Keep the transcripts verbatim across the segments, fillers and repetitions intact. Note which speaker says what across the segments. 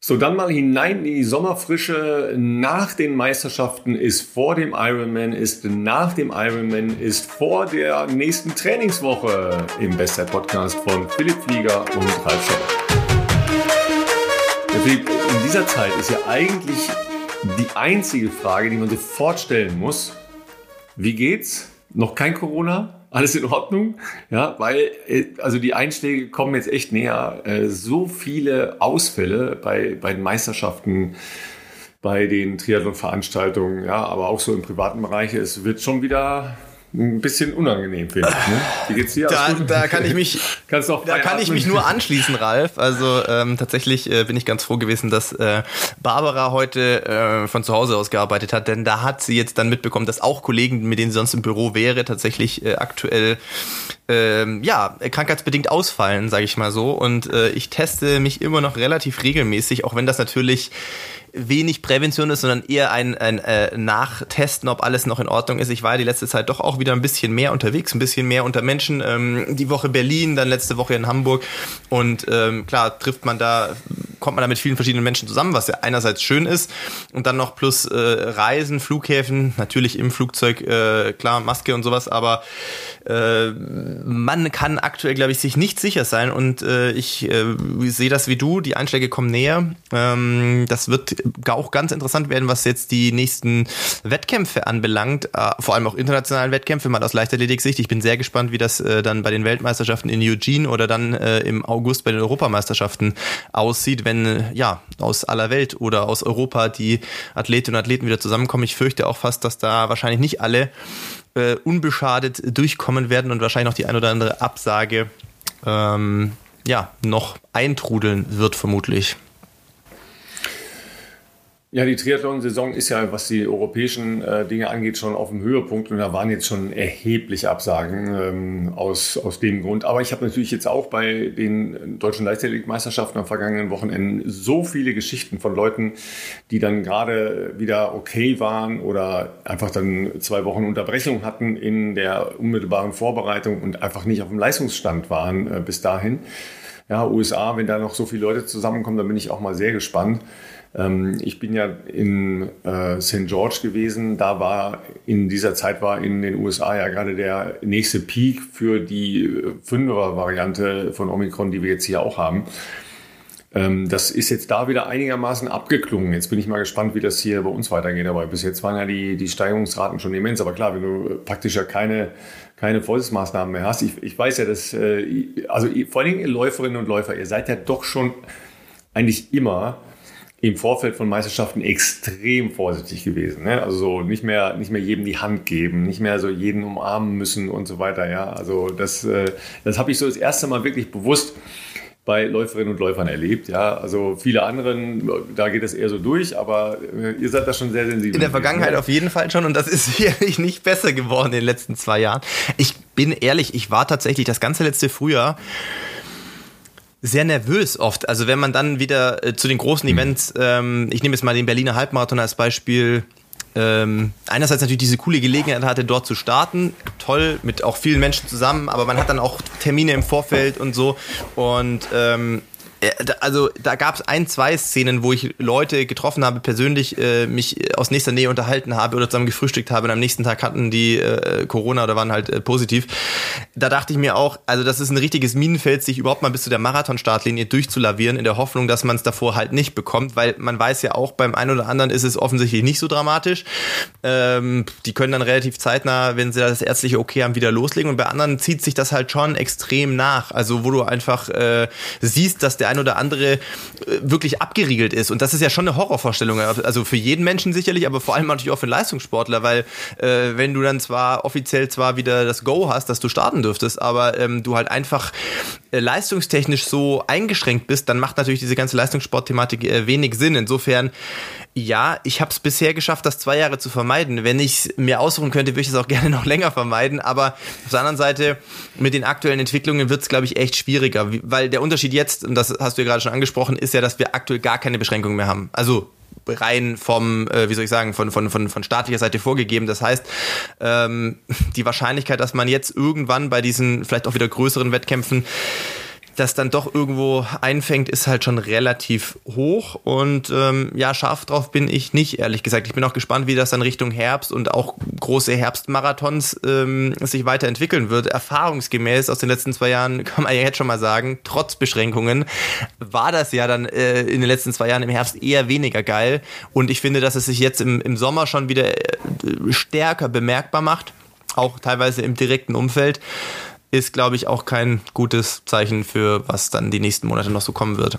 Speaker 1: So, dann mal hinein in die Sommerfrische. Nach den Meisterschaften ist vor dem Ironman, ist nach dem Ironman, ist vor der nächsten Trainingswoche im Bestzeit-Podcast von Philipp Flieger und Ralf Scheller. Ja, Philipp, in dieser Zeit ist ja eigentlich die einzige Frage, die man sofort stellen muss: Wie geht's? Noch kein Corona? Alles in Ordnung? Ja, weil also die Einschläge kommen jetzt echt näher. So viele Ausfälle bei, bei den Meisterschaften, bei den Triathlon-Veranstaltungen, ja, aber auch so im privaten Bereich. Es wird schon wieder ein bisschen unangenehm, finde ich. Ne? Wie geht's dir?
Speaker 2: Da, da kann ich mich,
Speaker 1: Kannst auch
Speaker 2: da kann ich mich nur anschließen, Ralf. Also ähm, tatsächlich äh, bin ich ganz froh gewesen, dass äh, Barbara heute äh, von zu Hause aus gearbeitet hat, denn da hat sie jetzt dann mitbekommen, dass auch Kollegen, mit denen sie sonst im Büro wäre, tatsächlich äh, aktuell ähm, ja krankheitsbedingt ausfallen, sage ich mal so. Und äh, ich teste mich immer noch relativ regelmäßig, auch wenn das natürlich wenig Prävention ist, sondern eher ein, ein äh, Nachtesten, ob alles noch in Ordnung ist. Ich war die letzte Zeit doch auch wieder ein bisschen mehr unterwegs, ein bisschen mehr unter Menschen. Ähm, die Woche Berlin, dann letzte Woche in Hamburg. Und ähm, klar, trifft man da, kommt man da mit vielen verschiedenen Menschen zusammen, was ja einerseits schön ist. Und dann noch plus äh, Reisen, Flughäfen, natürlich im Flugzeug, äh, klar, Maske und sowas, aber äh, man kann aktuell, glaube ich, sich nicht sicher sein. Und äh, ich äh, sehe das wie du, die Einschläge kommen näher. Ähm, das wird auch ganz interessant werden, was jetzt die nächsten Wettkämpfe anbelangt, äh, vor allem auch internationalen Wettkämpfe, mal aus Leichtathletik-Sicht. Ich bin sehr gespannt, wie das äh, dann bei den Weltmeisterschaften in Eugene oder dann äh, im August bei den Europameisterschaften aussieht, wenn äh, ja aus aller Welt oder aus Europa die Athletinnen und Athleten wieder zusammenkommen. Ich fürchte auch fast, dass da wahrscheinlich nicht alle äh, unbeschadet durchkommen werden und wahrscheinlich noch die ein oder andere Absage ähm, ja noch eintrudeln wird, vermutlich.
Speaker 1: Ja, die Triathlon-Saison ist ja, was die europäischen äh, Dinge angeht, schon auf dem Höhepunkt. Und da waren jetzt schon erhebliche Absagen ähm, aus, aus dem Grund. Aber ich habe natürlich jetzt auch bei den deutschen Leichtathletik-Meisterschaften am vergangenen Wochenende so viele Geschichten von Leuten, die dann gerade wieder okay waren oder einfach dann zwei Wochen Unterbrechung hatten in der unmittelbaren Vorbereitung und einfach nicht auf dem Leistungsstand waren äh, bis dahin. Ja, U S A, wenn da noch so viele Leute zusammenkommen, dann bin ich auch mal sehr gespannt. Ich bin ja in äh, Sankt George gewesen. Da war in dieser Zeit war in den U S A ja gerade der nächste Peak für die Fünfer-Variante von Omikron, die wir jetzt hier auch haben. Ähm, das ist jetzt da wieder einigermaßen abgeklungen. Jetzt bin ich mal gespannt, wie das hier bei uns weitergeht. Aber bis jetzt waren ja die, die Steigerungsraten schon immens. Aber klar, wenn du praktisch ja keine keine Vorsichtsmaßnahmen mehr hast. Ich, ich weiß ja, dass äh, also vor allem ihr Läuferinnen und Läufer, ihr seid ja doch schon eigentlich immer im Vorfeld von Meisterschaften extrem vorsichtig gewesen. Ne? Also so nicht mehr, nicht mehr jedem die Hand geben, nicht mehr so jeden umarmen müssen und so weiter. Ja, also das, äh, das habe ich so das erste Mal wirklich bewusst bei Läuferinnen und Läufern erlebt. Ja, also viele anderen, da geht es eher so durch, aber äh, ihr seid da schon sehr sensibel.
Speaker 2: In der Vergangenheit auf jeden Fall schon und das ist sicherlich nicht besser geworden in den letzten zwei Jahren. Ich bin ehrlich, ich war tatsächlich das ganze letzte Frühjahr sehr nervös oft. Also wenn man dann wieder äh, zu den großen Events, ähm, ich nehme jetzt mal den Berliner Halbmarathon als Beispiel, ähm, einerseits natürlich diese coole Gelegenheit hatte, dort zu starten, toll, mit auch vielen Menschen zusammen, aber man hat dann auch Termine im Vorfeld und so und ähm, also da gab es ein, zwei Szenen, wo ich Leute getroffen habe, persönlich äh, mich aus nächster Nähe unterhalten habe oder zusammen gefrühstückt habe und am nächsten Tag hatten die äh, Corona oder waren halt äh, positiv. Da dachte ich mir auch, also das ist ein richtiges Minenfeld, sich überhaupt mal bis zu der Marathon-Startlinie durchzulavieren, in der Hoffnung, dass man es davor halt nicht bekommt, weil man weiß ja auch, beim einen oder anderen ist es offensichtlich nicht so dramatisch. Ähm, die können dann relativ zeitnah, wenn sie das ärztliche Okay haben, wieder loslegen und bei anderen zieht sich das halt schon extrem nach. Also wo du einfach äh, siehst, dass der ein oder andere wirklich abgeriegelt ist. Und das ist ja schon eine Horrorvorstellung. Also für jeden Menschen sicherlich, aber vor allem natürlich auch für Leistungssportler, weil äh, wenn du dann zwar offiziell zwar wieder das Go hast, dass du starten dürftest, aber ähm, du halt einfach äh, leistungstechnisch so eingeschränkt bist, dann macht natürlich diese ganze Leistungssportthematik äh, wenig Sinn. Insofern, ja, ich habe es bisher geschafft, das zwei Jahre zu vermeiden. Wenn ich es mir aussuchen könnte, würde ich es auch gerne noch länger vermeiden. Aber auf der anderen Seite, mit den aktuellen Entwicklungen wird es, glaube ich, echt schwieriger. Weil der Unterschied jetzt, und das hast du ja gerade schon angesprochen, ist ja, dass wir aktuell gar keine Beschränkungen mehr haben. Also rein vom, äh, wie soll ich sagen, von, von, von, von staatlicher Seite vorgegeben. Das heißt, ähm, die Wahrscheinlichkeit, dass man jetzt irgendwann bei diesen vielleicht auch wieder größeren Wettkämpfen das dann doch irgendwo einfängt, ist halt schon relativ hoch. Und ähm, ja, scharf drauf bin ich nicht, ehrlich gesagt. Ich bin auch gespannt, wie das dann Richtung Herbst und auch große Herbstmarathons ähm, sich weiterentwickeln wird. Erfahrungsgemäß aus den letzten zwei Jahren, kann man ja jetzt schon mal sagen, trotz Beschränkungen, war das ja dann äh, in den letzten zwei Jahren im Herbst eher weniger geil. Und ich finde, dass es sich jetzt im, im Sommer schon wieder äh, stärker bemerkbar macht, auch teilweise im direkten Umfeld, ist, glaube ich, auch kein gutes Zeichen für, was dann die nächsten Monate noch so kommen wird.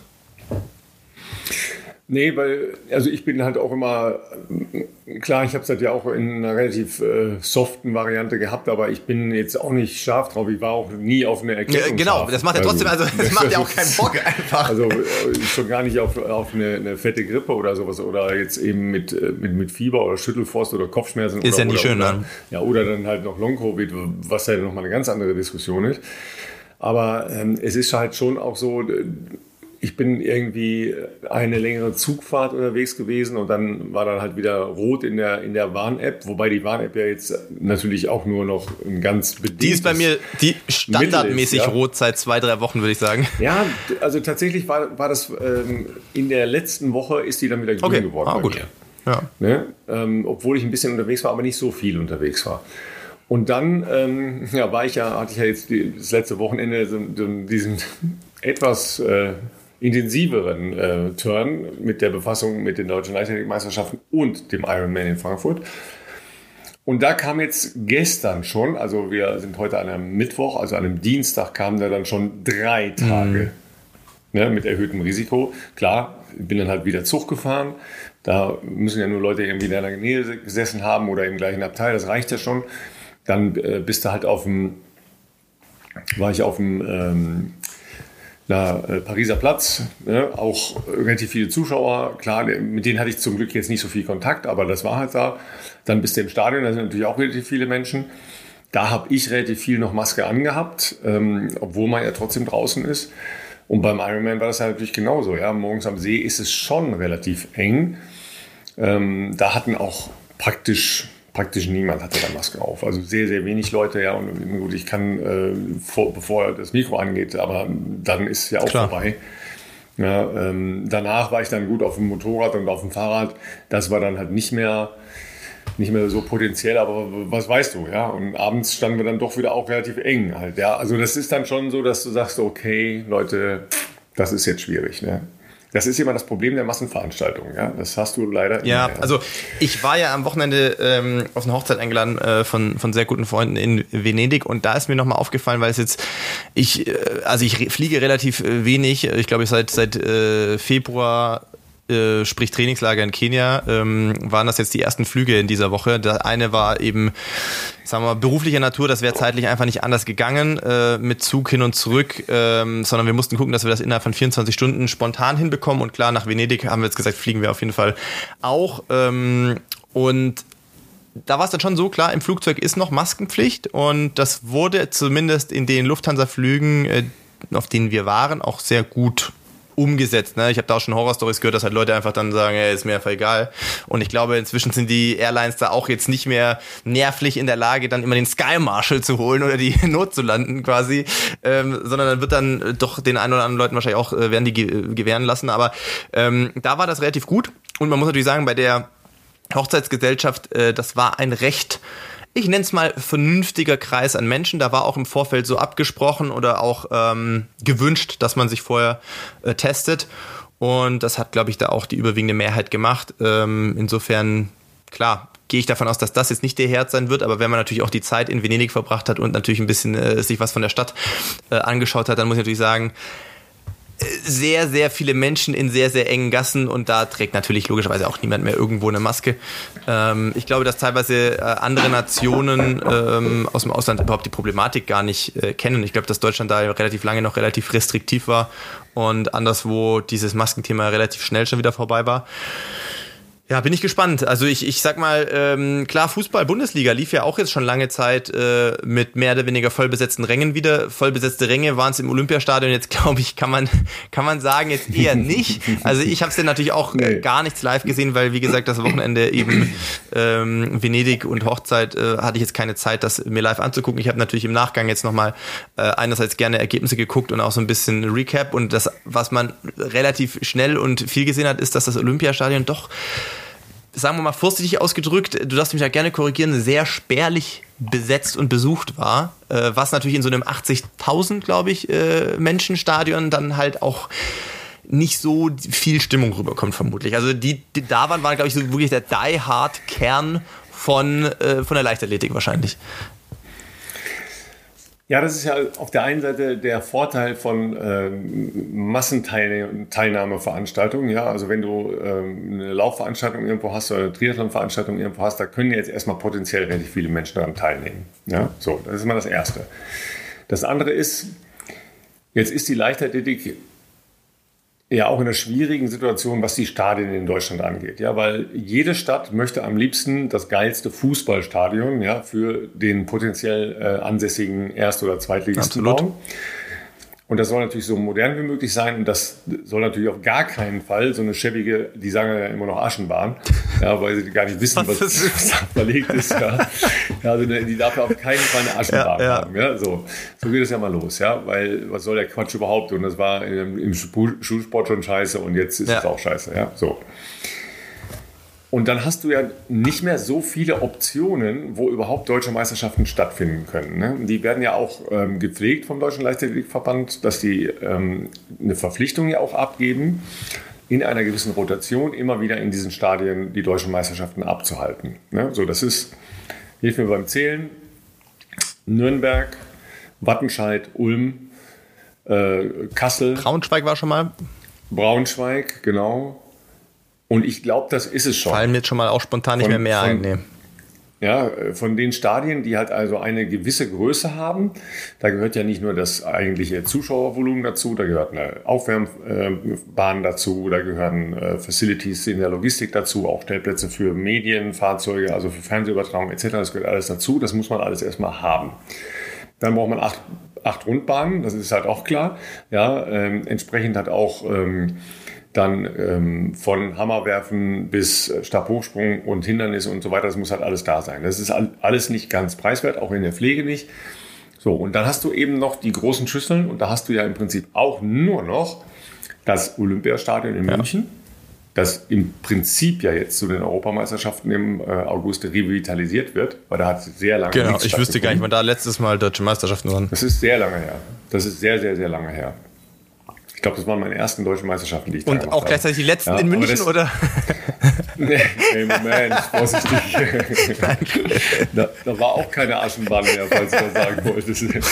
Speaker 1: Nee, weil, also ich bin halt auch immer, klar, ich habe es halt ja auch in einer relativ äh, soften Variante gehabt, aber ich bin jetzt auch nicht scharf drauf. Ich war auch nie auf eine Erkältung
Speaker 2: ja, Genau,
Speaker 1: scharf.
Speaker 2: Das macht ja trotzdem, also das, das macht ja auch keinen Bock einfach.
Speaker 1: Also schon gar nicht auf, auf eine, eine fette Grippe oder sowas oder jetzt eben mit, mit, mit Fieber oder Schüttelfrost oder Kopfschmerzen.
Speaker 2: Ist
Speaker 1: oder,
Speaker 2: ja nie
Speaker 1: oder,
Speaker 2: schön,
Speaker 1: oder,
Speaker 2: ne?
Speaker 1: Ja, oder dann halt noch Long-Covid, was ja nochmal eine ganz andere Diskussion ist. Aber ähm, es ist halt schon auch so, ich bin irgendwie eine längere Zugfahrt unterwegs gewesen und dann war dann halt wieder rot in der, in der Warn-App, wobei die Warn-App ja jetzt natürlich auch nur noch ein ganz bedingtes
Speaker 2: Die ist bei mir die standardmäßig
Speaker 1: ist, ja.
Speaker 2: rot seit zwei, drei Wochen, würde ich sagen.
Speaker 1: Ja, also tatsächlich war, war das ähm, in der letzten Woche ist die dann wieder grün
Speaker 2: okay.
Speaker 1: geworden
Speaker 2: ah,
Speaker 1: bei
Speaker 2: gut.
Speaker 1: mir.
Speaker 2: Ja.
Speaker 1: Ne? Ähm, obwohl ich ein bisschen unterwegs war, aber nicht so viel unterwegs war. Und dann ähm, ja, war ich ja, hatte ich ja jetzt die, das letzte Wochenende so, so diesen etwas äh, intensiveren äh, Turn mit der Befassung mit den deutschen Leichtathletikmeisterschaften und dem Ironman in Frankfurt. Und da kam jetzt gestern schon, also wir sind heute an einem Mittwoch, also an einem Dienstag kamen da dann schon drei Tage mhm. ne, mit erhöhtem Risiko. Klar, ich bin dann halt wieder Zug gefahren. Da müssen ja nur Leute irgendwie in der Nähe gesessen haben oder im gleichen Abteil, das reicht ja schon. Dann äh, bist du halt auf dem, war ich auf dem ähm, na, äh, Pariser Platz, ne? Auch relativ viele Zuschauer. Klar, mit denen hatte ich zum Glück jetzt nicht so viel Kontakt, aber das war halt da. Dann bist du im Stadion, da sind natürlich auch relativ viele Menschen. Da habe ich relativ viel noch Maske angehabt, ähm, obwohl man ja trotzdem draußen ist. Und beim Ironman war das ja natürlich genauso. Ja? Morgens am See ist es schon relativ eng. Ähm, da hatten auch praktisch... Praktisch niemand hatte da Maske auf. Also sehr, sehr wenig Leute. Ja, und gut, ich kann, äh, vor, bevor das Mikro angeht, aber dann ist es ja auch Klar. vorbei. Ja, ähm, danach war ich dann gut auf dem Motorrad und auf dem Fahrrad. Das war dann halt nicht mehr, nicht mehr so potenziell, aber was weißt du, ja? Und abends standen wir dann doch wieder auch relativ eng halt. Ja, also das ist dann schon so, dass du sagst, okay, Leute, das ist jetzt schwierig, ne? Das ist immer das Problem der Massenveranstaltungen. Ja? Das hast du leider
Speaker 2: Ja,
Speaker 1: immer, ja.
Speaker 2: Also ich war ja am Wochenende ähm, auf eine Hochzeit eingeladen äh, von, von sehr guten Freunden in Venedig und da ist mir nochmal aufgefallen, weil es jetzt, ich, äh, also ich re- fliege relativ wenig, ich glaube ich seit, seit äh, Februar, äh, sprich Trainingslager in Kenia, ähm, waren das jetzt die ersten Flüge in dieser Woche. Der eine war eben, sagen wir mal, beruflicher Natur, das wäre zeitlich einfach nicht anders gegangen, äh, mit Zug hin und zurück, ähm, sondern wir mussten gucken, dass wir das innerhalb von vierundzwanzig Stunden spontan hinbekommen und klar, nach Venedig haben wir jetzt gesagt, fliegen wir auf jeden Fall auch ähm, und da war es dann schon so, klar, im Flugzeug ist noch Maskenpflicht und das wurde zumindest in den Lufthansa-Flügen, äh, auf denen wir waren, auch sehr gut umgesetzt. Ne? Ich habe da auch schon Horror-Stories gehört, dass halt Leute einfach dann sagen, hey, ist mir einfach egal. Und ich glaube, inzwischen sind die Airlines da auch jetzt nicht mehr nervlich in der Lage, dann immer den Sky Marshal zu holen oder die Not zu landen quasi, ähm, sondern dann wird dann doch den einen oder anderen Leuten wahrscheinlich auch, äh, werden die ge- gewähren lassen. Aber ähm, da war das relativ gut. Und man muss natürlich sagen, bei der Hochzeitsgesellschaft, äh, das war ein recht, ich nenne es mal, vernünftiger Kreis an Menschen. Da war auch im Vorfeld so abgesprochen oder auch ähm, gewünscht, dass man sich vorher äh, testet. Und das hat, glaube ich, da auch die überwiegende Mehrheit gemacht. Ähm, insofern, klar, gehe ich davon aus, dass das jetzt nicht der Herd sein wird. Aber wenn man natürlich auch die Zeit in Venedig verbracht hat und natürlich ein bisschen äh, sich was von der Stadt äh, angeschaut hat, dann muss ich natürlich sagen, sehr, sehr viele Menschen in sehr, sehr engen Gassen und da trägt natürlich logischerweise auch niemand mehr irgendwo eine Maske. Ähm, ich glaube, dass teilweise äh, andere Nationen ähm, aus dem Ausland überhaupt die Problematik gar nicht äh, kennen. Ich glaube, dass Deutschland da relativ lange noch relativ restriktiv war und anderswo dieses Maskenthema relativ schnell schon wieder vorbei war. Ja, bin ich gespannt. Also ich, ich sag mal, ähm, klar, Fußball-Bundesliga lief ja auch jetzt schon lange Zeit äh, mit mehr oder weniger vollbesetzten Rängen wieder. Vollbesetzte Ränge waren es im Olympiastadion. Jetzt glaube ich, kann man kann man sagen, jetzt eher nicht. Also ich habe es ja natürlich auch nee. gar nichts live gesehen, weil wie gesagt, das Wochenende eben ähm, Venedig und Hochzeit äh, hatte ich jetzt keine Zeit, das mir live anzugucken. Ich habe natürlich im Nachgang jetzt nochmal äh, einerseits gerne Ergebnisse geguckt und auch so ein bisschen Recap. Und das, was man relativ schnell und viel gesehen hat, ist, dass das Olympiastadion doch, sagen wir mal vorsichtig ausgedrückt, du darfst mich da gerne korrigieren, sehr spärlich besetzt und besucht war, äh, was natürlich in so einem achtzigtausend, glaube ich, äh, Menschenstadion dann halt auch nicht so viel Stimmung rüberkommt vermutlich. Also die, die da waren, waren glaube ich so wirklich der Die-Hard-Kern von, äh, von der Leichtathletik wahrscheinlich.
Speaker 1: Ja, das ist ja auf der einen Seite der Vorteil von ähm, Massenteilnahmeveranstaltungen. Ja, also wenn du ähm, eine Laufveranstaltung irgendwo hast oder eine Triathlon-Veranstaltung irgendwo hast, da können jetzt erstmal potenziell relativ viele Menschen daran teilnehmen. Ja, so, das ist mal das Erste. Das andere ist, jetzt ist die Leichtathletik ja auch in einer schwierigen Situation, was die Stadien in Deutschland angeht. Ja, weil jede Stadt möchte am liebsten das geilste Fußballstadion, ja, für den potenziell äh, ansässigen Erst- oder Zweitligisten bauen. Und das soll natürlich so modern wie möglich sein. Und das soll natürlich auf gar keinen Fall so eine schäbige, die sagen ja immer noch Aschenbahn, ja, weil sie gar nicht wissen, was, was da verlegt ist. Ja. Ja, also die darf ja auf keinen Fall eine Aschenbahn ja, ja. haben. Ja. So. so geht es ja mal los. Ja. Weil was soll der Quatsch überhaupt? Und das war im, im Schulsport schon scheiße und jetzt ist ja. es auch scheiße. Ja. So. Und dann hast du ja nicht mehr so viele Optionen, wo überhaupt deutsche Meisterschaften stattfinden können. Ne? Die werden ja auch ähm, gepflegt vom Deutschen Leichtathletikverband, dass die ähm, eine Verpflichtung ja auch abgeben, in einer gewissen Rotation immer wieder in diesen Stadien die deutschen Meisterschaften abzuhalten. Ne? So, das ist, hilf mir beim Zählen, Nürnberg, Wattenscheid, Ulm, äh, Kassel.
Speaker 2: Braunschweig war schon mal.
Speaker 1: Braunschweig, genau. Und ich glaube, das ist es schon.
Speaker 2: Fallen mir jetzt schon mal auch spontan nicht von, mehr mehr ein. Nee.
Speaker 1: Ja, von den Stadien, die halt also eine gewisse Größe haben, da gehört ja nicht nur das eigentliche Zuschauervolumen dazu, da gehört eine Aufwärmbahn dazu, da gehören äh, Facilities in der Logistik dazu, auch Stellplätze für Medien, Fahrzeuge, also für Fernsehübertragung et cetera. Das gehört alles dazu, das muss man alles erstmal haben. Dann braucht man acht, acht Rundbahnen, das ist halt auch klar. Ja, ähm, entsprechend hat auch ähm, dann ähm, von Hammerwerfen bis Stabhochsprung und Hindernis und so weiter, das muss halt alles da sein. Das ist alles nicht ganz preiswert, auch in der Pflege nicht. So, und dann hast du eben noch die großen Schüsseln und da hast du ja im Prinzip auch nur noch das Olympiastadion in München, ja. das im Prinzip ja jetzt zu den Europameisterschaften im äh, August revitalisiert wird, weil da hat sehr lange
Speaker 2: Genau, ich wüsste gar nicht, wann da letztes Mal deutsche Meisterschaften waren.
Speaker 1: Das ist sehr lange her. Das ist sehr, sehr, sehr lange her. Ich glaube, das waren meine ersten deutschen Meisterschaften, die ich da
Speaker 2: gemacht habe. Und auch gleichzeitig die letzten ja, in München, das, oder?
Speaker 1: nee, nee, Moment, vorsichtig. da, da war auch keine Aschenbahn mehr, falls du das sagen wolltest. ja.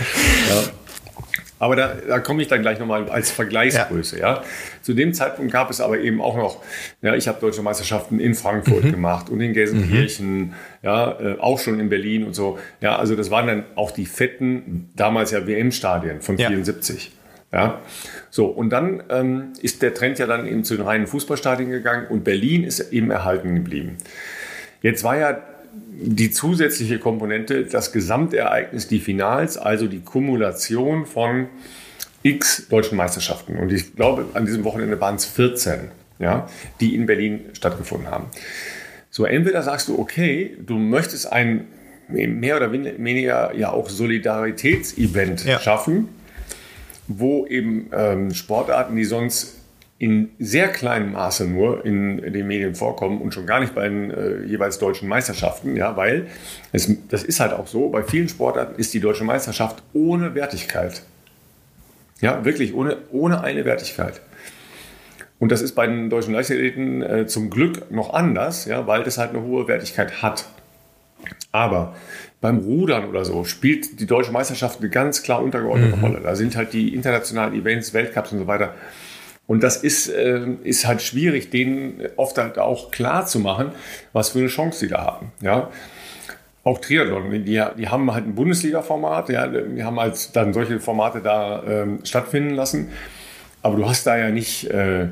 Speaker 1: Aber da, da komme ich dann gleich nochmal als Vergleichsgröße. Ja. Ja. Zu dem Zeitpunkt gab es aber eben auch noch, ja, ich habe deutsche Meisterschaften in Frankfurt mhm. gemacht und in Gelsenkirchen, mhm. ja, äh, auch schon in Berlin und so. Ja, also das waren dann auch die fetten, damals ja W M-Stadien von ja. vierundsiebzig. Ja, so, und dann ähm, ist der Trend ja dann eben zu den reinen Fußballstadien gegangen und Berlin ist eben erhalten geblieben. Jetzt war ja die zusätzliche Komponente das Gesamtereignis, die Finals, also die Kumulation von x deutschen Meisterschaften. Und ich glaube, an diesem Wochenende waren es vierzehn, ja, die in Berlin stattgefunden haben. So, entweder sagst du, okay, du möchtest ein mehr oder weniger ja auch Solidaritätsevent ja. schaffen, wo eben ähm, Sportarten, die sonst in sehr kleinem Maße nur in, in den Medien vorkommen und schon gar nicht bei den äh, jeweils deutschen Meisterschaften, ja, weil es, das ist halt auch so, bei vielen Sportarten ist die deutsche Meisterschaft ohne Wertigkeit. Ja, wirklich ohne, ohne eine Wertigkeit. Und das ist bei den deutschen Leichtathleten äh, zum Glück noch anders, ja, weil das halt eine hohe Wertigkeit hat. Aber beim Rudern oder so spielt die deutsche Meisterschaft eine ganz klar untergeordnete mhm. Rolle. Da sind halt die internationalen Events, Weltcups und so weiter. Und das ist, äh, ist halt schwierig, denen oft halt auch klar zu machen, was für eine Chance sie da haben. Ja? Auch Triathlon, die, die haben halt ein Bundesliga-Format, ja? Die haben halt dann solche Formate da ähm, stattfinden lassen. Aber du hast da ja nicht äh,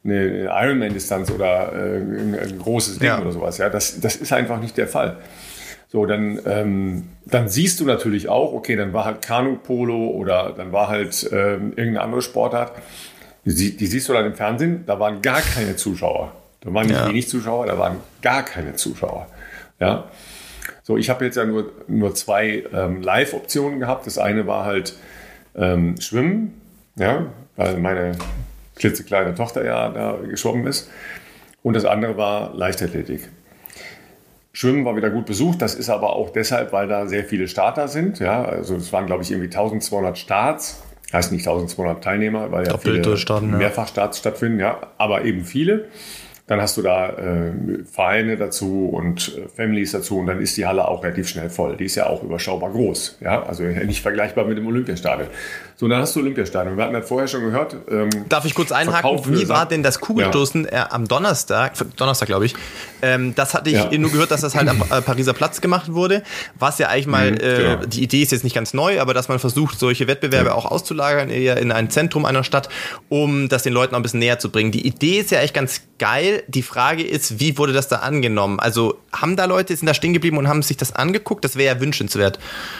Speaker 1: eine Ironman-Distanz oder äh, ein, ein großes Ding ja. oder sowas. Ja, das, das ist einfach nicht der Fall. So, dann, ähm, dann siehst du natürlich auch, okay, dann war halt Kanu-Polo oder dann war halt ähm, irgendeine andere Sportart. Die, die siehst du dann im Fernsehen, da waren gar keine Zuschauer. Da waren nicht ja. wenig Zuschauer, da waren gar keine Zuschauer. Ja. So, ich habe jetzt ja nur, nur zwei ähm, Live-Optionen gehabt. Das eine war halt ähm, Schwimmen, ja, weil meine klitzekleine Tochter ja da geschwommen ist. Und das andere war Leichtathletik. Schwimmen war wieder gut besucht. Das ist aber auch deshalb, weil da sehr viele Starter sind. Ja, also es waren, glaube ich, irgendwie tausendzweihundert Starts. Heißt nicht tausendzweihundert Teilnehmer, weil ja viele Mehrfachstarts stattfinden. Ja, aber eben viele. Dann hast du da äh, Vereine dazu und äh, Families dazu und dann ist die Halle auch relativ schnell voll. Die ist ja auch überschaubar groß, ja, also nicht vergleichbar mit dem Olympiastadion. So, dann hast du Olympiastadion. Wir hatten das vorher schon gehört. Ähm,
Speaker 2: Darf ich kurz einhaken? Wie war denn das Kugelstoßen ja. äh, am Donnerstag? Donnerstag, glaube ich. Ähm, das hatte ich ja. nur gehört, dass das halt am äh, Pariser Platz gemacht wurde. Was ja eigentlich mal, mhm, äh, genau. die Idee ist jetzt nicht ganz neu, aber dass man versucht, solche Wettbewerbe ja. auch auszulagern, eher in ein Zentrum einer Stadt, um das den Leuten auch ein bisschen näher zu bringen. Die Idee ist ja echt ganz geil. Die Frage ist, wie wurde das da angenommen? Also haben da Leute, sind da stehen geblieben und haben sich das angeguckt? Das wäre ja wünschenswert.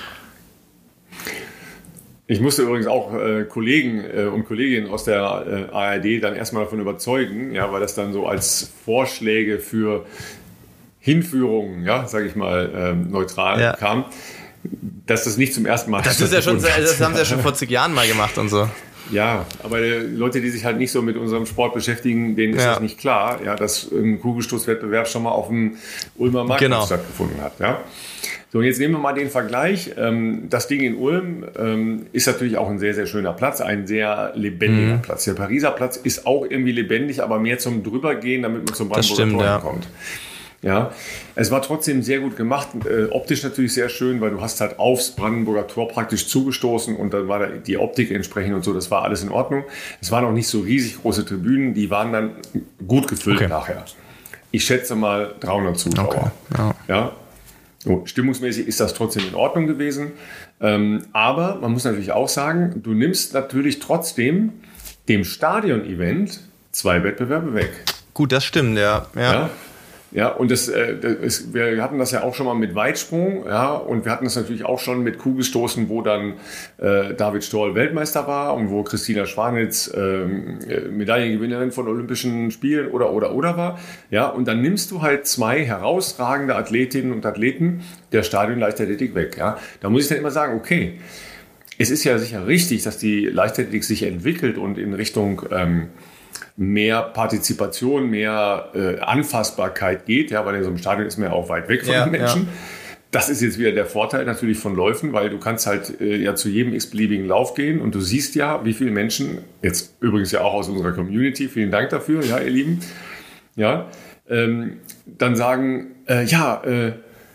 Speaker 1: Ich musste übrigens auch äh, Kollegen äh, und Kolleginnen aus der äh, A R D dann erstmal davon überzeugen, ja, weil das dann so als Vorschläge für Hinführungen, ja, sage ich mal, ähm, neutral ja. kam, dass das nicht zum ersten Mal
Speaker 2: das ist ja schon, das haben sie ja schon vor zig Jahren mal gemacht und so.
Speaker 1: Ja, aber Leute, die sich halt nicht so mit unserem Sport beschäftigen, denen ist ja. das nicht klar, ja, dass ein Kugelstoßwettbewerb schon mal auf dem Ulmer Marktplatz genau. stattgefunden hat. Ja. So, und jetzt nehmen wir mal den Vergleich. Das Ding in Ulm ist natürlich auch ein sehr, sehr schöner Platz, ein sehr lebendiger mhm. Platz. Der Pariser Platz ist auch irgendwie lebendig, aber mehr zum Drübergehen, damit man zum Brandenburger Tor ja. kommt. Ja, es war trotzdem sehr gut gemacht, äh, optisch natürlich sehr schön, weil du hast halt aufs Brandenburger Tor praktisch zugestoßen und dann war da die Optik entsprechend und so, das war alles in Ordnung. Es waren auch nicht so riesig große Tribünen, die waren dann gut gefüllt okay. nachher. Ich schätze mal dreihundert Zuschauer. Okay. Ja. Ja? So, stimmungsmäßig ist das trotzdem in Ordnung gewesen, ähm, aber man muss natürlich auch sagen, du nimmst natürlich trotzdem dem Stadion-Event zwei Wettbewerbe weg.
Speaker 2: Gut, das stimmt, ja. ja.
Speaker 1: ja? Ja, und das, äh, das, wir hatten das ja auch schon mal mit Weitsprung, ja, und wir hatten das natürlich auch schon mit Kugelstoßen, wo dann äh, David Storl Weltmeister war und wo Christina Schwanitz äh, Medaillengewinnerin von Olympischen Spielen oder, oder, oder war. Ja, und dann nimmst du halt zwei herausragende Athletinnen und Athleten der Stadion-Leichtathletik weg. Ja. Da muss ich dann immer sagen, okay, es ist ja sicher richtig, dass die Leichtathletik sich entwickelt und in Richtung ähm, mehr Partizipation, mehr äh, Anfassbarkeit geht, ja, weil in so einem Stadion ist man ja auch weit weg von ja, den Menschen. Ja. Das ist jetzt wieder der Vorteil natürlich von Läufen, weil du kannst halt äh, ja zu jedem x-beliebigen Lauf gehen und du siehst ja, wie viele Menschen, jetzt übrigens ja auch aus unserer Community, vielen Dank dafür, ja, ihr Lieben, ja, ähm, dann sagen, äh, ja, äh,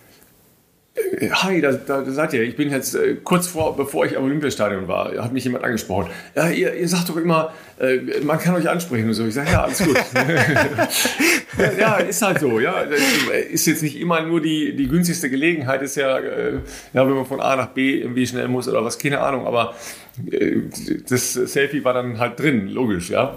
Speaker 1: hi, da, da seid ihr. Ich bin jetzt äh, kurz vor, bevor ich am Olympiastadion war, hat mich jemand angesprochen. Ja, ihr, ihr sagt doch immer, äh, man kann euch ansprechen und so. Ich sage, ja, alles gut. Ja, ist halt so. Ja, das ist jetzt nicht immer nur die, die günstigste Gelegenheit. Ist ja, äh, ja, wenn man von A nach B irgendwie schnell muss oder was, keine Ahnung. Aber äh, das Selfie war dann halt drin, logisch, ja.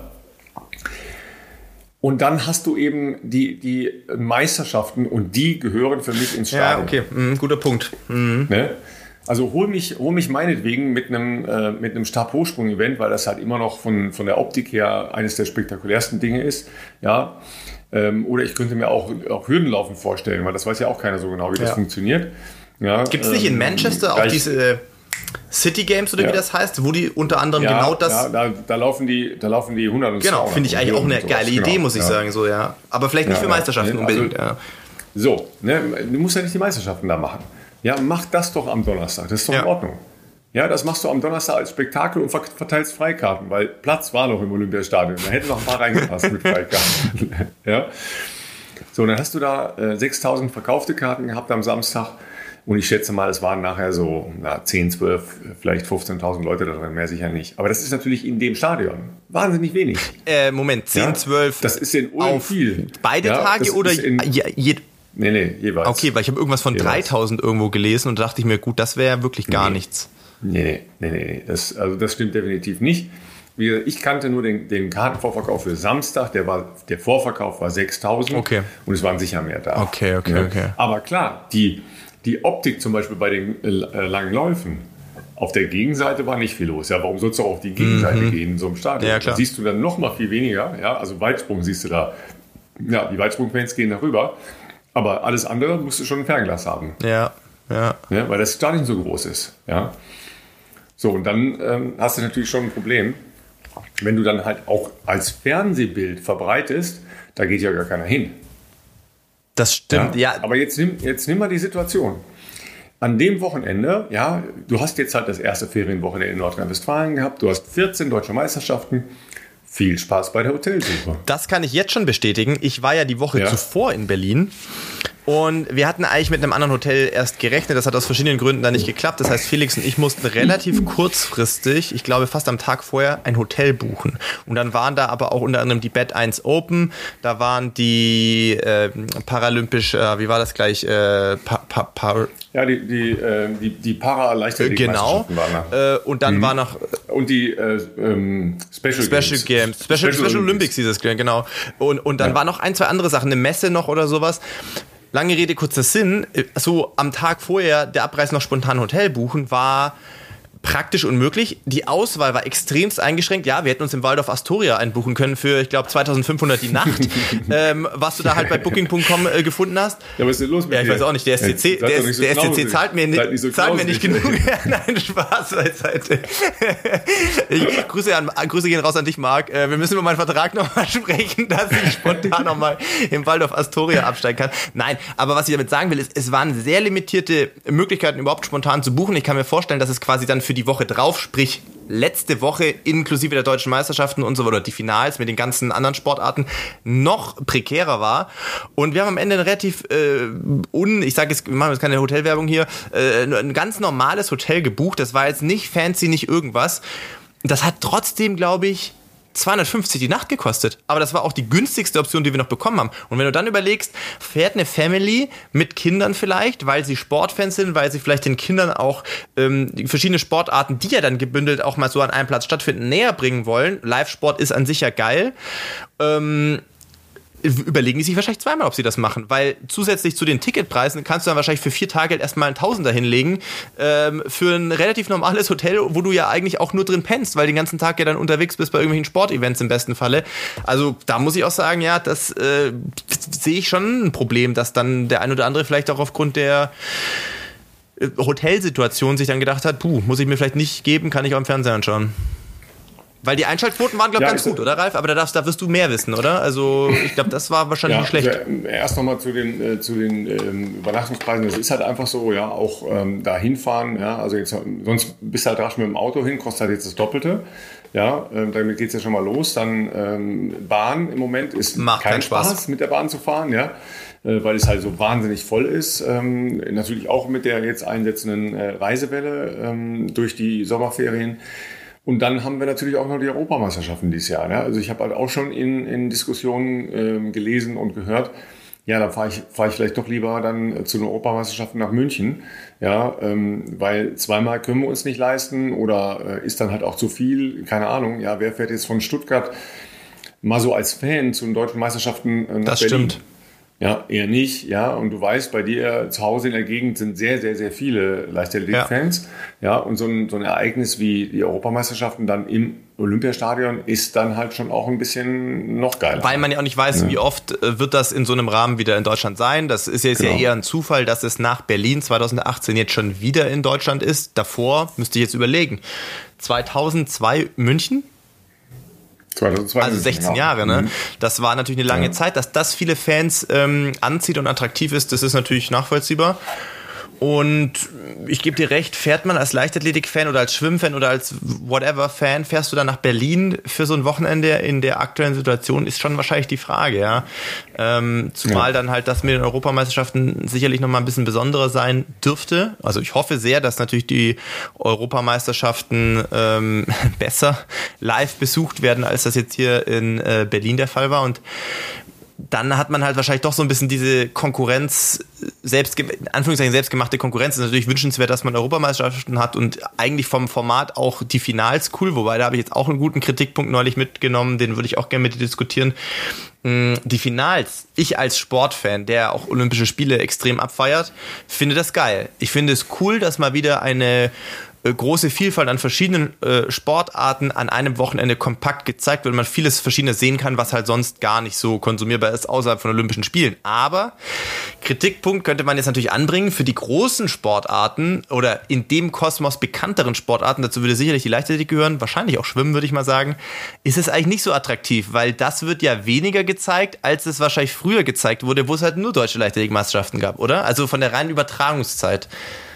Speaker 1: Und dann hast du eben die, die Meisterschaften und die gehören für mich ins Stadion.
Speaker 2: Ja, okay, mhm, guter Punkt. Mhm.
Speaker 1: Ne? Also hol mich, hol mich meinetwegen mit einem, äh, mit einem Stabhochsprung-Event, weil das halt immer noch von, von der Optik her eines der spektakulärsten Dinge ist. Ja? Ähm, oder ich könnte mir auch, auch Hürdenlaufen vorstellen, weil das weiß ja auch keiner so genau, wie das ja. funktioniert. Ja,
Speaker 2: gibt es nicht in Manchester ähm, auch diese City Games oder ja. wie das heißt, wo die unter anderem ja, genau das...
Speaker 1: Ja, da, da laufen die, da laufen die hundert und
Speaker 2: Genau, finde ich eigentlich auch eine geile Idee, genau. muss ich ja. sagen. So, ja. Aber vielleicht nicht ja, für Meisterschaften ja. unbedingt. Also, ja.
Speaker 1: So, ne, du musst ja nicht die Meisterschaften da machen. Ja, mach das doch am Donnerstag, das ist doch ja. in Ordnung. Ja, das machst du am Donnerstag als Spektakel und verteilst Freikarten, weil Platz war noch im Olympiastadion. Da hätten noch ein paar reingepasst mit Freikarten. Ja. So, dann hast du da äh, sechstausend verkaufte Karten gehabt am Samstag. Und ich schätze mal, es waren nachher so na, zehn, zwölf, vielleicht fünfzehntausend Leute da drin, mehr sicher nicht. Aber das ist natürlich in dem Stadion wahnsinnig wenig.
Speaker 2: Äh, Moment, zehn, ja? zwölf
Speaker 1: Das ist in Ulm viel.
Speaker 2: Beide ja, Tage oder in, je, je,
Speaker 1: Nee, nee, jeweils.
Speaker 2: Okay, weil ich habe irgendwas von jeweils. dreitausend irgendwo gelesen und dachte ich mir, gut, das wäre wirklich gar
Speaker 1: nee.
Speaker 2: nichts.
Speaker 1: Nee, nee, nee, nee. Das, also das stimmt definitiv nicht. Ich kannte nur den, den Kartenvorverkauf für Samstag, der, war, der Vorverkauf war sechstausend
Speaker 2: okay.
Speaker 1: und es waren sicher mehr da.
Speaker 2: Okay, okay, ja. okay.
Speaker 1: Aber klar, die, die Optik zum Beispiel bei den äh, langen Läufen, auf der Gegenseite war nicht viel los. Ja, warum sollst du auch auf die Gegenseite mhm. gehen in so einem Stadion?
Speaker 2: Ja, klar.
Speaker 1: Da siehst du dann noch mal viel weniger. Ja, also Weitsprung siehst du da. Ja, die Weitsprung-Fans gehen darüber. Aber alles andere musst du schon ein Fernglas haben.
Speaker 2: Ja, ja.
Speaker 1: ja weil das Stadion so groß ist. Ja. So, und dann ähm, hast du natürlich schon ein Problem, wenn du dann halt auch als Fernsehbild verbreitest, da geht ja gar keiner hin.
Speaker 2: Das stimmt, ja.
Speaker 1: ja. Aber jetzt nimm, jetzt nimm mal die Situation. An dem Wochenende, ja, du hast jetzt halt das erste Ferienwochenende in Nordrhein-Westfalen gehabt, du hast vierzehn deutsche Meisterschaften. Viel Spaß bei der Hotelsuche.
Speaker 2: Das kann ich jetzt schon bestätigen. Ich war ja die Woche ja. zuvor in Berlin und wir hatten eigentlich mit einem anderen Hotel erst gerechnet. Das hat aus verschiedenen Gründen dann nicht geklappt. Das heißt, Felix und ich mussten relativ kurzfristig, ich glaube fast am Tag vorher, ein Hotel buchen. Und dann waren da aber auch unter anderem die Bed eins Open, da waren die äh, Paralympisch, äh, wie war das gleich? Äh, pa, pa, pa,
Speaker 1: ja, die, die, äh, die, die Para-Leichtathletik-Meisterschaften
Speaker 2: genau.
Speaker 1: waren da.
Speaker 2: Äh, und dann mhm. war noch...
Speaker 1: Und die äh, ähm, Special,
Speaker 2: Special
Speaker 1: Games.
Speaker 2: Games. Special, Special, Special Olympics hieß es, genau. Und, und dann ja. war noch ein, zwei andere Sachen, eine Messe noch oder sowas. Lange Rede, kurzer Sinn. So am Tag vorher der Abreise noch spontan Hotel buchen war praktisch unmöglich. Die Auswahl war extremst eingeschränkt. Ja, wir hätten uns im Waldorf Astoria einbuchen können für, ich glaube, zweitausendfünfhundert die Nacht, ähm, was du da halt bei booking punkt com äh, gefunden hast.
Speaker 1: Ja, was ist denn los mit
Speaker 2: Ja, ich
Speaker 1: dir?
Speaker 2: weiß auch nicht. Der S C C, der,
Speaker 1: so
Speaker 2: der S C C zahlt mir, nicht,
Speaker 1: so
Speaker 2: zahlt mir nicht genug. Nein, Spaß beiseite. Ich, Grüße, an, Grüße gehen raus an dich, Marc. Äh, wir müssen über meinen Vertrag nochmal sprechen, dass ich spontan nochmal im Waldorf Astoria absteigen kann. Nein, aber was ich damit sagen will, ist, es waren sehr limitierte Möglichkeiten, überhaupt spontan zu buchen. Ich kann mir vorstellen, dass es quasi dann für die Woche drauf, sprich letzte Woche inklusive der deutschen Meisterschaften und so weiter, die Finals mit den ganzen anderen Sportarten noch prekärer war. Und wir haben am Ende ein relativ äh, un, ich sage jetzt, wir machen jetzt keine Hotelwerbung hier, äh, ein ganz normales Hotel gebucht. Das war jetzt nicht fancy, nicht irgendwas. Das hat trotzdem, glaube ich, zweihundertfünfzig die Nacht gekostet. Aber das war auch die günstigste Option, die wir noch bekommen haben. Und wenn du dann überlegst, fährt eine Family mit Kindern vielleicht, weil sie Sportfans sind, weil sie vielleicht den Kindern auch ähm, die verschiedenen Sportarten, die ja dann gebündelt auch mal so an einem Platz stattfinden, näher bringen wollen. Live-Sport ist an sich ja geil. Ähm, überlegen die sich wahrscheinlich zweimal, ob sie das machen, weil zusätzlich zu den Ticketpreisen kannst du dann wahrscheinlich für vier Tage erstmal einen Tausender hinlegen ähm, für ein relativ normales Hotel, wo du ja eigentlich auch nur drin pennst, weil den ganzen Tag ja dann unterwegs bist bei irgendwelchen Sportevents im besten Falle. Also da muss ich auch sagen, ja, das äh, sehe ich schon ein Problem, dass dann der ein oder andere vielleicht auch aufgrund der Hotelsituation sich dann gedacht hat, puh, muss ich mir vielleicht nicht geben, kann ich auch im Fernsehen anschauen. Weil die Einschaltquoten waren, glaube ich, ja, ganz gut, oder Ralf? Aber da, darfst, da wirst du mehr wissen, oder? Also ich glaube, das war wahrscheinlich ja, nicht schlecht.
Speaker 1: Also, erst nochmal zu den, äh, zu den ähm, Übernachtungspreisen. Das ist halt einfach so, ja, auch ähm, da hinfahren. Ja, also jetzt, sonst bist du halt rasch mit dem Auto hin, kostet halt jetzt das Doppelte. Ja, ähm, damit geht's ja schon mal los. Dann ähm, Bahn im Moment ist
Speaker 2: Macht
Speaker 1: kein
Speaker 2: Spaß.
Speaker 1: Spaß, mit der Bahn zu fahren, ja, äh, weil es halt so wahnsinnig voll ist. Ähm, natürlich auch mit der jetzt einsetzenden äh, Reisewelle ähm, durch die Sommerferien. Und dann haben wir natürlich auch noch die Europameisterschaften dieses Jahr. Ne? Also ich habe halt auch schon in, in Diskussionen ähm, gelesen und gehört, ja, da fahre ich, fahr ich vielleicht doch lieber dann äh, zu den Europameisterschaften nach München. Ja, ähm, weil zweimal können wir uns nicht leisten oder äh, ist dann halt auch zu viel. Keine Ahnung, ja, wer fährt jetzt von Stuttgart mal so als Fan zu den deutschen Meisterschaften äh, nach
Speaker 2: Das
Speaker 1: Berlin?
Speaker 2: Stimmt.
Speaker 1: Ja, eher nicht, ja. Und du weißt, bei dir zu Hause in der Gegend sind sehr, sehr, sehr viele Leichtathletik-Fans. Ja. ja, und so ein, so ein Ereignis wie die Europameisterschaften dann im Olympiastadion ist dann halt schon auch ein bisschen noch geiler.
Speaker 2: Weil man ja auch nicht weiß, ja. wie oft wird das in so einem Rahmen wieder in Deutschland sein. Das ist jetzt genau. ja eher ein Zufall, dass es nach Berlin zweitausendachtzehn jetzt schon wieder in Deutschland ist. Davor müsste ich jetzt überlegen. zweitausendzwei München?
Speaker 1: zweitausendzwei
Speaker 2: Also sechzehn
Speaker 1: ja.
Speaker 2: Jahre, ne?
Speaker 1: Mhm.
Speaker 2: Das war natürlich eine lange
Speaker 1: ja.
Speaker 2: Zeit. Dass das viele Fans ähm, anzieht und attraktiv ist, das ist natürlich nachvollziehbar. Und ich gebe dir recht, fährt man als Leichtathletik-Fan oder als Schwimmfan oder als Whatever-Fan, fährst du dann nach Berlin für so ein Wochenende in der aktuellen Situation, ist schon wahrscheinlich die Frage, ja. Ähm, zumal ja. dann halt das mit den Europameisterschaften sicherlich nochmal ein bisschen besonderer sein dürfte. Also ich hoffe sehr, dass natürlich die Europameisterschaften ähm, besser live besucht werden, als das jetzt hier in äh, Berlin der Fall war. Und dann hat man halt wahrscheinlich doch so ein bisschen diese Konkurrenz, selbst, in Anführungszeichen selbstgemachte Konkurrenz. Es ist natürlich wünschenswert, dass man Europameisterschaften hat und eigentlich vom Format auch die Finals cool, wobei da habe ich jetzt auch einen guten Kritikpunkt neulich mitgenommen, den würde ich auch gerne mit dir diskutieren. Die Finals, ich als Sportfan, der auch Olympische Spiele extrem abfeiert, finde das geil. Ich finde es cool, dass mal wieder eine große Vielfalt an verschiedenen äh, Sportarten an einem Wochenende kompakt gezeigt wird, man vieles Verschiedenes sehen kann, was halt sonst gar nicht so konsumierbar ist außerhalb von Olympischen Spielen. Aber Kritikpunkt könnte man jetzt natürlich anbringen für die großen Sportarten oder in dem Kosmos bekannteren Sportarten, dazu würde sicherlich die Leichtathletik gehören, wahrscheinlich auch Schwimmen, würde ich mal sagen, ist es eigentlich nicht so attraktiv, weil das wird ja weniger gezeigt, als es wahrscheinlich früher gezeigt wurde, wo es halt nur deutsche Leichtathletikmeisterschaften gab, oder? Also von der reinen Übertragungszeit.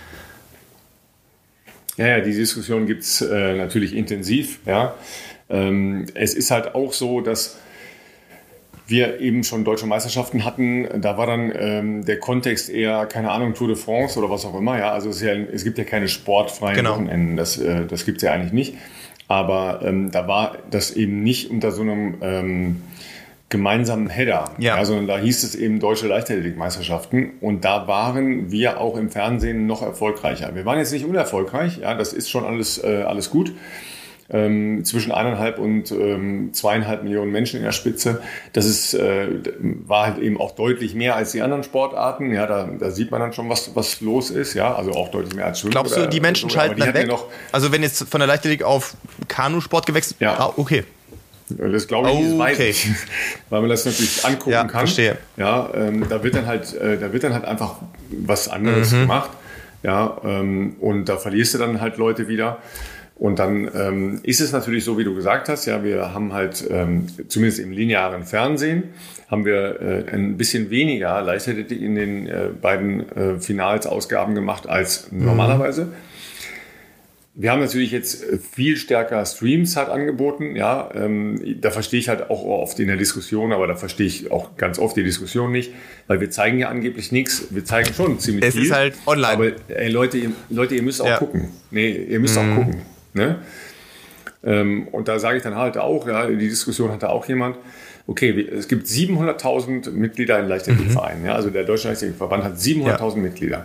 Speaker 1: Ja, ja, die Diskussion gibt es äh, natürlich intensiv. Ja. Ähm, es ist halt auch so, dass wir eben schon deutsche Meisterschaften hatten. Da war dann ähm, der Kontext eher, keine Ahnung, Tour de France oder was auch immer. Ja. Also es, ist ja, es gibt ja keine sportfreien genau. Wochenenden. Das, äh, das gibt es ja eigentlich nicht. Aber ähm, da war das eben nicht unter so einem ähm, gemeinsamen Header, ja. Ja, sondern da hieß es eben Deutsche Leichtathletikmeisterschaften und da waren wir auch im Fernsehen noch erfolgreicher. Wir waren jetzt nicht unerfolgreich, ja, das ist schon alles, äh, alles gut. Ähm, zwischen eineinhalb und ähm, zweieinhalb Millionen Menschen in der Spitze. Das ist, äh, war halt eben auch deutlich mehr als die anderen Sportarten. Ja, da, da sieht man dann schon, was, was los ist. Ja, also auch deutlich mehr als Schwimmen.
Speaker 2: Glaubst du, die Menschen so, schalten dann weg? Ja also wenn jetzt von der Leichtathletik auf Kanusport gewechselt?
Speaker 1: Ja,
Speaker 2: ah, okay.
Speaker 1: Das glaube ich,
Speaker 2: okay.
Speaker 1: das weiß ich, weil man das natürlich angucken
Speaker 2: ja,
Speaker 1: kann.
Speaker 2: Verstehe.
Speaker 1: Ja, ähm, da wird dann halt, äh, da wird dann halt einfach was anderes mhm. gemacht. Ja, ähm, und da verlierst du dann halt Leute wieder. Und dann ähm, ist es natürlich so, wie du gesagt hast. Ja, wir haben halt ähm, zumindest im linearen Fernsehen haben wir äh, ein bisschen weniger Leichtathletik in den äh, beiden äh, Finalsausgaben gemacht als mhm. normalerweise. Wir haben natürlich jetzt viel stärker Streams halt angeboten, ja, ähm, da verstehe ich halt auch oft in der Diskussion, aber da verstehe ich auch ganz oft die Diskussion nicht, weil wir zeigen ja angeblich nichts, wir zeigen schon ziemlich
Speaker 2: es
Speaker 1: viel.
Speaker 2: Es ist halt online.
Speaker 1: Aber ey, Leute, ihr, Leute, ihr müsst auch ja. gucken, nee, ihr müsst mhm. auch gucken, ne? Ähm, und da sage ich dann halt auch, ja, die Diskussion hatte auch jemand, okay, es gibt siebenhunderttausend Mitglieder in Leichtathletikvereinen, mhm. ja, also der Deutsche Leichtathletikverband hat siebenhunderttausend ja. Mitglieder.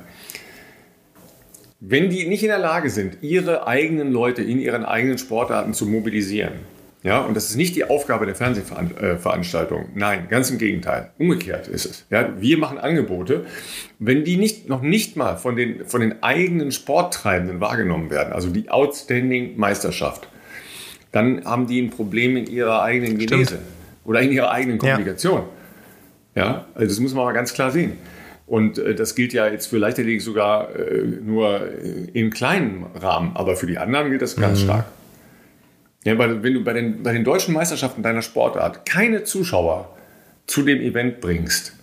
Speaker 1: Wenn die nicht in der Lage sind, ihre eigenen Leute in ihren eigenen Sportarten zu mobilisieren, ja, und das ist nicht die Aufgabe der Fernsehveranstaltung, nein, ganz im Gegenteil, umgekehrt ist es. Ja, wir machen Angebote, wenn die nicht, noch nicht mal von den, von den eigenen Sporttreibenden wahrgenommen werden, also die Outstanding Meisterschaft, dann haben die ein Problem in ihrer eigenen Genese Stimmt. oder in ihrer eigenen Kommunikation. Ja, ja, also das muss man mal ganz klar sehen. Und äh, das gilt ja jetzt für Leichtathletik sogar äh, nur in kleinem Rahmen, aber für die anderen gilt das ganz mhm. stark. Ja, weil wenn du bei den, bei den deutschen Meisterschaften deiner Sportart keine Zuschauer zu dem Event bringst,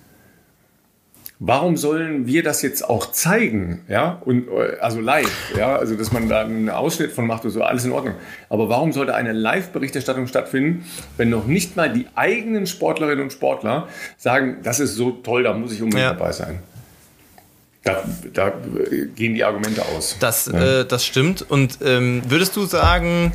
Speaker 1: warum sollen wir das jetzt auch zeigen? Ja, und, also live, ja, also dass man da einen Ausschnitt von macht und so, alles in Ordnung. Aber warum sollte eine Live-Berichterstattung stattfinden, wenn noch nicht mal die eigenen Sportlerinnen und Sportler sagen, das ist so toll, da muss ich unbedingt ja. dabei sein? Da, da gehen die Argumente aus.
Speaker 2: Das,
Speaker 1: ja.
Speaker 2: äh, das stimmt. Und ähm, würdest du sagen,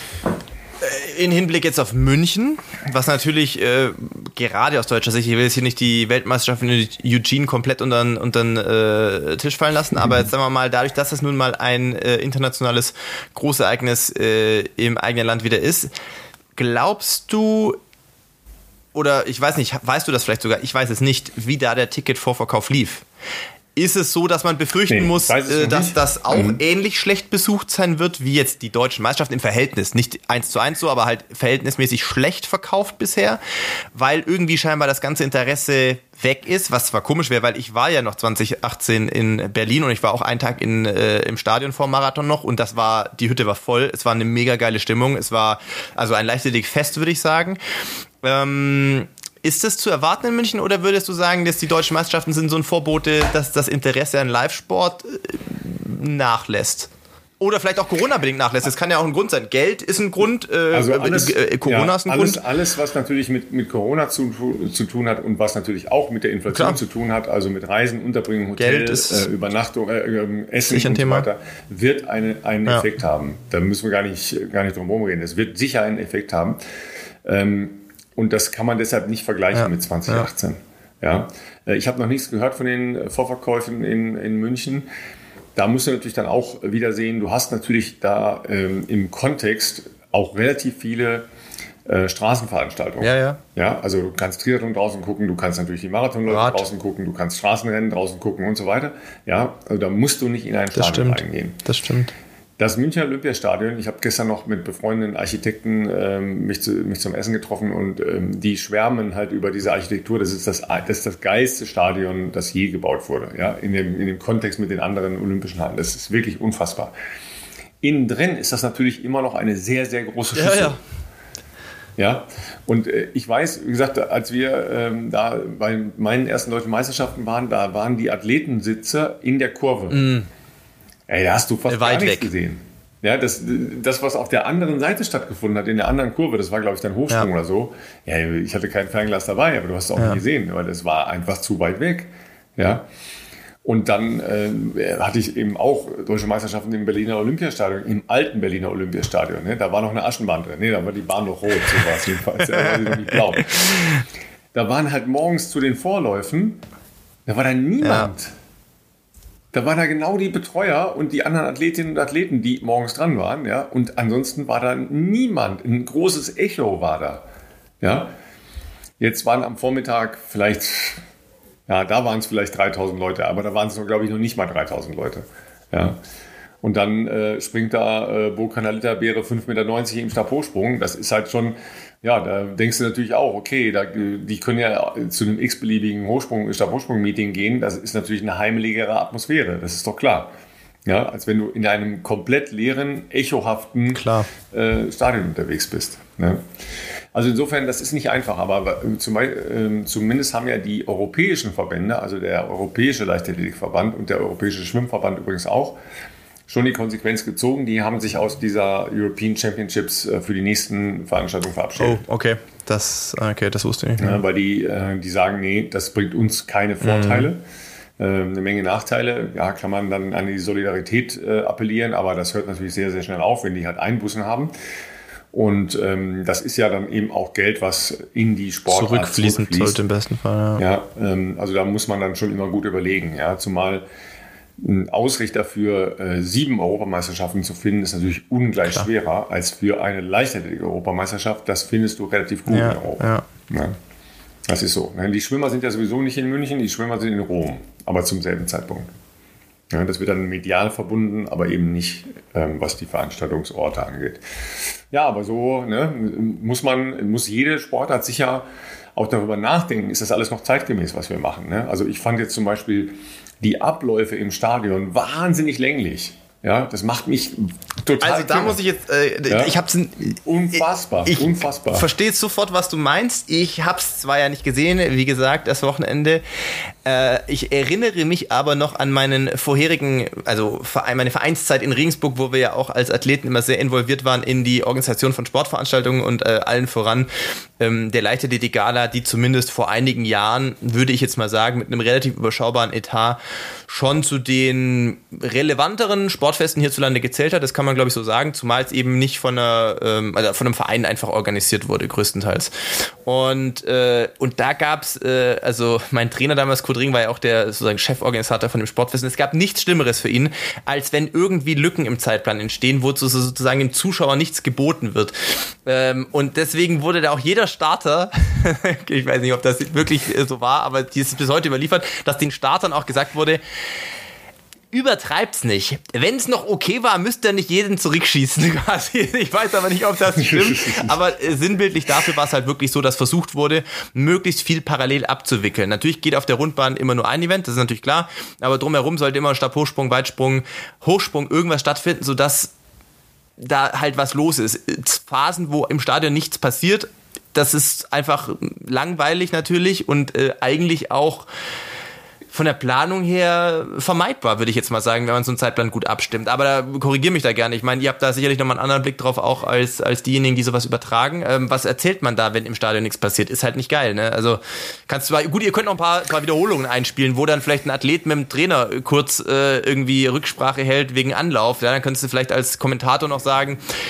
Speaker 2: in Hinblick jetzt auf München, was natürlich äh, gerade aus deutscher Sicht, ich will jetzt hier nicht die Weltmeisterschaft in Eugene komplett unter den unter den, äh, Tisch fallen lassen, aber jetzt sagen wir mal, dadurch, dass das nun mal ein äh, internationales Großereignis äh, im eigenen Land wieder ist, glaubst du, oder ich weiß nicht, weißt du das vielleicht sogar, ich weiß es nicht, wie da der Ticketvorverkauf lief? Ist es so, dass man befürchten nee, muss, äh, dass nicht. das auch mhm. ähnlich schlecht besucht sein wird, wie jetzt die deutschen Meisterschaften im Verhältnis? Nicht eins zu eins so, aber halt verhältnismäßig schlecht verkauft bisher, weil irgendwie scheinbar das ganze Interesse weg ist, was zwar komisch wäre, weil ich war ja noch zwanzig achtzehn in Berlin und ich war auch einen Tag in, äh, im Stadion vor dem Marathon noch und das war, die Hütte war voll, es war eine mega geile Stimmung, es war also ein Leichtathletik-Fest, würde ich sagen. Ähm... Ist das zu erwarten in München oder würdest du sagen, dass die deutschen Meisterschaften sind so ein Vorbote, dass das Interesse an Live-Sport nachlässt? Oder vielleicht auch Corona-bedingt nachlässt. Das kann ja auch ein Grund sein. Geld ist ein Grund, äh,
Speaker 1: also alles,
Speaker 2: äh, Corona
Speaker 1: ja,
Speaker 2: ist ein
Speaker 1: alles,
Speaker 2: Grund.
Speaker 1: Alles, was natürlich mit, mit Corona zu, zu tun hat und was natürlich auch mit der Inflation Klar. zu tun hat, also mit Reisen, Unterbringung, Hotel,
Speaker 2: Geld ist
Speaker 1: äh, Übernachtung, äh, Essen und so Thema. weiter, wird eine, einen ja. Effekt haben. Da müssen wir gar nicht, gar nicht drum herum reden. Es wird sicher einen Effekt haben. Ähm, Und das kann man deshalb nicht vergleichen ja. mit zwanzig achtzehn. Ja. Ja. Ich habe noch nichts gehört von den Vorverkäufen in, in München. Da musst du natürlich dann auch wieder sehen, du hast natürlich da ähm, im Kontext auch relativ viele äh, Straßenveranstaltungen.
Speaker 2: Ja, ja.
Speaker 1: Ja, also du kannst Triathlon draußen gucken, du kannst natürlich die Marathonläufe
Speaker 2: Rad.
Speaker 1: draußen gucken, du kannst Straßenrennen draußen gucken und so weiter. Ja, also da musst du nicht in ein
Speaker 2: das
Speaker 1: Stadion
Speaker 2: stimmt.
Speaker 1: reingehen.
Speaker 2: Das stimmt.
Speaker 1: Das Münchner Olympiastadion, ich habe gestern noch mit befreundeten Architekten ähm, mich, zu, mich zum Essen getroffen und ähm, die schwärmen halt über diese Architektur. Das ist das, das, ist das geilste Stadion, das je gebaut wurde, ja, in dem, in dem Kontext mit den anderen Olympischen Hallen. Das ist wirklich unfassbar. Innen drin ist das natürlich immer noch eine sehr, sehr große Schüssel.
Speaker 2: Ja, ja.
Speaker 1: Ja, und äh, ich weiß, wie gesagt, als wir ähm, da bei meinen ersten deutschen Meisterschaften waren, da waren die Athletensitze in der Kurve. Mm. Ey, da hast du fast
Speaker 2: Weit
Speaker 1: gar nichts
Speaker 2: weg.
Speaker 1: gesehen. Ja, das, das, was auf der anderen Seite stattgefunden hat, in der anderen Kurve, das war, glaube ich, dann Hochsprung
Speaker 2: ja.
Speaker 1: oder so. Ja, ich hatte kein Fernglas dabei, aber du hast es auch
Speaker 2: ja.
Speaker 1: nicht gesehen, weil das war einfach zu weit weg. Ja. Und dann äh, hatte ich eben auch deutsche Meisterschaften im Berliner Olympiastadion, im alten Berliner Olympiastadion. Ne? Da war noch eine Aschenbahn drin. Nee, da war die Bahn noch rot, so war es jedenfalls. Da war sie noch nicht blau. Da waren halt morgens zu den Vorläufen, da war da niemand. Ja. Da waren da genau die Betreuer und die anderen Athletinnen und Athleten, die morgens dran waren. Ja? Und ansonsten war da niemand. Ein großes Echo war da. Ja? Jetzt waren am Vormittag vielleicht... Ja, da waren es vielleicht dreitausend Leute, aber da waren es, glaube ich, noch nicht mal dreitausend Leute. Ja. Und dann äh, springt da äh, Bo Kanalita-Beere fünf Komma neunzig Meter im Stabhochsprung. Das ist halt schon, ja, da denkst du natürlich auch, okay, da, die können ja zu einem x-beliebigen Hochsprung, Stabhochsprung-Meeting gehen. Das ist natürlich eine heimeligere Atmosphäre, das ist doch klar. Ja, als wenn du in einem komplett leeren, echohaften äh, Stadion unterwegs bist. Ne? Also insofern, das ist nicht einfach, aber zum, äh, zumindest haben ja die europäischen Verbände, also der Europäische Leichtathletikverband und der Europäische Schwimmverband übrigens auch, schon die Konsequenz gezogen. Die haben sich aus dieser European Championships äh, für die nächsten Veranstaltungen verabschiedet.
Speaker 2: Oh, okay. Das, okay, das wusste ich nicht.
Speaker 1: Ja, weil die, äh, die sagen, nee, das bringt uns keine Vorteile. Mhm. Eine Menge Nachteile. Ja, kann man dann an die Solidarität äh, appellieren, aber das hört natürlich sehr, sehr schnell auf, wenn die halt Einbußen haben. Und ähm, das ist ja dann eben auch Geld, was in die Sportart
Speaker 2: zurückfließen sollte im besten Fall. Ja,
Speaker 1: ja ähm, also da muss man dann schon immer gut überlegen. Ja, zumal ein Ausrichter für äh, sieben Europameisterschaften zu finden, ist natürlich ungleich Klar. schwerer als für eine Leichtathletik-Europameisterschaft. Das findest du relativ gut
Speaker 2: ja,
Speaker 1: in Europa. Ja. Ja. Das ist so. Die Schwimmer sind ja sowieso nicht in München, die Schwimmer sind in Rom, aber zum selben Zeitpunkt. Ja, das wird dann medial verbunden, aber eben nicht, ähm, was die Veranstaltungsorte angeht. Ja, aber so ne, muss man, muss jede Sportart sicher auch darüber nachdenken, ist das alles noch zeitgemäß, was wir machen. Ne? Also ich fand jetzt zum Beispiel die Abläufe im Stadion wahnsinnig länglich. Ja, das macht mich total.
Speaker 2: Also da klar. muss ich jetzt, äh, ja? ich hab's
Speaker 1: unfassbar,
Speaker 2: ich
Speaker 1: unfassbar.
Speaker 2: Verstehe sofort, was du meinst. Ich hab's zwar ja nicht gesehen, wie gesagt, das Wochenende. Äh, ich erinnere mich aber noch an meinen vorherigen, also meine Vereinszeit in Regensburg, wo wir ja auch als Athleten immer sehr involviert waren in die Organisation von Sportveranstaltungen und äh, allen voran ähm, der Leichtathletik-Gala, die zumindest vor einigen Jahren, würde ich jetzt mal sagen, mit einem relativ überschaubaren Etat schon zu den relevanteren Sportfesten hierzulande gezählt hat. Das kann man, glaube ich, so sagen, zumal es eben nicht von einer, ähm, also von einem Verein einfach organisiert wurde, größtenteils. Und, äh, und da gab's, äh, also mein Trainer damals, Kurt Ring, war ja auch der sozusagen Cheforganisator von dem Sportfest. Es gab nichts Schlimmeres für ihn, als wenn irgendwie Lücken im Zeitplan entstehen, wo sozusagen dem Zuschauer nichts geboten wird. Ähm, und deswegen wurde da auch jeder Starter, ich weiß nicht, ob das wirklich so war, aber die ist bis heute überliefert, dass den Startern auch gesagt wurde, übertreibt's nicht. Wenn es noch okay war, müsst ihr nicht jeden zurückschießen quasi. Ich weiß aber nicht, ob das stimmt. Aber sinnbildlich dafür war es halt wirklich so, dass versucht wurde, möglichst viel parallel abzuwickeln. Natürlich geht auf der Rundbahn immer nur ein Event, das ist natürlich klar. Aber drumherum sollte immer Stabhochsprung, Weitsprung, Hochsprung, irgendwas stattfinden, sodass da halt was los ist. Phasen, wo im Stadion nichts passiert, das ist einfach langweilig natürlich und äh, eigentlich auch von der Planung her vermeidbar, würde ich jetzt mal sagen, wenn man so einen Zeitplan gut abstimmt. Aber da korrigiere mich da gerne. Ich meine, ihr habt da sicherlich nochmal einen anderen Blick drauf, auch als, als diejenigen, die sowas übertragen. Ähm, was erzählt man da, wenn im Stadion nichts passiert? Ist halt nicht geil, ne? Also, kannst du, gut, ihr könnt noch ein paar, paar Wiederholungen einspielen, wo dann vielleicht ein Athlet mit dem Trainer kurz äh, irgendwie Rücksprache hält wegen Anlauf. Ja, dann könntest du vielleicht als Kommentator noch sagen,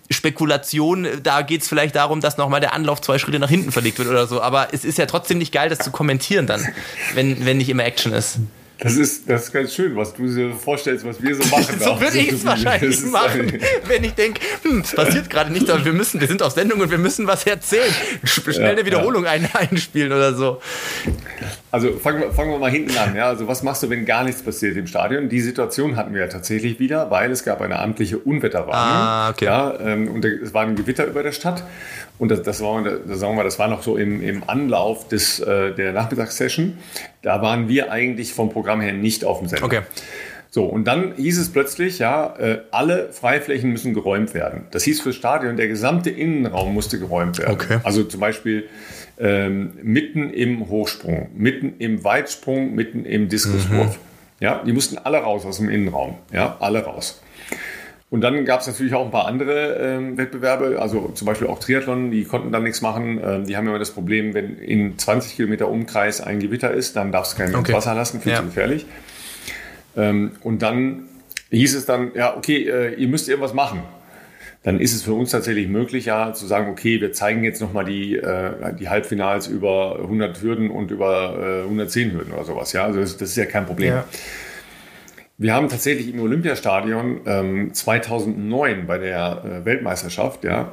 Speaker 2: Spekulation, da geht es vielleicht darum, dass nochmal der Anlauf zwei Schritte nach hinten verlegt wird oder so. Aber es ist ja trotzdem nicht geil, das zu kommentieren dann, wenn, wenn nicht immer Action ist.
Speaker 1: Das ist, das ist ganz schön, was du dir vorstellst, was wir so machen.
Speaker 2: So würde ich es wahrscheinlich machen, wenn ich denke, hm, es passiert gerade nicht, aber wir müssen, wir sind auf Sendung und wir müssen was erzählen. Schnell ja, eine Wiederholung ja. ein, einspielen oder so.
Speaker 1: Also fangen wir, fangen wir mal hinten an. Ja? Also was machst du, wenn gar nichts passiert im Stadion? Die Situation hatten wir ja tatsächlich wieder, weil es gab eine amtliche Unwetterwarnung.
Speaker 2: Ah, okay.
Speaker 1: Ja, ähm, und es war ein Gewitter über der Stadt. Und das, das, war, das, sagen wir, das war noch so im, im Anlauf des, äh, der Nachmittagssession. Da waren wir eigentlich vom Programm her nicht auf dem Sender.
Speaker 2: Okay.
Speaker 1: So, und dann hieß es plötzlich, ja, äh, alle Freiflächen müssen geräumt werden. Das hieß fürs Stadion, der gesamte Innenraum musste geräumt werden.
Speaker 2: Okay.
Speaker 1: Also zum Beispiel ähm, mitten im Hochsprung, mitten im Weitsprung, mitten im Diskuswurf. Mhm. Ja, die mussten alle raus aus dem Innenraum. Ja, alle raus. Und dann gab es natürlich auch ein paar andere ähm, Wettbewerbe, also zum Beispiel auch Triathlon, die konnten dann nichts machen. Ähm, die haben immer das Problem, wenn in zwanzig Kilometer Umkreis ein Gewitter ist, dann darfst du keinen okay. ins Wasser lassen, viel ja. zu gefährlich. Ähm, und dann hieß es dann, ja okay, äh, ihr müsst irgendwas machen. Dann ist es für uns tatsächlich möglich, ja, zu sagen, okay, wir zeigen jetzt nochmal die, äh, die Halbfinals über hundert Hürden und über äh, hundertzehn Hürden oder sowas. Ja, also das, das ist ja kein Problem. Ja. Wir haben tatsächlich im Olympiastadion ähm, zweitausendneun bei der äh, Weltmeisterschaft ja,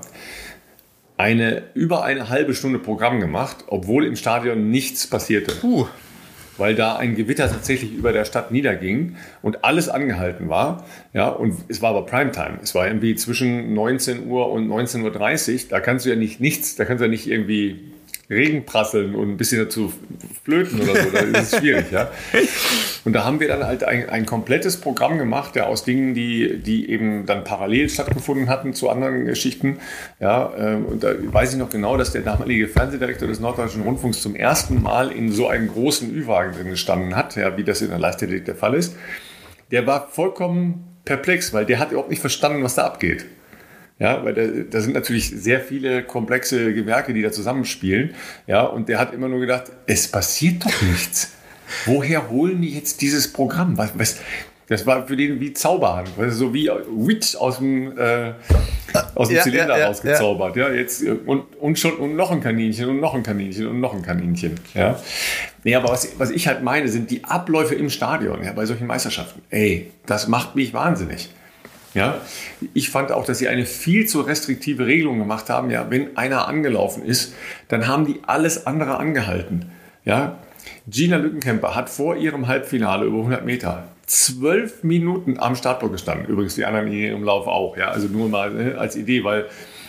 Speaker 1: eine, über eine halbe Stunde Programm gemacht, obwohl im Stadion nichts passierte.
Speaker 2: Puh.
Speaker 1: Weil da ein Gewitter tatsächlich über der Stadt niederging und alles angehalten war. Ja, und es war aber Primetime. Es war irgendwie zwischen neunzehn Uhr und neunzehn Uhr dreißig. Da kannst du ja nicht nichts, da kannst du ja nicht irgendwie Regen prasseln und ein bisschen dazu flöten oder so. Das ist schwierig, ja. Und da haben wir dann halt ein, ein komplettes Programm gemacht, ja, aus Dingen, die, die eben dann parallel stattgefunden hatten zu anderen Geschichten. Ja, und da weiß ich noch genau, dass der damalige Fernsehdirektor des Norddeutschen Rundfunks zum ersten Mal in so einem großen Ü-Wagen drin gestanden hat, ja, wie das in der Leichtathletik der Fall ist. Der war vollkommen perplex, weil der hat überhaupt nicht verstanden, was da abgeht. Ja, weil da, da sind natürlich sehr viele komplexe Gewerke, die da zusammenspielen. Ja, und der hat immer nur gedacht, es passiert doch nichts. Woher holen die jetzt dieses Programm? Was, was, das war für den wie Zauberhand, so wie Witch aus dem, äh, aus dem ja, Zylinder ja, rausgezaubert. Ja. Ja, jetzt, und, und schon und noch ein Kaninchen und noch ein Kaninchen und noch ein Kaninchen. Ja. Nee, aber was, was ich halt meine, sind die Abläufe im Stadion, ja, bei solchen Meisterschaften. Ey, das macht mich wahnsinnig. Ja, ich fand auch, dass sie eine viel zu restriktive Regelung gemacht haben. Ja, wenn einer angelaufen ist, dann haben die alles andere angehalten. Ja, Gina Lückenkämper hat vor ihrem Halbfinale über hundert Meter zwölf Minuten am Startblock gestanden. Übrigens die anderen in ihrem Lauf auch. Ja, also nur mal ne, als Idee, weil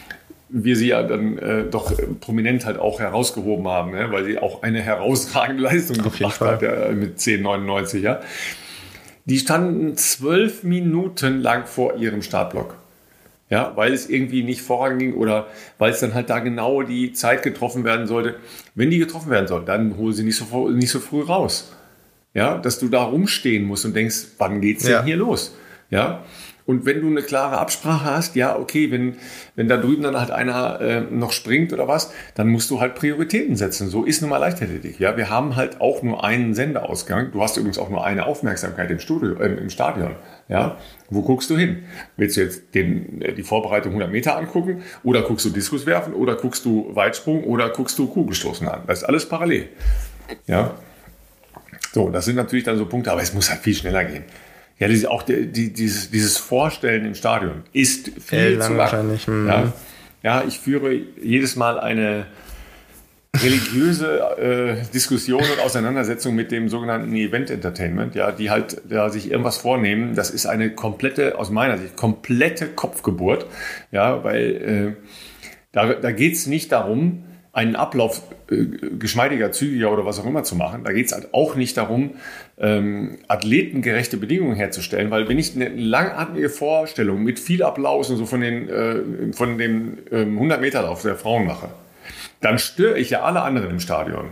Speaker 1: wir sie ja dann äh, doch prominent halt auch herausgehoben haben, ne, weil sie auch eine herausragende Leistung gebracht hat ja, mit zehn neunundneunzig. Ja. Die standen zwölf Minuten lang vor ihrem Startblock. Ja, weil es irgendwie nicht voranging oder weil es dann halt da genau die Zeit getroffen werden sollte. Wenn die getroffen werden soll, dann hol sie nicht so, nicht so früh raus. Ja, dass du da rumstehen musst und denkst, wann geht's denn ja. hier los? Ja. Und wenn du eine klare Absprache hast, ja, okay, wenn, wenn da drüben dann halt einer äh, noch springt oder was, dann musst du halt Prioritäten setzen. So ist nun mal Leichtathletik. Ja, wir haben halt auch nur einen Sendeausgang. Du hast übrigens auch nur eine Aufmerksamkeit im Studio, äh, im Stadion. Ja, wo guckst du hin? Willst du jetzt den, die Vorbereitung hundert Meter angucken oder guckst du Diskus werfen oder guckst du Weitsprung oder guckst du Kugelstoßen an? Das ist alles parallel. Ja. So, das sind natürlich dann so Punkte, aber es muss halt viel schneller gehen. Ja, diese, auch die, die, dieses, dieses Vorstellen im Stadion ist viel
Speaker 2: äh,
Speaker 1: zu lang.
Speaker 2: Wahrscheinlich. Mhm.
Speaker 1: Ja, ja, ich führe jedes Mal eine religiöse äh, Diskussion und Auseinandersetzung mit dem sogenannten Event Entertainment, ja, die halt da sich irgendwas vornehmen. Das ist eine komplette, aus meiner Sicht, komplette Kopfgeburt, ja, weil äh, da, da geht es nicht darum, einen Ablauf äh, geschmeidiger, zügiger oder was auch immer zu machen. Da geht es halt auch nicht darum, ähm, athletengerechte Bedingungen herzustellen, weil wenn ich eine langatmige Vorstellung mit viel Applaus und so von, den, äh, von dem ähm, hundert-Meter-Lauf der Frauen mache, dann störe ich ja alle anderen im Stadion.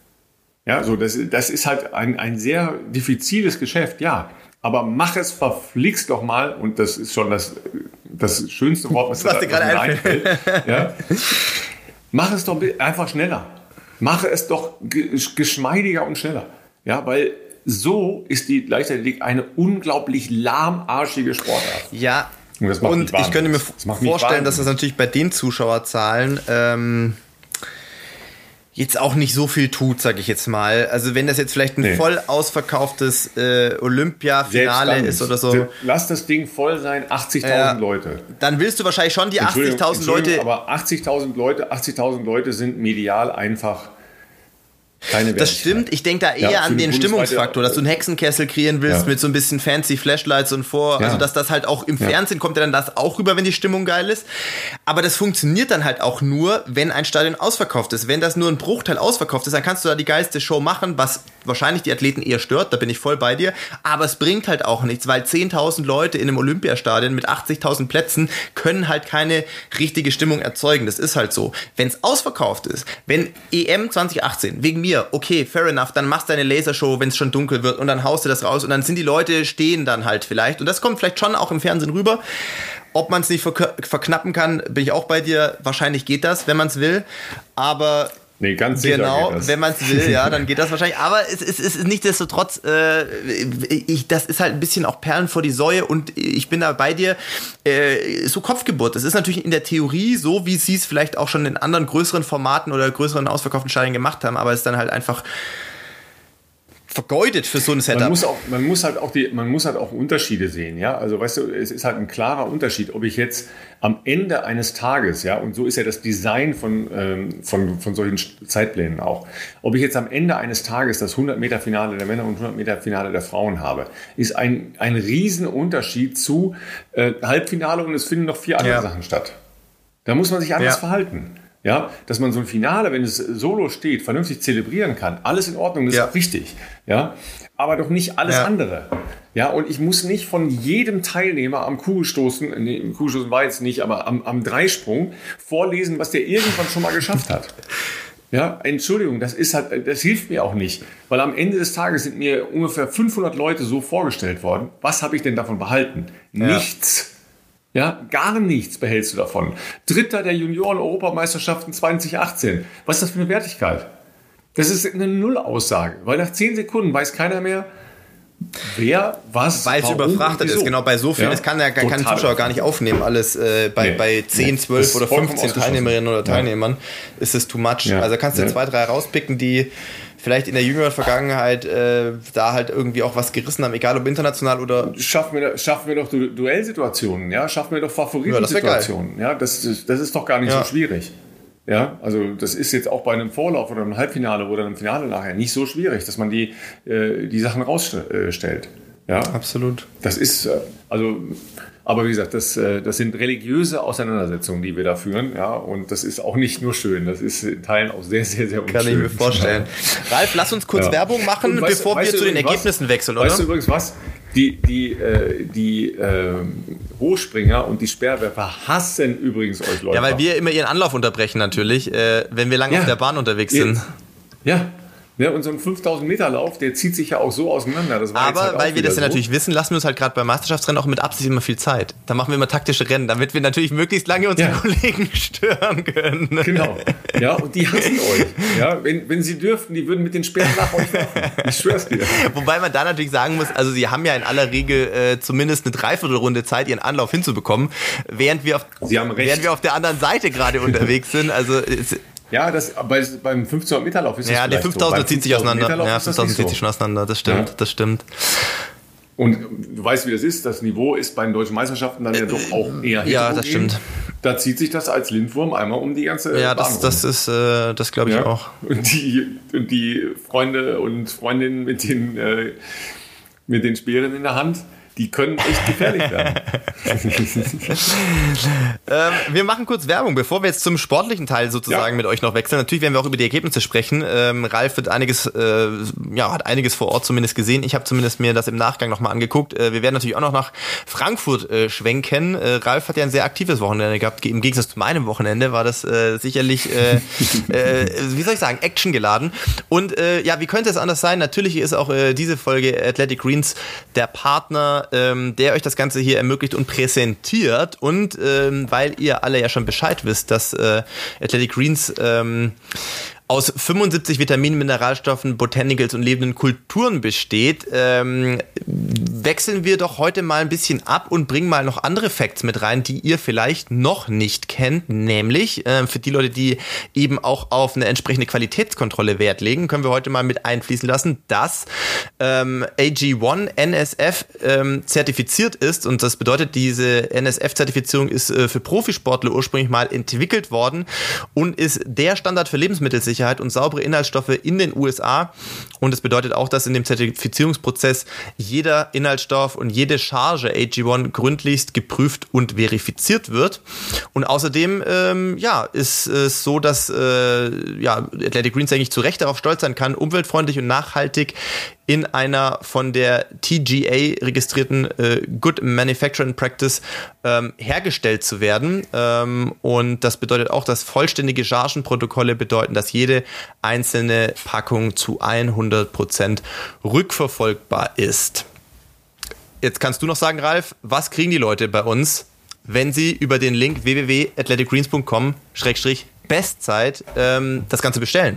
Speaker 1: Ja, so das, das ist halt ein, ein sehr diffiziles Geschäft, ja. Aber mach es verflixt doch mal, und das ist schon das, das schönste Wort, was, was dir gerade einfällt. Ja. Mach es doch einfach schneller. Mache es doch geschmeidiger und schneller. Ja, weil so ist die Leichtathletik eine unglaublich lahmarschige Sportart.
Speaker 2: Ja.
Speaker 1: Und, das macht
Speaker 2: und
Speaker 1: mich wahnsinnig.
Speaker 2: Ich könnte mir
Speaker 1: das
Speaker 2: vorstellen, dass das natürlich bei den Zuschauerzahlen ähm, jetzt auch nicht so viel tut, sag ich jetzt mal. Also wenn das jetzt vielleicht ein nee. voll ausverkauftes äh, Olympia-Finale ist oder so.
Speaker 1: Lass das Ding voll sein, achtzigtausend äh, Leute.
Speaker 2: Dann willst du wahrscheinlich schon die achtzigtausend Leute...
Speaker 1: Aber achtzigtausend Leute, achtzigtausend Leute sind medial einfach... Keine
Speaker 2: das stimmt, ich denke da eher ja, an den Stimmungsfaktor, dass du einen Hexenkessel kreieren willst ja. mit so ein bisschen fancy Flashlights und vor, ja. also dass das halt auch im ja. Fernsehen kommt ja dann das auch rüber, wenn die Stimmung geil ist, aber das funktioniert dann halt auch nur, wenn ein Stadion ausverkauft ist. Wenn das nur ein Bruchteil ausverkauft ist, dann kannst du da die geilste Show machen, was wahrscheinlich die Athleten eher stört, da bin ich voll bei dir, aber es bringt halt auch nichts, weil zehntausend Leute in einem Olympiastadion mit achtzigtausend Plätzen können halt keine richtige Stimmung erzeugen, das ist halt so. Wenn es ausverkauft ist, wenn E M zwanzig achtzehn, wegen mir, okay, fair enough, dann machst du eine Lasershow, wenn es schon dunkel wird und dann haust du das raus und dann sind die Leute stehen dann halt vielleicht und das kommt vielleicht schon auch im Fernsehen rüber. Ob man es nicht verk- verknappen kann, bin ich auch bei dir. Wahrscheinlich geht das, wenn man es will, aber
Speaker 1: nee, ganz
Speaker 2: genau,
Speaker 1: geht das.
Speaker 2: Wenn man es will, ja, dann geht das wahrscheinlich. Aber es, es, es ist nichtsdestotrotz, äh, ich, das ist halt ein bisschen auch Perlen vor die Säue und ich bin da bei dir, äh, so Kopfgeburt. Das ist natürlich in der Theorie so, wie sie es vielleicht auch schon in anderen größeren Formaten oder größeren ausverkauften Stadien gemacht haben, aber es ist dann halt einfach vergeudet für so ein Setup.
Speaker 1: Man muss, auch, man, muss halt auch die, man muss halt auch Unterschiede sehen, ja. Also weißt du, es ist halt ein klarer Unterschied, ob ich jetzt am Ende eines Tages, ja, und so ist ja das Design von, ähm, von, von solchen Zeitplänen auch, ob ich jetzt am Ende eines Tages das hundert-Meter-Finale der Männer und hundert-Meter-Finale der Frauen habe, ist ein, ein Riesenunterschied zu äh, Halbfinale und es finden noch vier andere ja. Sachen statt. Da muss man sich anders ja. verhalten. Ja, dass man so ein Finale, wenn es solo steht, vernünftig zelebrieren kann. Alles in Ordnung, das ja. ist auch richtig. Ja, aber doch nicht alles ja. andere. Ja, und ich muss nicht von jedem Teilnehmer am Kugelstoßen, nee, im Kugelstoßen war jetzt nicht, aber am, am Dreisprung vorlesen, was der irgendwann schon mal geschafft hat. Ja, Entschuldigung, das ist halt, das hilft mir auch nicht, weil am Ende des Tages sind mir ungefähr fünfhundert Leute so vorgestellt worden. Was habe ich denn davon behalten? Ja. Nichts. Ja, gar nichts behältst du davon. Dritter der Junioren-Europameisterschaften zwanzig achtzehn. Was ist das für eine Wertigkeit? Das ist eine Nullaussage, weil nach zehn Sekunden weiß keiner mehr, wer, was,
Speaker 2: weil es überfrachtet ist, genau, bei so vielen, ja? das kann ja gar kein Zuschauer gar nicht aufnehmen, alles äh, bei, nee. bei zehn, zwölf oder fünfzehn Teilnehmerinnen oder Teilnehmern ja. ist es too much. Ja. Also kannst du ja. zwei, drei rauspicken, die vielleicht in der jüngeren Vergangenheit äh, da halt irgendwie auch was gerissen haben, egal ob international oder...
Speaker 1: Schaffen wir, schaffen wir doch Du- Duellsituationen, ja, schaffen wir doch Favoritensituationen. Ja, das, das, das ist doch gar nicht ja. so schwierig. Ja, also das ist jetzt auch bei einem Vorlauf oder einem Halbfinale oder einem Finale nachher nicht so schwierig, dass man die, äh, die Sachen rausstellt. Ja,
Speaker 2: absolut.
Speaker 1: Das ist, äh, also... Aber wie gesagt, das, das sind religiöse Auseinandersetzungen, die wir da führen. Ja, und das ist auch nicht nur schön, das ist in Teilen auch sehr, sehr, sehr unschön.
Speaker 2: Kann ich mir vorstellen. Ja. Ralf, lass uns kurz ja. Werbung machen, weißt, bevor weißt wir zu den Ergebnissen
Speaker 1: was?
Speaker 2: wechseln, oder?
Speaker 1: Weißt du übrigens was? Die, die, äh, die äh, Hochspringer und die Speerwerfer hassen übrigens euch Leute.
Speaker 2: Ja, weil wir immer ihren Anlauf unterbrechen natürlich, äh, wenn wir lange ja. auf der Bahn unterwegs sind.
Speaker 1: Ja. Ja, und so ein fünftausend Meter Lauf, der zieht sich ja auch so auseinander. Das war
Speaker 2: aber
Speaker 1: jetzt halt
Speaker 2: weil wir das ja
Speaker 1: so.
Speaker 2: natürlich wissen, lassen wir uns halt gerade beim Meisterschaftsrennen auch mit Absicht immer viel Zeit. Da machen wir immer taktische Rennen, damit wir natürlich möglichst lange unsere ja. Kollegen stören können.
Speaker 1: Genau. Ja, und die hassen euch. Ja, wenn, wenn sie dürften, die würden mit den Speeren nach euch werfen. Ich schwör's dir.
Speaker 2: Wobei man da natürlich sagen muss, also sie haben ja in aller Regel äh, zumindest eine Dreiviertelrunde Zeit, ihren Anlauf hinzubekommen, während wir auf,
Speaker 1: sie haben recht.
Speaker 2: während wir auf der anderen Seite gerade unterwegs sind. Also es,
Speaker 1: Ja, das, bei, beim fünfzehnhundert Meter Lauf ist das
Speaker 2: ja, der fünftausender
Speaker 1: so.
Speaker 2: zieht sich auseinander. Ja, fünftausend zieht sich schon auseinander, das stimmt, ja. das stimmt.
Speaker 1: Und du weißt, wie das ist, das Niveau ist bei den deutschen Meisterschaften dann ja doch auch eher heterogen.
Speaker 2: Ja, das stimmt.
Speaker 1: Da zieht sich das als Lindwurm einmal um die ganze
Speaker 2: Ja,
Speaker 1: Bahn
Speaker 2: das, das ist, äh, das glaube ich
Speaker 1: ja.
Speaker 2: auch.
Speaker 1: Und die, und die Freunde und Freundinnen mit den, äh, mit den Speeren in der Hand, die können echt gefährlich werden.
Speaker 2: ähm, wir machen kurz Werbung, bevor wir jetzt zum sportlichen Teil sozusagen ja. mit euch noch wechseln. Natürlich werden wir auch über die Ergebnisse sprechen. Ähm, Ralf wird einiges, äh, ja, hat einiges vor Ort zumindest gesehen. Ich habe zumindest mir das im Nachgang nochmal angeguckt. Äh, wir werden natürlich auch noch nach Frankfurt äh, schwenken. Äh, Ralf hat ja ein sehr aktives Wochenende gehabt. Im Gegensatz zu meinem Wochenende war das äh, sicherlich, äh, äh, wie soll ich sagen, actiongeladen. Und äh, ja, wie könnte es anders sein? Natürlich ist auch äh, diese Folge Athletic Greens der Partner, Ähm, der euch das Ganze hier ermöglicht und präsentiert. Und ähm, weil ihr alle ja schon Bescheid wisst, dass äh, Athletic Greens ähm, aus fünfundsiebzig Vitaminen, Mineralstoffen, Botanicals und lebenden Kulturen besteht, ähm, wechseln wir doch heute mal ein bisschen ab und bringen mal noch andere Facts mit rein, die ihr vielleicht noch nicht kennt, nämlich äh, für die Leute, die eben auch auf eine entsprechende Qualitätskontrolle Wert legen, können wir heute mal mit einfließen lassen, dass ähm, A G eins N S F ähm, zertifiziert ist, und das bedeutet, diese N S F-Zertifizierung ist äh, für Profisportler ursprünglich mal entwickelt worden und ist der Standard für Lebensmittelsicherheit und saubere Inhaltsstoffe in den U S A, und das bedeutet auch, dass in dem Zertifizierungsprozess jeder Inhaltsstoff und jede Charge A G eins gründlichst geprüft und verifiziert wird. Und außerdem ähm, ja, ist es so, dass äh, ja, Athletic Greens eigentlich zu Recht darauf stolz sein kann, umweltfreundlich und nachhaltig in einer von der T G A registrierten äh, Good Manufacturing Practice ähm, hergestellt zu werden. Ähm, und das bedeutet auch, dass vollständige Chargenprotokolle bedeuten, dass jede einzelne Packung zu hundert Prozent rückverfolgbar ist. Jetzt kannst du noch sagen, Ralf, was kriegen die Leute bei uns, wenn sie über den Link w w w punkt athletic greens punkt com slash bestzeit ähm, das Ganze bestellen?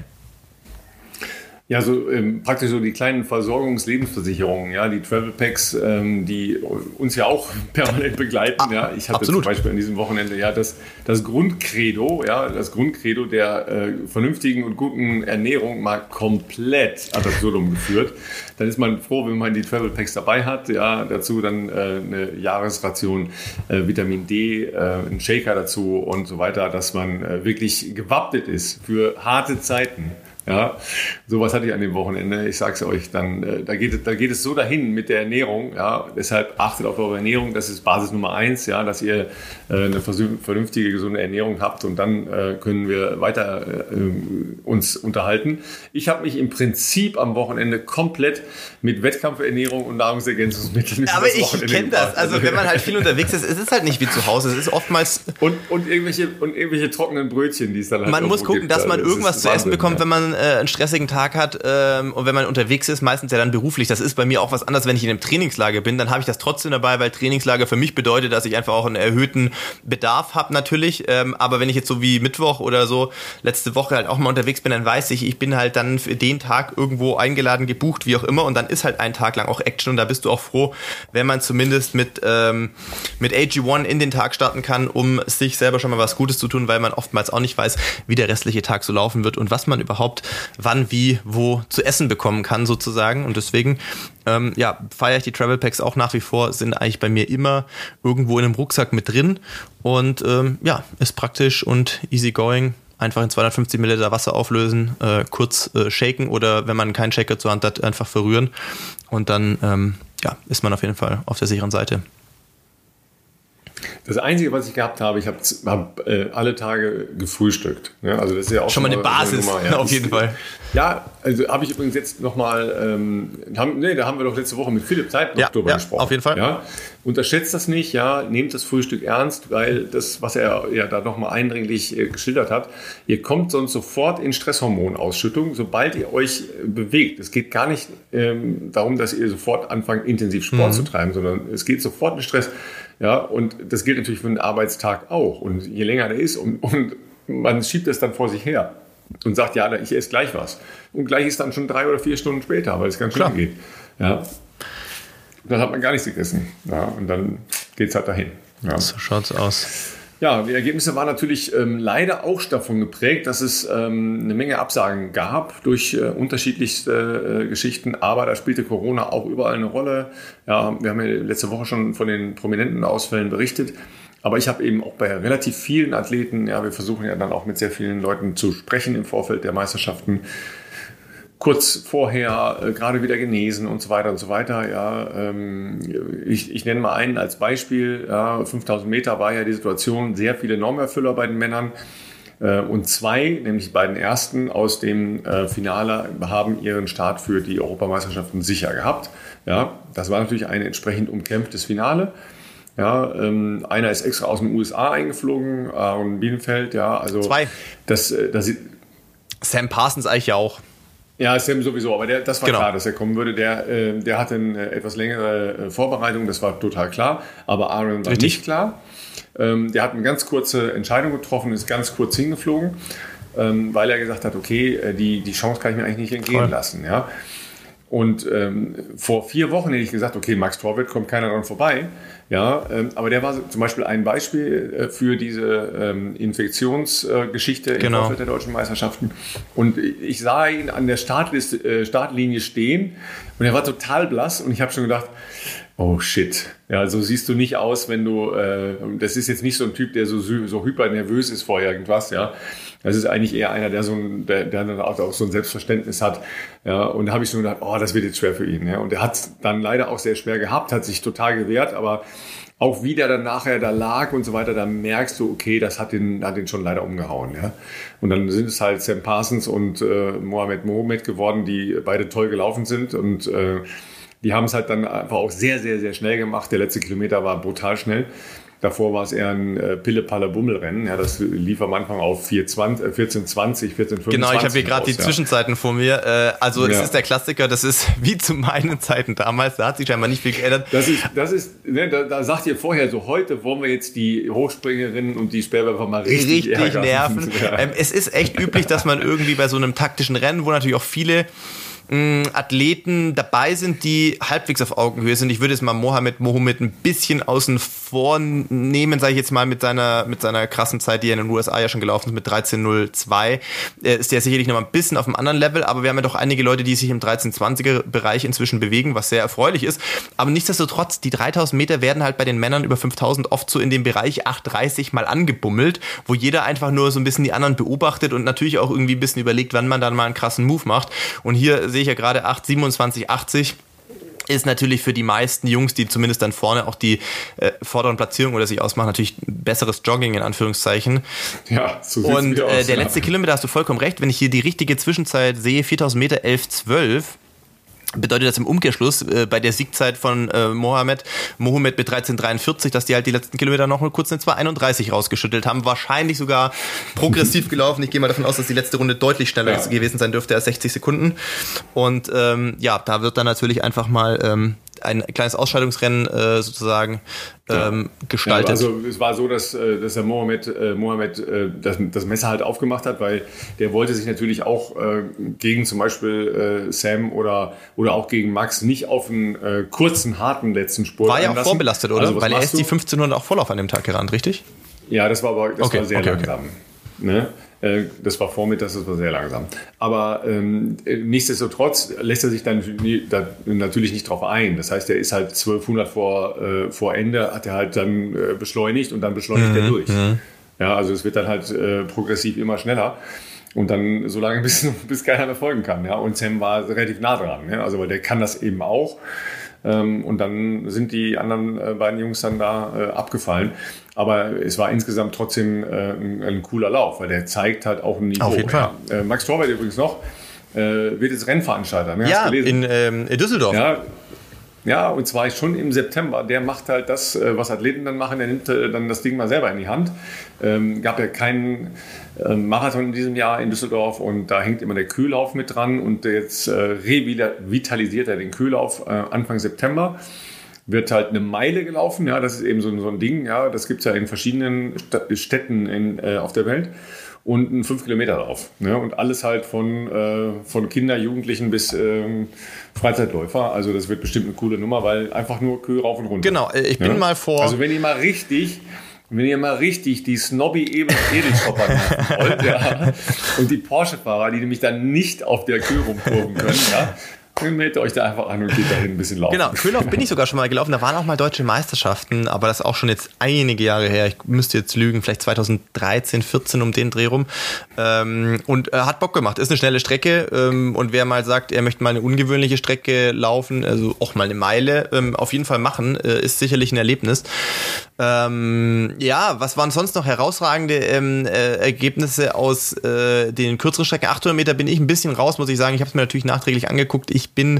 Speaker 1: Ja, so ähm, praktisch so die kleinen Versorgungslebensversicherungen, ja, die Travel Packs, ähm, die uns ja auch permanent begleiten. Ah, ja, ich hatte zum Beispiel an diesem Wochenende ja das, das Grundcredo, ja, das Grundcredo der äh, vernünftigen und guten Ernährung mal komplett ad absurdum geführt. Dann ist man froh, wenn man die Travel Packs dabei hat. Ja, dazu dann äh, eine Jahresration äh, Vitamin D, äh, ein Shaker dazu und so weiter, dass man äh, wirklich gewappnet ist für harte Zeiten. Ja, sowas hatte ich an dem Wochenende. Ich sag's euch, dann äh, da geht da geht es so dahin mit der Ernährung. Ja, deshalb achtet auf eure Ernährung. Das ist Basis Nummer eins. Ja, dass ihr äh, eine vernünftige, gesunde Ernährung habt, und dann äh, können wir weiter äh, uns unterhalten. Ich habe mich im Prinzip am Wochenende komplett mit Wettkampfernährung und Nahrungsergänzungsmitteln.
Speaker 2: Aber ich kenne das. Also wenn man halt viel unterwegs ist, es ist halt nicht wie zu Hause. Es ist oftmals
Speaker 1: und und irgendwelche und irgendwelche trockenen Brötchen, die es dann halt
Speaker 2: man muss gucken,
Speaker 1: gibt.
Speaker 2: dass man
Speaker 1: das
Speaker 2: irgendwas zu essen bekommt, ja, wenn man einen stressigen Tag hat, ähm, und wenn man unterwegs ist, meistens ja dann beruflich. Das ist bei mir auch was anderes, wenn ich in einem Trainingslager bin, dann habe ich das trotzdem dabei, weil Trainingslager für mich bedeutet, dass ich einfach auch einen erhöhten Bedarf habe natürlich, ähm, aber wenn ich jetzt so wie Mittwoch oder so letzte Woche halt auch mal unterwegs bin, dann weiß ich, ich bin halt dann für den Tag irgendwo eingeladen, gebucht, wie auch immer, und dann ist halt ein Tag lang auch Action, und da bist du auch froh, wenn man zumindest mit, ähm, mit A G eins in den Tag starten kann, um sich selber schon mal was Gutes zu tun, weil man oftmals auch nicht weiß, wie der restliche Tag so laufen wird und was man überhaupt wann, wie, wo zu essen bekommen kann sozusagen, und deswegen ähm, ja, feiere ich die Travel Packs auch nach wie vor, sind eigentlich bei mir immer irgendwo in einem Rucksack mit drin, und ähm, ja, ist praktisch und easy going. Einfach in zweihundertfünfzig Milliliter Wasser auflösen, äh, kurz äh, shaken, oder wenn man keinen Shaker zur Hand hat, einfach verrühren, und dann ähm, ja, ist man auf jeden Fall auf der sicheren Seite.
Speaker 1: Das Einzige, was ich gehabt habe, ich habe hab, äh, alle Tage gefrühstückt. Ja, also das ist ja auch
Speaker 2: schon mal eine Basis, Nummer, ja. Auf jeden Fall.
Speaker 1: Ja, also habe ich übrigens jetzt nochmal, ähm, haben, nee, da haben wir doch letzte Woche mit Philipp Zeit
Speaker 2: ja,
Speaker 1: drüber
Speaker 2: ja,
Speaker 1: gesprochen.
Speaker 2: Auf jeden Fall.
Speaker 1: Ja, unterschätzt das nicht, ja, nehmt das Frühstück ernst, weil das, was er ja da nochmal eindringlich äh, geschildert hat, ihr kommt sonst sofort in Stresshormonausschüttung, sobald ihr euch äh, bewegt. Es geht gar nicht ähm, darum, dass ihr sofort anfangt, intensiv Sport mhm. zu treiben, sondern es geht sofort in Stress. Ja, und das gilt natürlich für einen Arbeitstag auch. Und je länger der ist, und, und man schiebt es dann vor sich her und sagt, ja, ich esse gleich was. Und gleich ist dann schon drei oder vier Stunden später, weil es ganz schnell geht. Ja. Dann hat man gar nichts gegessen. Ja, und dann geht es halt dahin. Ja.
Speaker 2: So schaut's aus.
Speaker 1: Ja, die Ergebnisse waren natürlich ähm, leider auch davon geprägt, dass es ähm, eine Menge Absagen gab durch äh, unterschiedlichste äh, Geschichten, aber da spielte Corona auch überall eine Rolle. Ja, wir haben ja letzte Woche schon von den prominenten Ausfällen berichtet, aber ich habe eben auch bei relativ vielen Athleten, ja, wir versuchen ja dann auch mit sehr vielen Leuten zu sprechen im Vorfeld der Meisterschaften, kurz vorher äh, gerade wieder genesen und so weiter und so weiter. Ja, ähm, ich, ich nenne mal einen als Beispiel. Ja, fünftausend Meter war ja die Situation, sehr viele Normerfüller bei den Männern. Äh, und zwei, nämlich die beiden ersten aus dem äh, Finale, haben ihren Start für die Europameisterschaften sicher gehabt. Ja, das war natürlich ein entsprechend umkämpftes Finale. Ja, ähm, einer ist extra aus den U S A eingeflogen, Aaron Bienenfeld. Ja, also
Speaker 2: zwei.
Speaker 1: Das, das,
Speaker 2: Sam Parsons eigentlich ja auch.
Speaker 1: Ja, Sam sowieso, aber der, das war
Speaker 2: genau.
Speaker 1: klar, dass er kommen würde. Der, äh, der hatte eine etwas längere Vorbereitung, das war total klar. Aber Aaron war
Speaker 2: Richtig.
Speaker 1: nicht klar. Ähm, der hat eine ganz kurze Entscheidung getroffen, ist ganz kurz hingeflogen, ähm, weil er gesagt hat, okay, die, die Chance kann ich mir eigentlich nicht entgehen
Speaker 2: Voll.
Speaker 1: lassen. Ja. Und ähm, vor vier Wochen hätte ich gesagt, okay, Max Torwitt, kommt keiner dran vorbei. Ja, ähm, aber der war so, zum Beispiel ein Beispiel äh, für diese ähm, Infektionsgeschichte äh,
Speaker 2: genau.
Speaker 1: im Vorfeld der deutschen Meisterschaften. Und ich sah ihn an der Startliste, äh, Startlinie stehen und er war total blass und ich habe schon gedacht, oh shit, ja, so siehst du nicht aus, wenn du, äh, das ist jetzt nicht so ein Typ, der so, so hyper nervös ist vor irgendwas, ja. Das ist eigentlich eher einer, der so ein, der, der dann auch so ein Selbstverständnis hat. Ja, und da habe ich schon gedacht, oh, das wird jetzt schwer für ihn. Ja. Und er hat es dann leider auch sehr schwer gehabt, hat sich total gewehrt, aber auch wie der dann nachher da lag und so weiter, da merkst du, okay, das hat den, hat den schon leider umgehauen. Ja. Und dann sind es halt Sam Parsons und äh, Mohamed Mohamed geworden, die beide toll gelaufen sind und äh, die haben es halt dann einfach auch sehr, sehr, sehr schnell gemacht. Der letzte Kilometer war brutal schnell. Davor war es eher ein äh, Pille-Palle-Bummel-Rennen. Ja, das lief am Anfang auf vierzehn zwanzig, vierzehn fünfundzwanzig.
Speaker 2: Genau, ich habe hier gerade die ja. Zwischenzeiten vor mir. Äh, also ja. es ist der Klassiker, das ist wie zu meinen Zeiten damals. Da hat sich scheinbar nicht viel geändert.
Speaker 1: Das ist, das ist ne, da, da sagt ihr vorher so, heute wollen wir jetzt die Hochspringerinnen und die Speerwerfer mal richtig,
Speaker 2: richtig nerven. Ja. Ähm, es ist echt üblich, dass man irgendwie bei so einem taktischen Rennen, wo natürlich auch viele Athleten dabei sind, die halbwegs auf Augenhöhe sind. Ich würde jetzt mal Mohamed Mohamed ein bisschen außen vor nehmen, sage ich jetzt mal, mit seiner, mit seiner krassen Zeit, die er in den U S A ja schon gelaufen ist, mit dreizehn null zwei. Ist der sicherlich noch mal ein bisschen auf einem anderen Level, aber wir haben ja doch einige Leute, die sich im dreizehn zwanziger Bereich inzwischen bewegen, was sehr erfreulich ist. Aber nichtsdestotrotz, die dreitausend Meter werden halt bei den Männern über fünftausend oft so in dem Bereich acht dreißig mal angebummelt, wo jeder einfach nur so ein bisschen die anderen beobachtet und natürlich auch irgendwie ein bisschen überlegt, wann man dann mal einen krassen Move macht. Und hier sehe ich ja gerade acht siebenundzwanzig achtzig ist natürlich für die meisten Jungs, die zumindest dann vorne auch die äh, vorderen Platzierungen oder sich ausmachen, natürlich besseres Jogging in Anführungszeichen.
Speaker 1: Ja, so sieht's
Speaker 2: Und
Speaker 1: aus,
Speaker 2: äh, der
Speaker 1: ja.
Speaker 2: letzte Kilometer, hast du vollkommen recht, wenn ich hier die richtige Zwischenzeit sehe, viertausend Meter elf zwölf, bedeutet das im Umkehrschluss äh, bei der Siegzeit von äh, Mohamed Mohamed mit dreizehn dreiundvierzig, dass die halt die letzten Kilometer noch mal kurz eine zwei einunddreißig rausgeschüttelt haben. Wahrscheinlich sogar progressiv gelaufen. Ich gehe mal davon aus, dass die letzte Runde deutlich schneller ja. gewesen sein dürfte als sechzig Sekunden. Und ähm, ja, da wird dann natürlich einfach mal ähm, ein kleines Ausscheidungsrennen äh, sozusagen ähm, ja. gestaltet.
Speaker 1: Ja, also es war so, dass, dass der Mohamed, äh, Mohamed äh, das, das Messer halt aufgemacht hat, weil der wollte sich natürlich auch äh, gegen zum Beispiel äh, Sam oder, oder auch gegen Max nicht auf einen äh, kurzen, harten letzten Spurt
Speaker 2: War ja auch
Speaker 1: einlassen.
Speaker 2: vorbelastet, oder?
Speaker 1: Also,
Speaker 2: weil er ist
Speaker 1: du?
Speaker 2: die fünfzehnhundert auch voll auf an dem Tag gerannt, richtig?
Speaker 1: Ja, das war aber das
Speaker 2: okay,
Speaker 1: war sehr
Speaker 2: okay,
Speaker 1: langsam.
Speaker 2: Okay.
Speaker 1: Ne? Das war vormittags, das war sehr langsam. Aber ähm, nichtsdestotrotz lässt er sich dann da natürlich nicht drauf ein. Das heißt, er ist halt zwölfhundert vor, äh, vor Ende, hat er halt dann äh, beschleunigt und dann beschleunigt mhm. er durch. Mhm. Ja, also es wird dann halt äh, progressiv immer schneller. Und dann so lange, bis, bis keiner mehr folgen kann. Ja? Und Sam war relativ nah dran. Ja? Also, weil der kann das eben auch. Ähm, und dann sind die anderen äh, beiden Jungs dann da äh, abgefallen. Aber es war insgesamt trotzdem äh, ein, ein cooler Lauf, weil der zeigt halt auch ein Niveau.
Speaker 2: Auf jeden Fall.
Speaker 1: Ja. Äh, Max Torwitt übrigens noch, äh, wird jetzt Rennveranstalter. Ne?
Speaker 2: Ja, in, ähm, in Düsseldorf.
Speaker 1: Ja, ja, und zwar schon im September. Der macht halt das, was Athleten dann machen. Der nimmt dann das Ding mal selber in die Hand. Ähm, gab ja keinen ähm, Marathon in diesem Jahr in Düsseldorf und da hängt immer der Kühllauf mit dran. Und jetzt äh, revitalisiert er den Kühllauf äh, Anfang September. Wird halt eine Meile gelaufen. Ja, das ist eben so, so ein Ding. Ja, das gibt es ja in verschiedenen St- Städten in, äh, auf der Welt. Und ein fünf Kilometer Lauf. Ne? Und alles halt von, äh, von Kinder, Jugendlichen bis ähm, Freizeitläufer. Also das wird bestimmt eine coole Nummer, weil einfach nur Kühe rauf und runter.
Speaker 2: Genau, ich bin ja? mal vor...
Speaker 1: Also wenn ihr mal richtig... Wenn ihr mal richtig die snobby Edelshopper machen wollt, ja, und die Porsche-Fahrer, die nämlich dann nicht auf der Kühe rumkurven können, ja, dann meldet euch da einfach an und geht dahin ein bisschen laufen.
Speaker 2: Genau, Kühllauf bin ich sogar schon mal gelaufen. Da waren auch mal deutsche Meisterschaften, aber das ist auch schon jetzt einige Jahre her. Ich müsste jetzt lügen, vielleicht zweitausenddreizehn, vierzehn um den Dreh rum. Ähm, und äh, hat Bock gemacht. Ist eine schnelle Strecke. Ähm, und wer mal sagt, er möchte mal eine ungewöhnliche Strecke laufen, also auch mal eine Meile, ähm, auf jeden Fall machen, äh, ist sicherlich ein Erlebnis. Ähm, ja, was waren sonst noch herausragende ähm, äh, Ergebnisse aus äh, den kürzeren Strecken? achthundert Meter bin ich ein bisschen raus, muss ich sagen. Ich habe es mir natürlich nachträglich angeguckt. Ich bin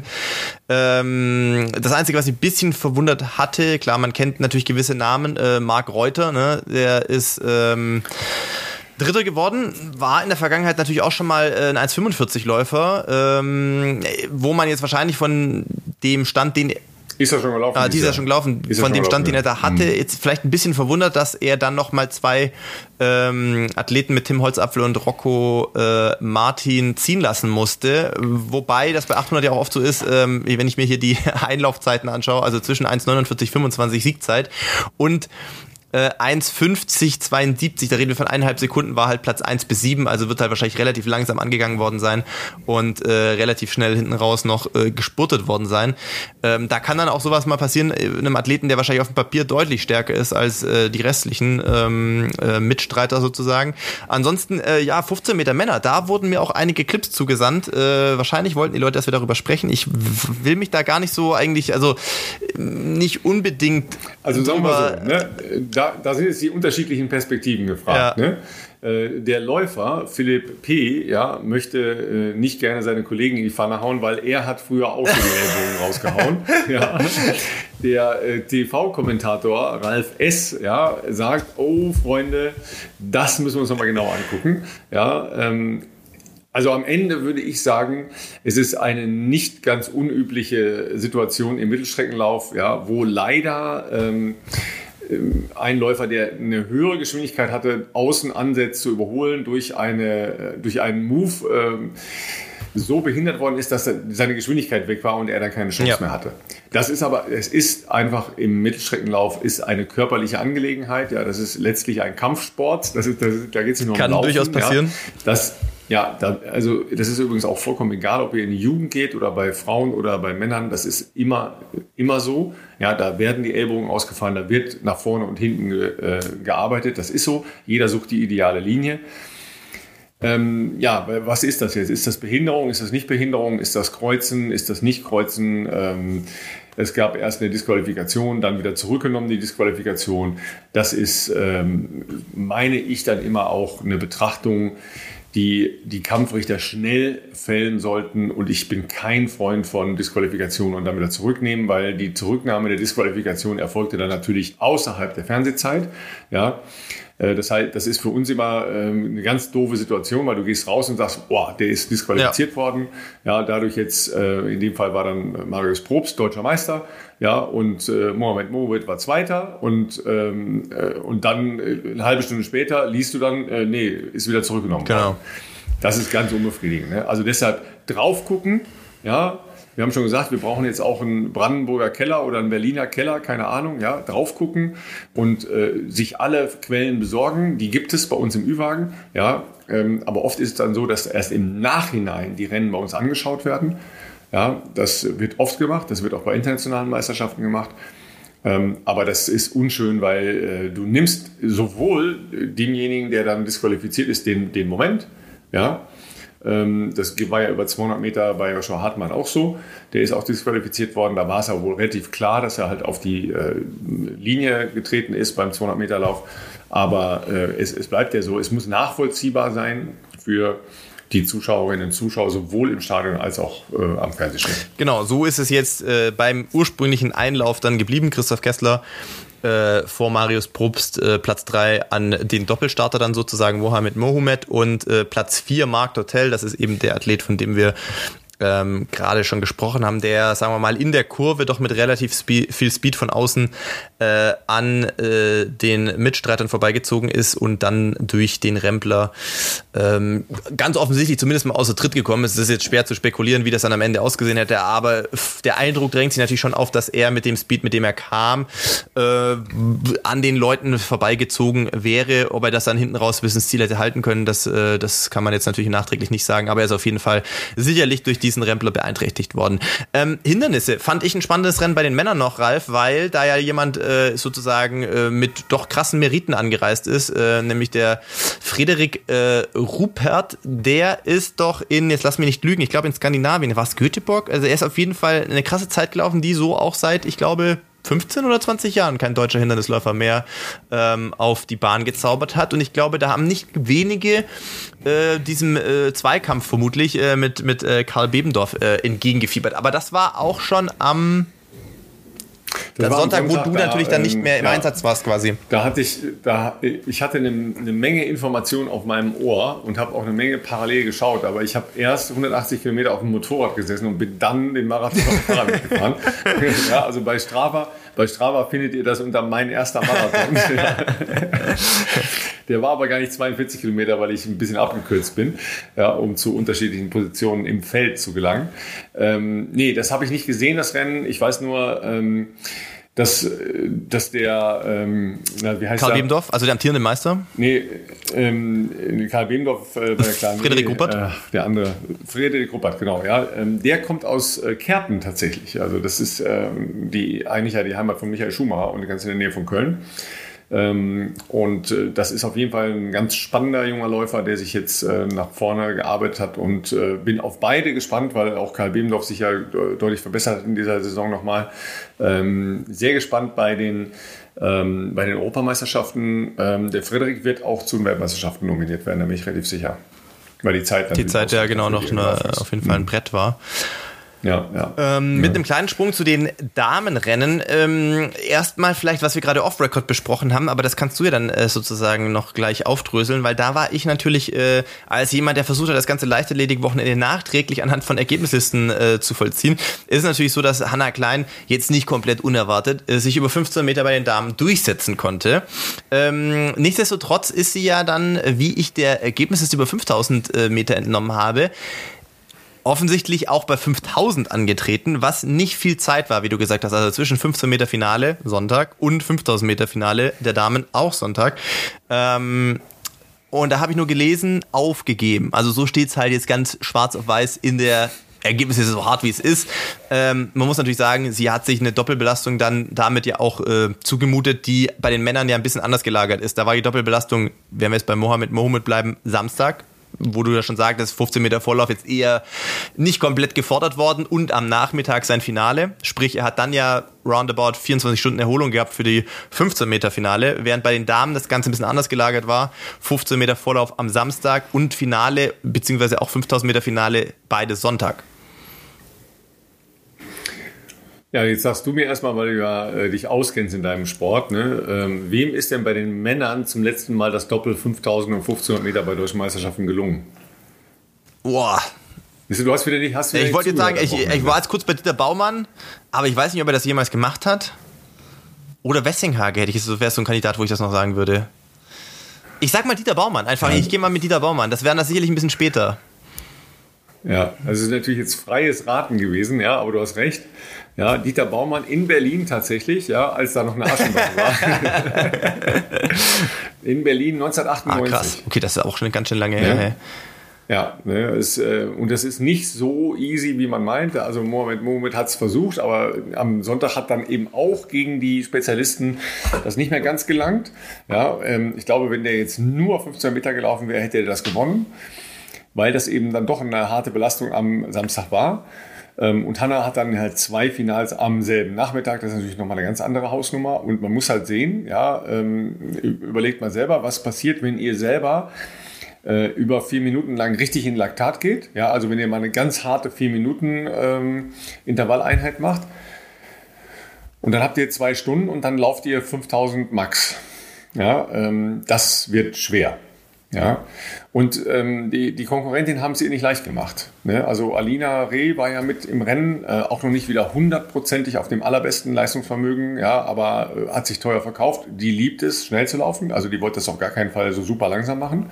Speaker 2: ähm, das Einzige, was mich ein bisschen verwundert hatte, klar, man kennt natürlich gewisse Namen, äh, Marc Reuter, ne, der ist ähm, Dritter geworden, war in der Vergangenheit natürlich auch schon mal ein eins fünfundvierzig Läufer, ähm, wo man jetzt wahrscheinlich von dem Stand, den
Speaker 1: Ist er schon gelaufen?
Speaker 2: Ah, die ist ja schon gelaufen.
Speaker 1: Ist
Speaker 2: Von
Speaker 1: schon
Speaker 2: dem Stand,
Speaker 1: gelaufen,
Speaker 2: den er da hatte,
Speaker 1: ja.
Speaker 2: jetzt vielleicht ein bisschen verwundert, dass er dann nochmal zwei ähm, Athleten mit Tim Holzapfel und Rocco äh, Martin ziehen lassen musste. Wobei das bei achthundert ja auch oft so ist, ähm, wenn ich mir hier die Einlaufzeiten anschaue, also zwischen eins neunundvierzig fünfundzwanzig Siegzeit und eins fünfzig zweiundsiebzig, da reden wir von eineinhalb Sekunden, war halt Platz eins bis sieben, also wird halt wahrscheinlich relativ langsam angegangen worden sein und äh, relativ schnell hinten raus noch äh, gespurtet worden sein. Ähm, da kann dann auch sowas mal passieren, einem Athleten, der wahrscheinlich auf dem Papier deutlich stärker ist als äh, die restlichen ähm, äh, Mitstreiter sozusagen. Ansonsten, äh, ja, fünfzehn Meter Männer, da wurden mir auch einige Clips zugesandt. Äh, wahrscheinlich wollten die Leute, dass wir darüber sprechen. Ich w- will mich da gar nicht so eigentlich, also nicht unbedingt
Speaker 1: Also sagen wir mal so, ne? da, da sind jetzt die unterschiedlichen Perspektiven gefragt.
Speaker 2: Ja.
Speaker 1: Ne? Äh, der Läufer, Philipp P., ja, möchte äh, nicht gerne seine Kollegen in die Pfanne hauen, weil er hat früher auch so die Ellbogen rausgehauen. Ja. Der äh, T V-Kommentator Ralf S., ja, sagt, oh Freunde, das müssen wir uns nochmal genau angucken. Ja, ähm, Also am Ende würde ich sagen, es ist eine nicht ganz unübliche Situation im Mittelstreckenlauf, ja, wo leider ähm, ein Läufer, der eine höhere Geschwindigkeit hatte, außen ansetzt zu überholen durch, eine, durch einen Move, ähm, so behindert worden ist, dass seine Geschwindigkeit weg war und er dann keine Chance ja. mehr hatte. Das ist aber, es ist einfach im Mittelstreckenlauf ist eine körperliche Angelegenheit. Ja, das ist letztlich ein Kampfsport. Das ist, das ist, da geht es nicht nur um
Speaker 2: Kann
Speaker 1: Laufen.
Speaker 2: durchaus passieren.
Speaker 1: Ja, das, ja da, also das ist übrigens auch vollkommen egal, ob ihr in die Jugend geht oder bei Frauen oder bei Männern. Das ist immer, immer so. Ja, da werden die Ellbogen ausgefahren, da wird nach vorne und hinten äh, gearbeitet. Das ist so. Jeder sucht die ideale Linie. Ähm, ja, was ist das jetzt? Ist das Behinderung? Ist das nicht Behinderung? Ist das Kreuzen? Ist das nicht Kreuzen? Ähm, es gab erst eine Disqualifikation, dann wieder zurückgenommen die Disqualifikation. Das ist, ähm, meine ich, dann immer auch eine Betrachtung, die die Kampfrichter schnell fällen sollten. Und ich bin kein Freund von Disqualifikation und dann wieder zurücknehmen, weil die Zurücknahme der Disqualifikation erfolgte dann natürlich außerhalb der Fernsehzeit. Ja. Das heißt, das ist für uns immer eine ganz doofe Situation, weil du gehst raus und sagst, boah, der ist disqualifiziert ja. worden. Ja, dadurch jetzt, in dem Fall war dann Marius Probst deutscher Meister, ja, und Mohamed Mohamed war Zweiter und, und dann eine halbe Stunde später liest du dann, nee, ist wieder zurückgenommen worden.
Speaker 2: Genau.
Speaker 1: Das ist ganz unbefriedigend. Ne? Also deshalb drauf gucken, ja. Wir haben schon gesagt, wir brauchen jetzt auch einen Brandenburger Keller oder einen Berliner Keller, keine Ahnung, ja, drauf gucken und äh, sich alle Quellen besorgen. Die gibt es bei uns im Ü-Wagen, ja, ähm, aber oft ist es dann so, dass erst im Nachhinein die Rennen bei uns angeschaut werden. Ja, das wird oft gemacht, das wird auch bei internationalen Meisterschaften gemacht. Ähm, aber das ist unschön, weil äh, du nimmst sowohl demjenigen, der dann disqualifiziert ist, den, den Moment, ja. Das war ja über zweihundert Meter bei Joshua Hartmann auch so. Der ist auch disqualifiziert worden. Da war es ja wohl relativ klar, dass er halt auf die äh, Linie getreten ist beim zweihundert Meter Lauf. Aber äh, es, es bleibt ja so, es muss nachvollziehbar sein für die Zuschauerinnen und Zuschauer, sowohl im Stadion als auch äh, am Fernsehschirm.
Speaker 2: Genau, so ist es jetzt äh, beim ursprünglichen Einlauf dann geblieben. Christoph Kessler Äh, vor Marius Probst, äh, Platz drei an den Doppelstarter dann sozusagen Mohamed Mohamed und äh, Platz vier Marc Dortel, das ist eben der Athlet, von dem wir ähm, gerade schon gesprochen haben, der, sagen wir mal, in der Kurve doch mit relativ spe- viel Speed von außen äh, an äh, den Mitstreitern vorbeigezogen ist und dann durch den Rempler ähm, ganz offensichtlich zumindest mal außer Tritt gekommen ist. Es ist jetzt schwer zu spekulieren, wie das dann am Ende ausgesehen hätte, aber der Eindruck drängt sich natürlich schon auf, dass er mit dem Speed, mit dem er kam, äh, an den Leuten vorbeigezogen wäre. Ob er das dann hinten raus bis ins Ziel hätte halten können, das, äh, das kann man jetzt natürlich nachträglich nicht sagen, aber er ist auf jeden Fall sicherlich durch die diesen Rempler beeinträchtigt worden. Ähm, Hindernisse fand ich ein spannendes Rennen bei den Männern noch, Ralf, weil da ja jemand äh, sozusagen äh, mit doch krassen Meriten angereist ist, äh, nämlich der Frederik äh, Ruppert, der ist doch in, jetzt lass mich nicht lügen, ich glaube in Skandinavien, war es Göteborg? Also er ist auf jeden Fall eine krasse Zeit gelaufen, die so auch seit, ich glaube, fünfzehn oder zwanzig Jahren kein deutscher Hindernisläufer mehr ähm, auf die Bahn gezaubert hat. Und ich glaube, da haben nicht wenige äh, diesem äh, Zweikampf vermutlich äh, mit, mit äh, Karl Bebendorf äh, entgegengefiebert. Aber das war auch schon am Der Sonntag, Sonntag, wo du da, natürlich dann nicht mehr im ja, Einsatz warst quasi.
Speaker 1: Da hatte ich, da, ich hatte eine, eine Menge Informationen auf meinem Ohr und habe auch eine Menge parallel geschaut, aber ich habe erst hundertachtzig Kilometer auf dem Motorrad gesessen und bin dann den Marathon auf dem Fahrrad gefahren. Ja, also bei Strava, bei Strava findet ihr das unter mein erster Marathon. Der war aber gar nicht zweiundvierzig Kilometer, weil ich ein bisschen abgekürzt bin, ja, um zu unterschiedlichen Positionen im Feld zu gelangen. Ähm, nee, das habe ich nicht gesehen, das Rennen. Ich weiß nur, ähm, dass, dass der, ähm, na, wie heißt
Speaker 2: Karl
Speaker 1: der?
Speaker 2: Bebendorf, also der amtierende Meister?
Speaker 1: Nee, ähm, Karl Bebendorf, äh, bei der kleinen
Speaker 2: Frederik Ruppert?
Speaker 1: Äh, der andere, Frederik Ruppert, genau, ja. Ähm, der kommt aus äh, Kerpen tatsächlich. Also das ist ähm, die, eigentlich ja die Heimat von Michael Schumacher und ganz in der Nähe von Köln. Ähm, und äh, das ist auf jeden Fall ein ganz spannender junger Läufer, der sich jetzt äh, nach vorne gearbeitet hat, und äh, bin auf beide gespannt, weil auch Karl Bebendorf sich ja deutlich verbessert hat in dieser Saison nochmal. Ähm, sehr gespannt bei den, ähm, bei den Europameisterschaften. Ähm, der Frederik wird auch zu den Weltmeisterschaften nominiert werden, da bin ich relativ sicher. Weil die Zeit
Speaker 2: Die Zeit ja genau noch eine, auf jeden Fall ein Brett war.
Speaker 1: Ja, ja.
Speaker 2: Ähm, mit ja. einem kleinen Sprung zu den Damenrennen. Ähm, erstmal vielleicht, was wir gerade off-Record besprochen haben, aber das kannst du ja dann äh, sozusagen noch gleich aufdröseln, weil da war ich natürlich äh, als jemand, der versucht hat, das ganze Leichtathletik-Wochenende nachträglich anhand von Ergebnislisten äh, zu vollziehen. Ist natürlich so, dass Hannah Klein jetzt nicht komplett unerwartet äh, sich über fünfzehn Meter bei den Damen durchsetzen konnte. Ähm, nichtsdestotrotz ist sie ja dann, wie ich der Ergebnisliste über fünftausend äh, Meter entnommen habe, offensichtlich auch bei fünftausend angetreten, was nicht viel Zeit war, wie du gesagt hast. Also zwischen fünfzehn Meter Finale, Sonntag, und fünftausend Meter Finale der Damen, auch Sonntag. Ähm, und da habe ich nur gelesen, aufgegeben. Also so steht es halt jetzt ganz schwarz auf weiß in der Ergebnis, ist so hart wie es ist. Ähm, man muss natürlich sagen, sie hat sich eine Doppelbelastung dann damit ja auch äh, zugemutet, die bei den Männern ja ein bisschen anders gelagert ist. Da war die Doppelbelastung, wenn wir jetzt bei Mohamed Mohamed bleiben, Samstag, wo du ja schon sagtest, fünfzehn Meter Vorlauf jetzt eher nicht komplett gefordert worden, und am Nachmittag sein Finale. Sprich, er hat dann ja roundabout vierundzwanzig Stunden Erholung gehabt für die fünfzehn Meter Finale, während bei den Damen das Ganze ein bisschen anders gelagert war. fünfzehn Meter Vorlauf am Samstag und Finale, beziehungsweise auch fünftausend Meter Finale, beide Sonntag.
Speaker 1: Ja, jetzt sagst du mir erstmal, weil du ja äh, dich auskennst in deinem Sport, ne? Ähm, wem ist denn bei den Männern zum letzten Mal das Doppel fünftausend und fünfzehnhundert Meter bei deutschen Meisterschaften gelungen?
Speaker 2: Boah.
Speaker 1: Du hast wieder nicht, hast wieder
Speaker 2: ich wollte jetzt sagen, ich, ich war jetzt kurz bei Dieter Baumann, aber ich weiß nicht, ob er das jemals gemacht hat. Oder Wessinghage hätte ich, so wäre so ein Kandidat, wo ich das noch sagen würde. Ich sag mal Dieter Baumann, einfach, ja. Ich gehe mal mit Dieter Baumann. Das wäre das sicherlich ein bisschen später.
Speaker 1: Ja, also es ist natürlich jetzt freies Raten gewesen, ja, aber du hast recht. Ja, Dieter Baumann in Berlin tatsächlich, ja, als da noch eine Aschenbach war. In Berlin neunzehnhundertachtundneunzig.
Speaker 2: Ah, krass. Okay, das ist auch schon ganz schön lange her.
Speaker 1: Ja, ja, ne, es, äh, und das ist nicht so easy, wie man meinte. Also Mohamed Mohamed hat es versucht, aber am Sonntag hat dann eben auch gegen die Spezialisten das nicht mehr ganz gelangt. Ja, ähm, ich glaube, wenn der jetzt nur fünfzehn Meter gelaufen wäre, hätte er das gewonnen, weil das eben dann doch eine harte Belastung am Samstag war. Und Hannah hat dann halt zwei Finals am selben Nachmittag. Das ist natürlich nochmal eine ganz andere Hausnummer. Und man muss halt sehen, ja, überlegt mal selber, was passiert, wenn ihr selber äh, über vier Minuten lang richtig in Laktat geht. Ja, also wenn ihr mal eine ganz harte vier Minuten ähm, Intervalleinheit macht. Und dann habt ihr zwei Stunden und dann lauft ihr fünftausend Max. Ja, ähm, das wird schwer. Ja, und ähm, die, die Konkurrentin haben es ihr nicht leicht gemacht. Ne? Also Alina Reh war ja mit im Rennen, äh, auch noch nicht wieder hundertprozentig auf dem allerbesten Leistungsvermögen, ja, aber äh, hat sich teuer verkauft. Die liebt es, schnell zu laufen, also die wollte das auf gar keinen Fall so super langsam machen.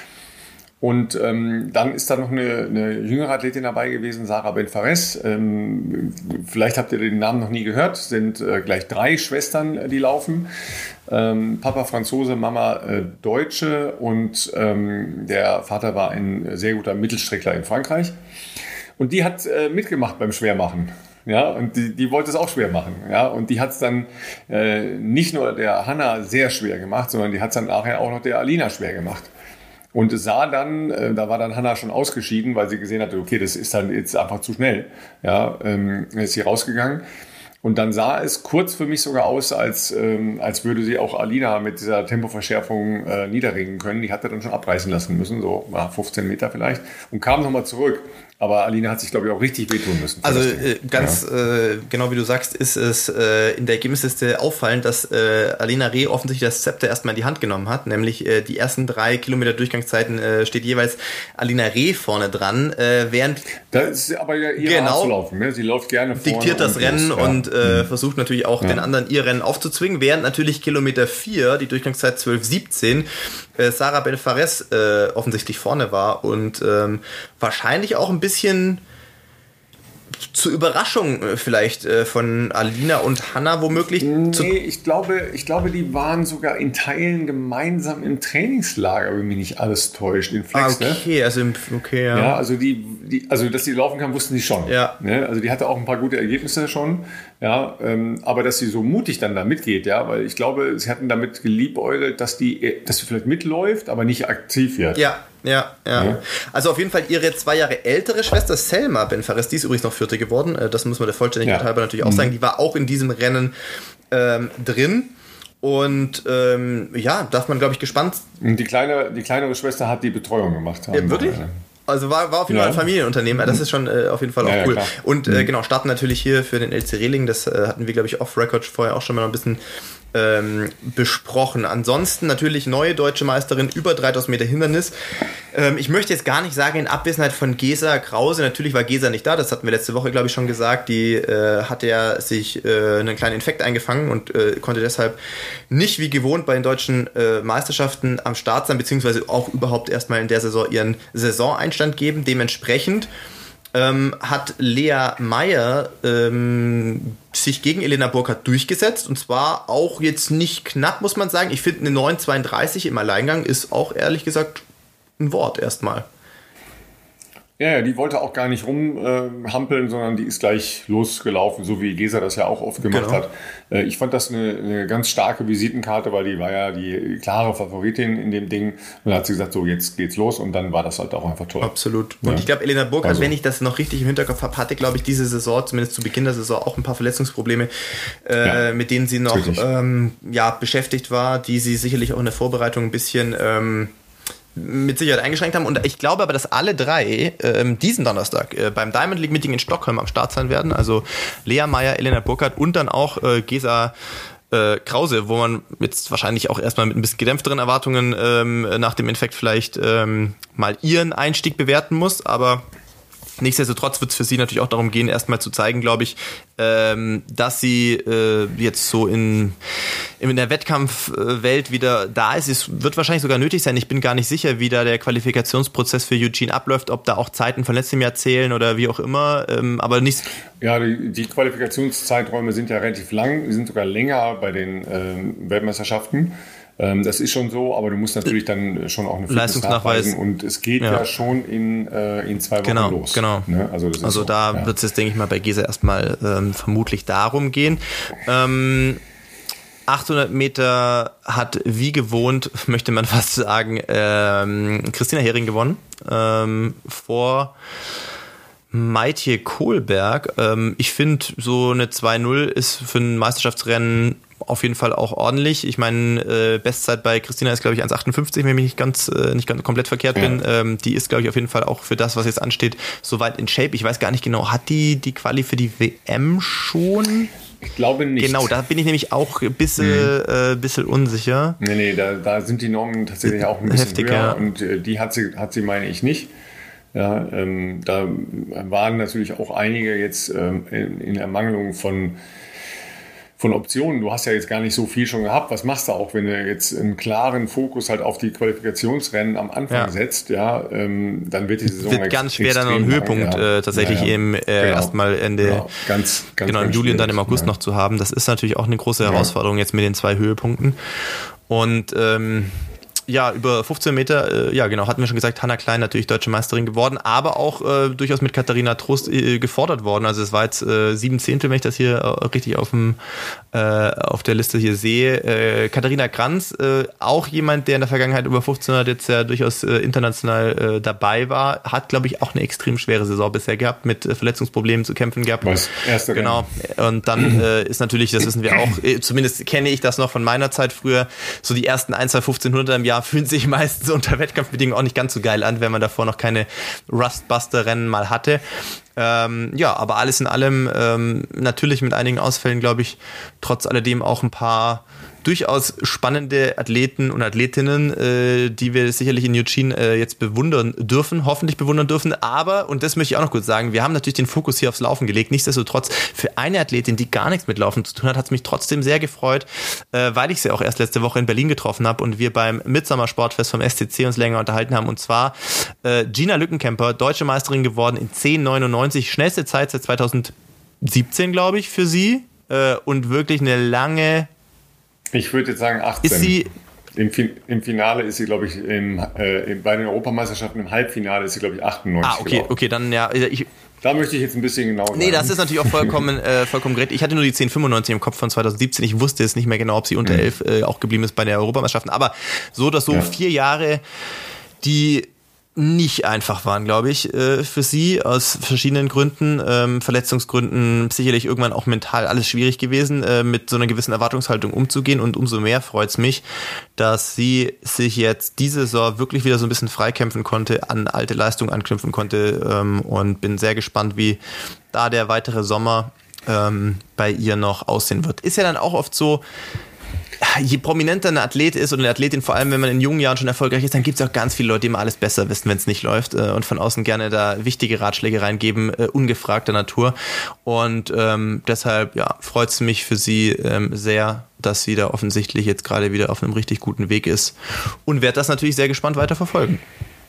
Speaker 1: Und ähm, dann ist da noch eine, eine jüngere Athletin dabei gewesen, Sarah Benfares. Ähm, vielleicht habt ihr den Namen noch nie gehört, sind äh, gleich drei Schwestern, die laufen. Ähm, Papa Franzose, Mama äh, Deutsche, und ähm, der Vater war ein sehr guter Mittelstreckler in Frankreich. Und die hat äh, mitgemacht beim Schwermachen. Ja, und die, die wollte es auch schwer machen. Ja, und die hat es dann äh, nicht nur der Hannah sehr schwer gemacht, sondern die hat es dann nachher auch noch der Alina schwer gemacht. Und es sah dann, äh, da war dann Hannah schon ausgeschieden, weil sie gesehen hatte, okay, das ist dann jetzt einfach zu schnell. Ja, ähm, ist sie rausgegangen. Und dann sah es kurz für mich sogar aus, als, ähm, als würde sie auch Alina mit dieser Tempoverschärfung äh, niederringen können. Die hatte dann schon abreißen lassen müssen, so ja, fünfzehn Meter vielleicht, und kam nochmal zurück. Aber Alina hat sich, glaube ich, auch richtig wehtun müssen.
Speaker 2: Also äh, ganz ja. äh, genau wie du sagst, ist es äh, in der Ergebnisliste auffallend, dass äh, Alina Reh offensichtlich das Zepter erstmal in die Hand genommen hat. Nämlich äh, die ersten drei Kilometer Durchgangszeiten äh, steht jeweils Alina Reh vorne dran. Äh, während
Speaker 1: da ist aber ja ihre
Speaker 2: genau,
Speaker 1: Art zu laufen. Ne? Sie läuft gerne vorne.
Speaker 2: Diktiert das Rennen
Speaker 1: los, ja.
Speaker 2: und äh,
Speaker 1: mhm.
Speaker 2: versucht natürlich auch ja. den anderen ihr Rennen aufzuzwingen. Während natürlich Kilometer vier, die Durchgangszeit zwölf siebzehn, äh, Sarah Belfares äh, offensichtlich vorne war und ähm, wahrscheinlich auch ein bisschen zur Überraschung vielleicht äh, von Alina und Hanna womöglich.
Speaker 1: Nee, ich glaube, ich glaube, die waren sogar in Teilen gemeinsam im Trainingslager, wenn mich nicht alles täuscht, in Flex.
Speaker 2: Ah, okay,
Speaker 1: ne?
Speaker 2: also im, okay, ja.
Speaker 1: Ja, also die, die, also dass sie laufen kann, wussten sie schon.
Speaker 2: Ja.
Speaker 1: Ne? Also die hatte auch ein paar gute Ergebnisse schon. Ja, ähm, aber dass sie so mutig dann da mitgeht, ja, weil ich glaube, sie hatten damit geliebäugelt, dass die, dass sie vielleicht mitläuft, aber nicht aktiv wird.
Speaker 2: Ja. Ja, ja, ja. Also auf jeden Fall ihre zwei Jahre ältere Schwester Selma Benfares, die ist übrigens noch Vierte geworden. Das muss man der Vollständigkeit ja. halber natürlich auch mhm. sagen. Die war auch in diesem Rennen ähm, drin. Und ähm, ja, darf man, glaube ich, gespannt.
Speaker 1: Die, kleine, die kleinere Schwester hat die Betreuung gemacht.
Speaker 2: Ja, wirklich? Also war, war auf jeden Fall ja. ein Familienunternehmen, das ist schon äh, auf jeden Fall auch ja, cool. Ja, und äh, genau, starten natürlich hier für den L C Rehling, das äh, hatten wir, glaube ich, off-Record vorher auch schon mal ein bisschen ähm, besprochen. Ansonsten natürlich neue deutsche Meisterin über dreitausend Meter Hindernis. Ähm, ich möchte jetzt gar nicht sagen, in Abwesenheit von Gesa Krause, natürlich war Gesa nicht da, das hatten wir letzte Woche, glaube ich, schon gesagt, die äh, hatte ja sich äh, einen kleinen Infekt eingefangen und äh, konnte deshalb nicht wie gewohnt bei den deutschen äh, Meisterschaften am Start sein, beziehungsweise auch überhaupt erstmal in der Saison ihren Saisoneinstand geben. Dementsprechend ähm, hat Lea Meyer ähm, sich gegen Elena Burkhardt durchgesetzt und zwar auch jetzt nicht knapp, muss man sagen. Ich finde, eine neun zweiunddreißig im Alleingang ist auch ehrlich gesagt ein Wort erstmal.
Speaker 1: Ja, ja, die wollte auch gar nicht rumhampeln, äh, sondern die ist gleich losgelaufen, so wie Gesa das ja auch oft gemacht genau. hat. Äh, ich fand das eine, eine ganz starke Visitenkarte, weil die war ja die klare Favoritin in dem Ding. Und dann hat sie gesagt, so jetzt geht's los und dann war das halt auch einfach toll.
Speaker 2: Absolut. Und ja. ich glaube, Elena Burkhardt, also, wenn ich das noch richtig im Hinterkopf habe, hatte, glaube ich, diese Saison, zumindest zu Beginn der Saison, auch ein paar Verletzungsprobleme, äh, ja, mit denen sie noch ähm, ja, beschäftigt war, die sie sicherlich auch in der Vorbereitung ein bisschen Ähm, mit Sicherheit eingeschränkt haben. Und ich glaube aber, dass alle drei ähm, diesen Donnerstag äh, beim Diamond League Meeting in Stockholm am Start sein werden. Also Lea Meyer, Elena Burkhardt und dann auch äh, Gesa äh, Krause, wo man jetzt wahrscheinlich auch erstmal mit ein bisschen gedämpfteren Erwartungen ähm, nach dem Infekt vielleicht ähm, mal ihren Einstieg bewerten muss. Aber nichtsdestotrotz wird es für sie natürlich auch darum gehen, erstmal zu zeigen, glaube ich, ähm, dass sie äh, jetzt so in, in der Wettkampfwelt wieder da ist. Es wird wahrscheinlich sogar nötig sein. Ich bin gar nicht sicher, wie da der Qualifikationsprozess für Eugene abläuft, ob da auch Zeiten von letztem Jahr zählen oder wie auch immer. Ähm, aber nicht.
Speaker 1: Ja, die, die Qualifikationszeiträume sind ja relativ lang, die sind sogar länger bei den ähm, Weltmeisterschaften. Das ist schon so, aber du musst natürlich dann schon auch eine Fitness nachweisen und es geht ja, ja schon in, äh, in zwei Wochen
Speaker 2: genau,
Speaker 1: los.
Speaker 2: Genau,
Speaker 1: ne? Also, das ist
Speaker 2: also
Speaker 1: so,
Speaker 2: da
Speaker 1: ja.
Speaker 2: wird es jetzt, denke ich mal, bei Gesa erstmal ähm, vermutlich darum gehen. Ähm, achthundert Meter hat wie gewohnt, möchte man fast sagen, ähm, Christina Hering gewonnen. Ähm, vor Maitje Kohlberg. Ähm, ich finde, so eine zwei null ist für ein Meisterschaftsrennen auf jeden Fall auch ordentlich. Ich meine, äh, Bestzeit bei Christina ist, glaube ich, eins achtundfünfzig, wenn ich nicht ganz, äh, nicht ganz komplett verkehrt bin. Ja. Ähm, die ist, glaube ich, auf jeden Fall auch für das, was jetzt ansteht, soweit in Shape. Ich weiß gar nicht genau, hat die die Quali für die W M schon?
Speaker 1: Ich glaube nicht.
Speaker 2: Genau, da bin ich nämlich auch ein bisschen, mhm. äh, bisschen unsicher.
Speaker 1: Nee, nee, da, da sind die Normen tatsächlich auch ein bisschen
Speaker 2: heftig,
Speaker 1: höher.
Speaker 2: Ja.
Speaker 1: Und äh, die hat sie, hat sie, meine ich, nicht. Ja, ähm, da waren natürlich auch einige jetzt ähm, in, in Ermangelung von von Optionen. Du hast ja jetzt gar nicht so viel schon gehabt. Was machst du auch, wenn du jetzt einen klaren Fokus halt auf die Qualifikationsrennen am Anfang ja. setzt? Ja, ähm, dann wird die Saison
Speaker 2: wird ganz schwer dann noch ein Höhepunkt ja. äh, tatsächlich ja, ja. im äh, genau. erstmal Ende
Speaker 1: genau. ganz, ganz,
Speaker 2: genau im Juli und dann im August ja. noch zu haben. Das ist natürlich auch eine große Herausforderung ja. jetzt mit den zwei Höhepunkten. Und ähm, ja, über fünfzehn Meter, äh, ja genau, hatten wir schon gesagt, Hanna Klein natürlich deutsche Meisterin geworden, aber auch äh, durchaus mit Katharina Trost äh, gefordert worden. Also es war jetzt äh, sieben Zehntel, wenn ich das hier äh, richtig auf dem äh, auf der Liste hier sehe. Äh, Katharina Kranz, äh, auch jemand, der in der Vergangenheit über fünfzehnhundert jetzt ja durchaus äh, international äh, dabei war, hat, glaube ich, auch eine extrem schwere Saison bisher gehabt, mit äh, Verletzungsproblemen zu kämpfen gehabt.
Speaker 1: Was? Erste
Speaker 2: genau. Und dann äh, ist natürlich, das wissen wir auch, äh, zumindest kenne ich das noch von meiner Zeit früher, so die ersten ein, zwei fünfzehnhundert im Jahr Jahr fühlen sich meistens unter Wettkampfbedingungen auch nicht ganz so geil an, wenn man davor noch keine Rustbuster-Rennen mal hatte. Ähm, ja, aber alles in allem ähm, natürlich mit einigen Ausfällen, glaube ich, trotz alledem auch ein paar durchaus spannende Athleten und Athletinnen, äh, die wir sicherlich in Eugene äh, jetzt bewundern dürfen, hoffentlich bewundern dürfen. Aber, und das möchte ich auch noch kurz sagen, wir haben natürlich den Fokus hier aufs Laufen gelegt. Nichtsdestotrotz, für eine Athletin, die gar nichts mit Laufen zu tun hat, hat es mich trotzdem sehr gefreut, äh, weil ich sie auch erst letzte Woche in Berlin getroffen habe und wir beim Midsummer Sportfest vom S C C uns länger unterhalten haben. Und zwar äh, Gina Lückenkämper, deutsche Meisterin geworden in zehn neunundneunzig, schnellste Zeit seit zweitausendsiebzehn, glaube ich, für sie. Äh, und wirklich eine lange...
Speaker 1: Ich würde jetzt sagen achtzehn.
Speaker 2: Ist sie
Speaker 1: Im, Im Finale ist sie, glaube ich, im, äh, bei den Europameisterschaften im Halbfinale ist sie, glaube ich, achtundneunzig.
Speaker 2: Ah, okay, okay, dann ja. Ich,
Speaker 1: da möchte ich jetzt ein bisschen genau sagen.
Speaker 2: Nee, das ist natürlich auch vollkommen, äh, vollkommen korrekt. Ich hatte nur die zehn fünfundneunzig im Kopf von zweitausendsiebzehn. Ich wusste es nicht mehr genau, ob sie unter elf äh, auch geblieben ist bei den Europameisterschaften. Aber so oder so, ja. vier Jahre, die nicht einfach waren, glaube ich, für sie aus verschiedenen Gründen, ähm, Verletzungsgründen, sicherlich irgendwann auch mental alles schwierig gewesen, äh, mit so einer gewissen Erwartungshaltung umzugehen, und umso mehr freut es mich, dass sie sich jetzt diese Saison wirklich wieder so ein bisschen freikämpfen konnte, an alte Leistungen anknüpfen konnte, ähm, und bin sehr gespannt, wie da der weitere Sommer ähm, bei ihr noch aussehen wird. Ist ja dann auch oft so, je prominenter ein Athlet ist oder eine Athletin, vor allem wenn man in jungen Jahren schon erfolgreich ist, dann gibt es auch ganz viele Leute, die immer alles besser wissen, wenn es nicht läuft, und von außen gerne da wichtige Ratschläge reingeben, äh, ungefragter Natur. Und ähm, deshalb ja, freut es mich für sie ähm, sehr, dass sie da offensichtlich jetzt gerade wieder auf einem richtig guten Weg ist, und werde das natürlich sehr gespannt weiter verfolgen.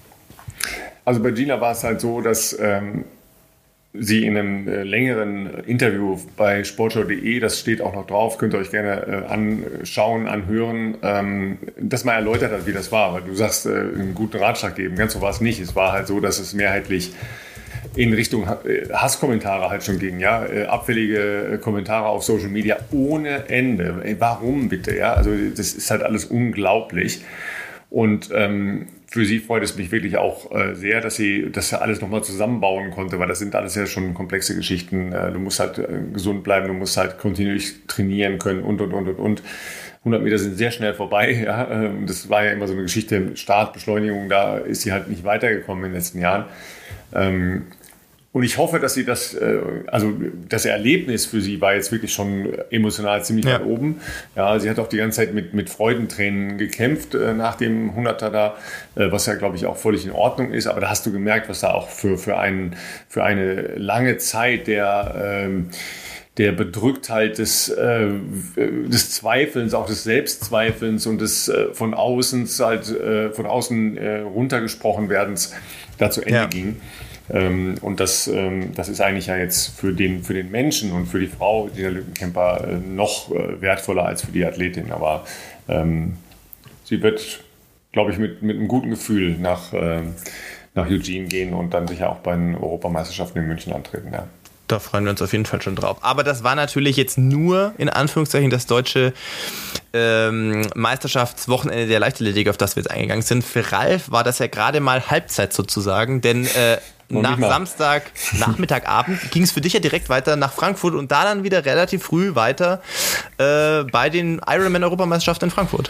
Speaker 1: Also bei Gina war es halt so, dass ähm sie in einem äh, längeren Interview bei sportschau punkt de, das steht auch noch drauf, könnt ihr euch gerne äh, anschauen, anhören, ähm, dass man erläutert hat, wie das war. Weil du sagst, äh, einen guten Ratschlag geben. Ganz so war es nicht. Es war halt so, dass es mehrheitlich in Richtung Hasskommentare halt schon ging, ja, abfällige Kommentare auf Social Media ohne Ende. Warum bitte, ja? Also das ist halt alles unglaublich. Und ähm, für sie freut es mich wirklich auch äh, sehr, dass sie das ja alles nochmal zusammenbauen konnte, weil das sind alles ja schon komplexe Geschichten. Äh, du musst halt äh, gesund bleiben, du musst halt kontinuierlich trainieren können und, und, und, und, und. hundert Meter sind sehr schnell vorbei. Ja? Ähm, das war ja immer so eine Geschichte, Start, Beschleunigung, da ist sie halt nicht weitergekommen in den letzten Jahren. Ähm, Und ich hoffe, dass sie das, also das Erlebnis für sie war jetzt wirklich schon emotional ziemlich ja. weit oben. Ja, sie hat auch die ganze Zeit mit, mit Freudentränen gekämpft nach dem Hunderter da, was ja, glaube ich, auch völlig in Ordnung ist. Aber da hast du gemerkt, was da auch für, für, einen, für eine lange Zeit der, der Bedrücktheit des, des Zweifelns, auch des Selbstzweifelns und des von außen halt, von außen runtergesprochen werdens da zu Ende ja. ging. Ähm, und das, ähm, das ist eigentlich ja jetzt für den, für den Menschen und für die Frau, Gina Lückenkämper, äh, noch äh, wertvoller als für die Athletin. Aber ähm, sie wird, glaube ich, mit, mit einem guten Gefühl nach, äh, nach Eugene gehen und dann sicher auch bei den Europameisterschaften in München antreten. Ja.
Speaker 2: Da freuen wir uns auf jeden Fall schon drauf. Aber das war natürlich jetzt nur, in Anführungszeichen, das deutsche ähm, Meisterschaftswochenende der Leichtathletik, auf das wir jetzt eingegangen sind. Für Ralf war das ja gerade mal Halbzeit sozusagen, denn äh, nach Samstag, Nachmittag, Abend ging es für dich ja direkt weiter nach Frankfurt und da dann wieder relativ früh weiter äh, bei den Ironman-Europameisterschaften in Frankfurt.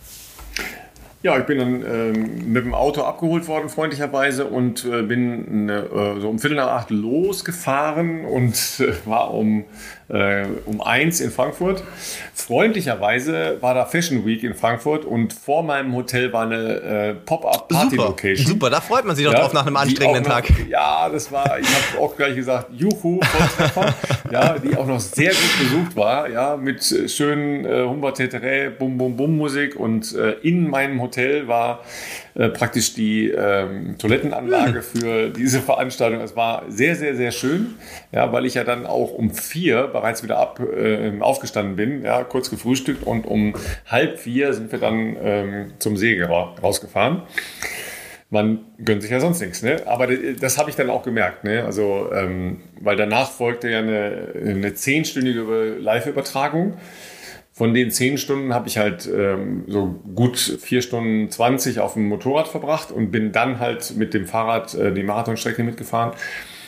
Speaker 1: Ja, ich bin dann ähm, mit dem Auto abgeholt worden, freundlicherweise, und äh, bin äh, so um Viertel nach acht losgefahren und äh, war um, äh, um eins in Frankfurt. Freundlicherweise war da Fashion Week in Frankfurt und vor meinem Hotel war eine äh, Pop-Up-Party-Location.
Speaker 2: Super, super, da freut man sich doch ja, drauf nach einem anstrengenden
Speaker 1: noch,
Speaker 2: Tag.
Speaker 1: Ja, das war, ich habe auch gleich gesagt, juhu, Volltreffer, ja, die auch noch sehr gut besucht war, ja, mit schönen äh, Humber-Tetere, Bum-Bum-Bum-Musik, und äh, in meinem Hotel war äh, praktisch die ähm, Toilettenanlage für diese Veranstaltung. Es war sehr, sehr, sehr schön, ja, weil ich ja dann auch um vier bereits wieder ab, äh, aufgestanden bin, ja, kurz gefrühstückt, und um halb vier sind wir dann ähm, zum See rausgefahren. Man gönnt sich ja sonst nichts, ne? Aber das habe ich dann auch gemerkt, ne? Also, ähm, weil danach folgte ja eine, eine zehnstündige Live-Übertragung. Von den zehn Stunden habe ich halt ähm, so gut vier Stunden zwanzig auf dem Motorrad verbracht und bin dann halt mit dem Fahrrad äh, die Marathonstrecke mitgefahren.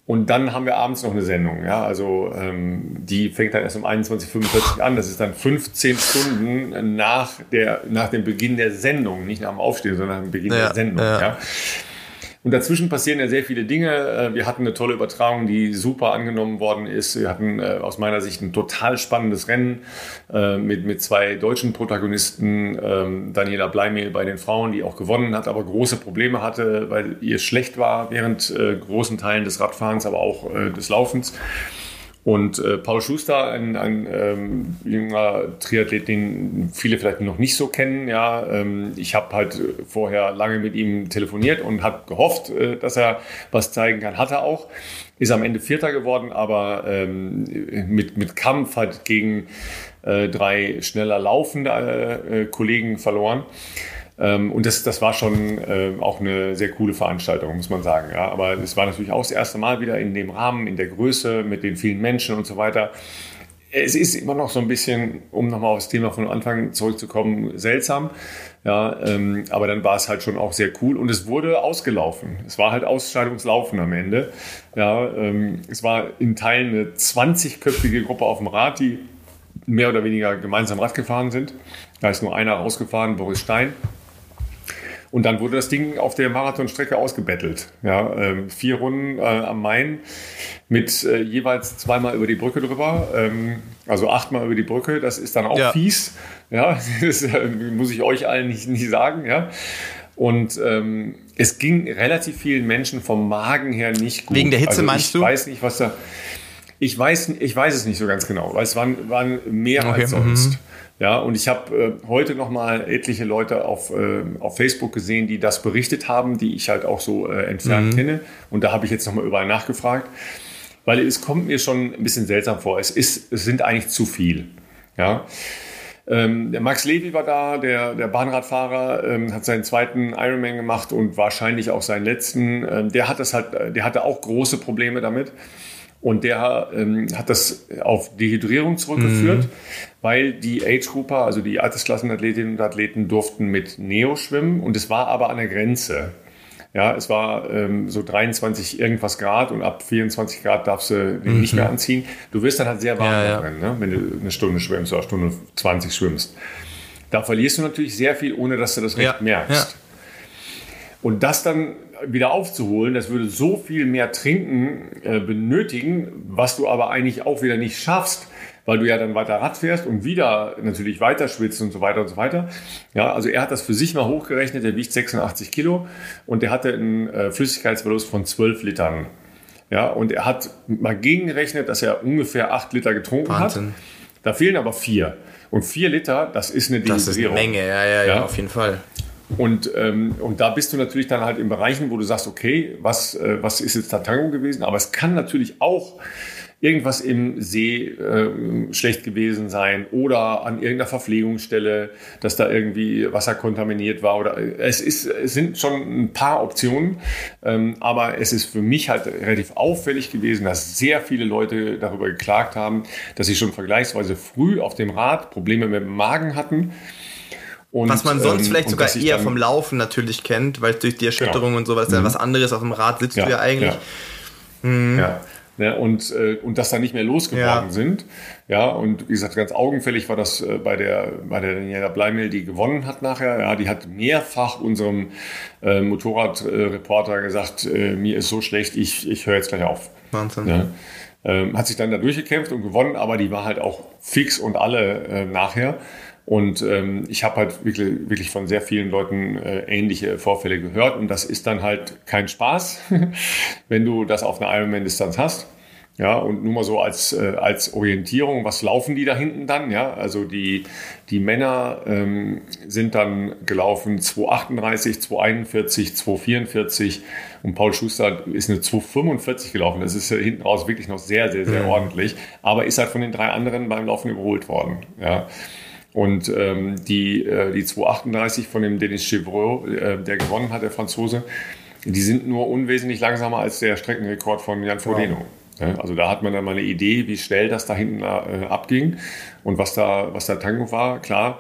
Speaker 1: Und dann haben wir abends noch eine Sendung. Ja? Also ähm, die fängt dann erst um einundzwanzig Uhr fünfundvierzig an. Das ist dann fünfzehn Stunden nach, der, nach dem Beginn der Sendung. Nicht nach dem Aufstehen, sondern nach dem Beginn ja, der Sendung. Ja. Ja? Und dazwischen passieren ja sehr viele Dinge. Wir hatten eine tolle Übertragung, die super angenommen worden ist. Wir hatten äh, aus meiner Sicht ein total spannendes Rennen äh, mit, mit zwei deutschen Protagonisten. Ähm, Daniela Bleimehl bei den Frauen, die auch gewonnen hat, aber große Probleme hatte, weil ihr schlecht war während äh, großen Teilen des Radfahrens, aber auch äh, des Laufens. Und äh, Paul Schuster, ein, ein ähm, junger Triathlet, den viele vielleicht noch nicht so kennen. Ja, ähm, ich habe halt vorher lange mit ihm telefoniert und habe gehofft, äh, dass er was zeigen kann. Hat er auch. Ist am Ende Vierter geworden, aber ähm, mit, mit Kampf hat gegen äh, drei schneller laufende äh, Kollegen verloren. Ähm, und das, das war schon äh, auch eine sehr coole Veranstaltung, muss man sagen. Ja. Aber es war natürlich auch das erste Mal wieder in dem Rahmen, in der Größe, mit den vielen Menschen und so weiter. Es ist immer noch so ein bisschen, um nochmal auf das Thema von Anfang zurückzukommen, seltsam. Ja, ähm, aber dann war es halt schon auch sehr cool und es wurde ausgelaufen. Es war halt Ausscheidungslaufen am Ende. Ja, ähm, es war in Teilen eine zwanzigköpfige Gruppe auf dem Rad, die mehr oder weniger gemeinsam Rad gefahren sind. Da ist nur einer rausgefahren, Boris Stein. Und dann wurde das Ding auf der Marathonstrecke ausgebettelt. Ja, ähm, vier Runden äh, am Main mit äh, jeweils zweimal über die Brücke drüber, ähm, also achtmal über die Brücke. Das ist dann auch ja. fies. Ja, das äh, muss ich euch allen nicht, nicht sagen. Ja. Und ähm, es ging relativ vielen Menschen vom Magen her nicht gut.
Speaker 2: Wegen der Hitze
Speaker 1: also
Speaker 2: meinst
Speaker 1: ich
Speaker 2: du?
Speaker 1: Ich weiß nicht, was da... Ich weiß, ich weiß es nicht so ganz genau, weil es waren, waren mehr okay. als sonst. Mhm. Ja, und ich habe äh, heute noch mal etliche Leute auf, äh, auf Facebook gesehen, die das berichtet haben, die ich halt auch so äh, entfernt mhm. kenne. Und da habe ich jetzt noch mal überall nachgefragt, weil es kommt mir schon ein bisschen seltsam vor. Es ist, es sind eigentlich zu viel. Ja. Ähm, der Max Levy war da, der, der Bahnradfahrer, ähm, hat seinen zweiten Ironman gemacht und wahrscheinlich auch seinen letzten. Ähm, der hat das halt, der hatte auch große Probleme damit. Und der ähm, hat das auf Dehydrierung zurückgeführt, mhm. weil die Age-Grupper, also die Altersklassenathletinnen und Athleten, durften mit Neo schwimmen. Und es war aber an der Grenze. Ja, es war ähm, so dreiundzwanzig irgendwas Grad und ab vierundzwanzig Grad darfst du den mhm. nicht mehr anziehen. Du wirst dann halt sehr warm ja, ja. drin, ne? Wenn du eine Stunde schwimmst oder eine Stunde zwanzig schwimmst. Da verlierst du natürlich sehr viel, ohne dass du das recht ja. merkst. Ja. Und das dann wieder aufzuholen, das würde so viel mehr Trinken äh, benötigen, was du aber eigentlich auch wieder nicht schaffst, weil du ja dann weiter Rad fährst und wieder natürlich weiter schwitzt und so weiter und so weiter. Ja, also er hat das für sich mal hochgerechnet, er wiegt sechsundachtzig Kilo und der hatte einen äh, Flüssigkeitsverlust von zwölf Litern. Ja, und er hat mal gegengerechnet, dass er ungefähr acht Liter getrunken Wahnsinn. hat. Da fehlen aber vier. Und vier Liter, das ist eine Dehydrierung. Das ist eine
Speaker 2: Menge, ja, ja, ja, ja, auf jeden Fall.
Speaker 1: Und, ähm, und da bist du natürlich dann halt in Bereichen, wo du sagst, okay, was, äh, was ist jetzt Tatango gewesen? Aber es kann natürlich auch irgendwas im See äh, schlecht gewesen sein oder an irgendeiner Verpflegungsstelle, dass da irgendwie Wasser kontaminiert war. Oder es, ist, es sind schon ein paar Optionen, ähm, aber es ist für mich halt relativ auffällig gewesen, dass sehr viele Leute darüber geklagt haben, dass sie schon vergleichsweise früh auf dem Rad Probleme mit dem Magen hatten.
Speaker 2: Und, was man sonst ähm, vielleicht sogar eher vom Laufen natürlich kennt, weil durch die Erschütterung genau. und sowas, mhm. ja was anderes auf dem Rad sitzt ja, du ja eigentlich.
Speaker 1: Ja. Mhm. Ja. Ja, und, äh, und dass da nicht mehr losgeworden ja. sind. Ja, und wie gesagt, ganz augenfällig war das äh, bei der, bei der Daniela Bleimehl, die gewonnen hat nachher. Ja, die hat mehrfach unserem äh, Motorradreporter äh, gesagt, äh, mir ist so schlecht, ich, ich höre jetzt gleich auf.
Speaker 2: Wahnsinn.
Speaker 1: Ja. Ähm, hat sich dann da durchgekämpft und gewonnen, aber die war halt auch fix und alle äh, nachher. Und ähm, ich habe halt wirklich, wirklich von sehr vielen Leuten äh, ähnliche Vorfälle gehört. Und das ist dann halt kein Spaß, wenn du das auf einer Ironman-Distanz hast. Ja, und nur mal so als, äh, als Orientierung, was laufen die da hinten dann? Ja, also die, die Männer ähm, sind dann gelaufen zwei achtunddreißig, zwei einundvierzig, zwei vierundvierzig und Paul Schuster ist eine zwei fünfundvierzig gelaufen. Das ist äh, hinten raus wirklich noch sehr, sehr, sehr mhm. ordentlich. Aber ist halt von den drei anderen beim Laufen überholt worden. Ja. Und ähm, die, äh, die zwei achtunddreißig von dem Denis Chevreau, äh, der gewonnen hat, der Franzose, die sind nur unwesentlich langsamer als der Streckenrekord von Jan Frodeno. Wow. Ja, also da hat man dann mal eine Idee, wie schnell das da hinten äh, abging und was da, was da Tango war. Klar,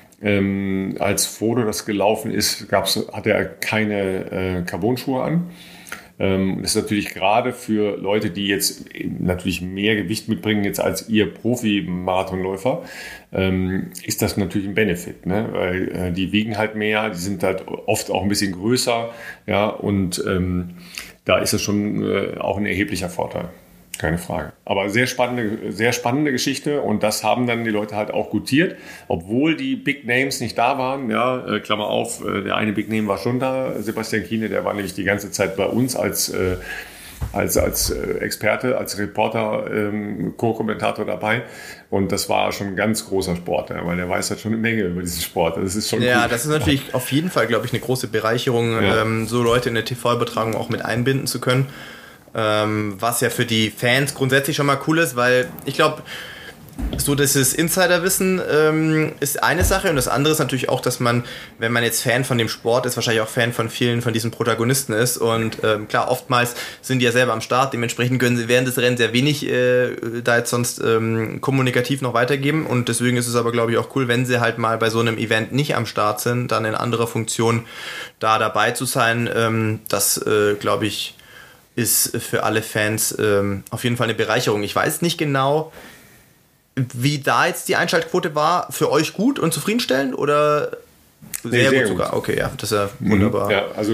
Speaker 1: ähm, als Frodo das gelaufen ist, gab's, hatte er keine äh, Carbon-Schuhe an. Ähm, das ist natürlich gerade für Leute, die jetzt natürlich mehr Gewicht mitbringen jetzt als ihr Profi-Marathonläufer, ähm, ist das natürlich ein Benefit, ne? Weil äh, die wiegen halt mehr, die sind halt oft auch ein bisschen größer, ja, und ähm, da ist es schon äh, auch ein erheblicher Vorteil. Keine Frage. Aber sehr spannende, sehr spannende Geschichte und das haben dann die Leute halt auch gutiert, obwohl die Big Names nicht da waren. Ja, äh, Klammer auf, äh, der eine Big Name war schon da, Sebastian Kiene, der war nämlich die ganze Zeit bei uns als, äh, als, als äh, Experte, als Reporter, ähm, Co-Kommentator dabei und das war schon ein ganz großer Sport, ja, weil der weiß halt schon eine Menge über diesen Sport. Das ist schon
Speaker 2: ja,
Speaker 1: gut.
Speaker 2: Das ist natürlich ja. auf jeden Fall, glaube ich, eine große Bereicherung, ja. ähm, so Leute in der T V-Übertragung auch mit einbinden zu können. Ähm, was ja für die Fans grundsätzlich schon mal cool ist, weil ich glaube, so dieses Insiderwissen ähm, ist eine Sache und das andere ist natürlich auch, dass man, wenn man jetzt Fan von dem Sport ist, wahrscheinlich auch Fan von vielen von diesen Protagonisten ist und ähm, klar, oftmals sind die ja selber am Start, dementsprechend können sie während des Rennens sehr wenig äh, da jetzt sonst ähm, kommunikativ noch weitergeben und deswegen ist es aber, glaube ich, auch cool, wenn sie halt mal bei so einem Event nicht am Start sind, dann in anderer Funktion da dabei zu sein, ähm, das äh, glaube ich ist für alle Fans ähm, auf jeden Fall eine Bereicherung. Ich weiß nicht genau, wie da jetzt die Einschaltquote war. Für euch gut und zufriedenstellend oder sehr, nee, sehr gut sogar? Gut. Okay, ja, das ist ja wunderbar.
Speaker 1: Ja, also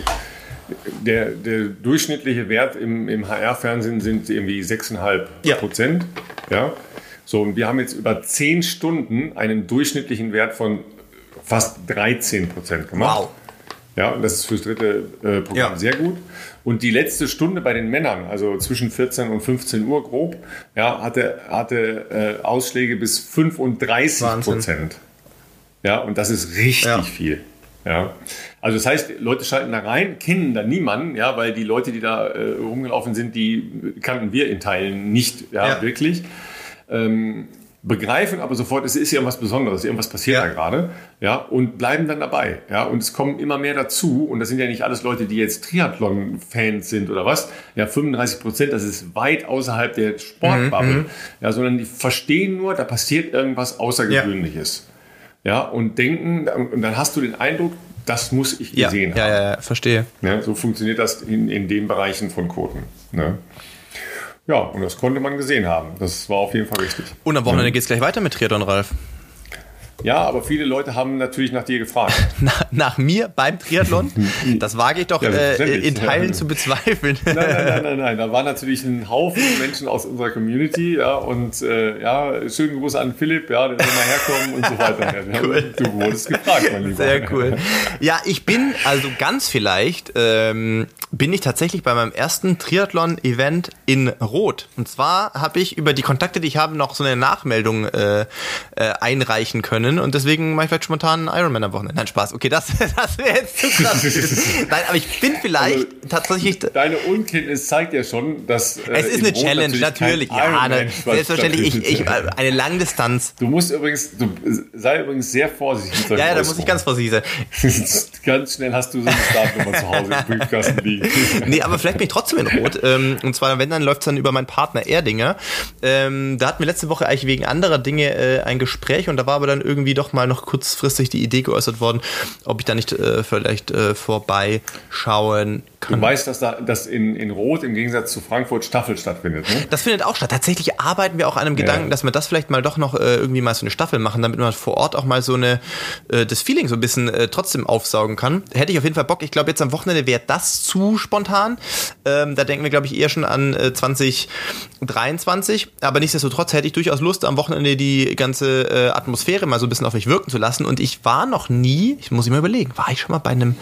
Speaker 1: der, der durchschnittliche Wert im, im H R-Fernsehen sind irgendwie sechs Komma fünf ja. Prozent. Ja. So, und wir haben jetzt über zehn Stunden einen durchschnittlichen Wert von fast dreizehn Prozent gemacht. Wow. Ja, und das ist fürs dritte äh, Programm ja. sehr gut. Und die letzte Stunde bei den Männern, also zwischen vierzehn und fünfzehn Uhr grob, ja, hatte, hatte äh, Ausschläge bis fünfunddreißig Prozent. Ja, und das ist richtig ja. viel. Ja. Also das heißt, Leute schalten da rein, kennen da niemanden, ja, weil die Leute, die da äh, rumgelaufen sind, die kannten wir in Teilen nicht ja, ja. wirklich. Ähm, begreifen aber sofort, es ist ja was Besonderes, irgendwas passiert ja. da gerade, ja, und bleiben dann dabei, ja, und es kommen immer mehr dazu und das sind ja nicht alles Leute, die jetzt Triathlon-Fans sind oder was, ja, fünfunddreißig Prozent, das ist weit außerhalb der Sportbubble, mhm. ja, sondern die verstehen nur, da passiert irgendwas Außergewöhnliches, ja, ja und denken, und dann hast du den Eindruck, das muss ich gesehen
Speaker 2: ja,
Speaker 1: haben.
Speaker 2: Ja, ja, verstehe.
Speaker 1: Ja, so funktioniert das in, in den Bereichen von Quoten, ne? Ja, und das konnte man gesehen haben. Das war auf jeden Fall richtig.
Speaker 2: Und am Wochenende geht es gleich weiter mit Triathlon, Ralf.
Speaker 1: Ja, aber viele Leute haben natürlich nach dir gefragt.
Speaker 2: nach, nach mir beim Triathlon? Das wage ich doch ja, äh, in Teilen ja. zu bezweifeln.
Speaker 1: Nein, nein, nein, nein, nein. Da war natürlich ein Haufen Menschen aus unserer Community. Ja, und äh, ja, schönen Gruß an Philipp, ja, der soll mal herkommen und so weiter. Ja, cool. Du wurdest gefragt, mein Lieber.
Speaker 2: Sehr cool. Ja, ich bin also ganz vielleicht, ähm, bin ich tatsächlich bei meinem ersten Triathlon-Event in Rot. Und zwar habe ich über die Kontakte, die ich habe, noch so eine Nachmeldung äh, äh, einreichen können. Und deswegen mache ich vielleicht spontan einen Ironman am Wochenende. Nein, Spaß. Okay, das, das wäre jetzt zu krass. Nein, aber ich bin vielleicht also, tatsächlich...
Speaker 1: Deine Unkenntnis zeigt ja schon, dass...
Speaker 2: Äh, es ist eine Challenge, natürlich. Ja, ne, selbstverständlich. Ich, ich, eine Langdistanz.
Speaker 1: Du musst übrigens... Du, sei übrigens sehr vorsichtig.
Speaker 2: Ja, ja, da muss ich ganz vorsichtig sein.
Speaker 1: Ganz schnell hast du so eine Startnummer zu Hause im Briefkasten liegen.
Speaker 2: Nee, aber vielleicht bin ich trotzdem in Rot. Und zwar, wenn, dann läuft es dann über meinen Partner Erdinger. Da hatten wir letzte Woche eigentlich wegen anderer Dinge ein Gespräch und da war aber dann irgendwie doch mal noch kurzfristig die Idee geäußert worden, ob ich da nicht äh, vielleicht äh, vorbeischauen kann.
Speaker 1: Du weißt, dass da dass in, in Rot im Gegensatz zu Frankfurt Staffel stattfindet, ne?
Speaker 2: Das findet auch statt. Tatsächlich arbeiten wir auch an einem ja. Gedanken, dass wir das vielleicht mal doch noch äh, irgendwie mal so eine Staffel machen, damit man vor Ort auch mal so eine äh, das Feeling so ein bisschen äh, trotzdem aufsaugen kann. Hätte ich auf jeden Fall Bock. Ich glaube, jetzt am Wochenende wäre das zu spontan. Ähm, da denken wir, glaube ich, eher schon an äh, zwanzig dreiundzwanzig. Aber nichtsdestotrotz hätte ich durchaus Lust, am Wochenende die ganze äh, Atmosphäre mal so ein bisschen auf mich wirken zu lassen. Und ich war noch nie, ich muss ich mal überlegen, war ich schon mal bei einem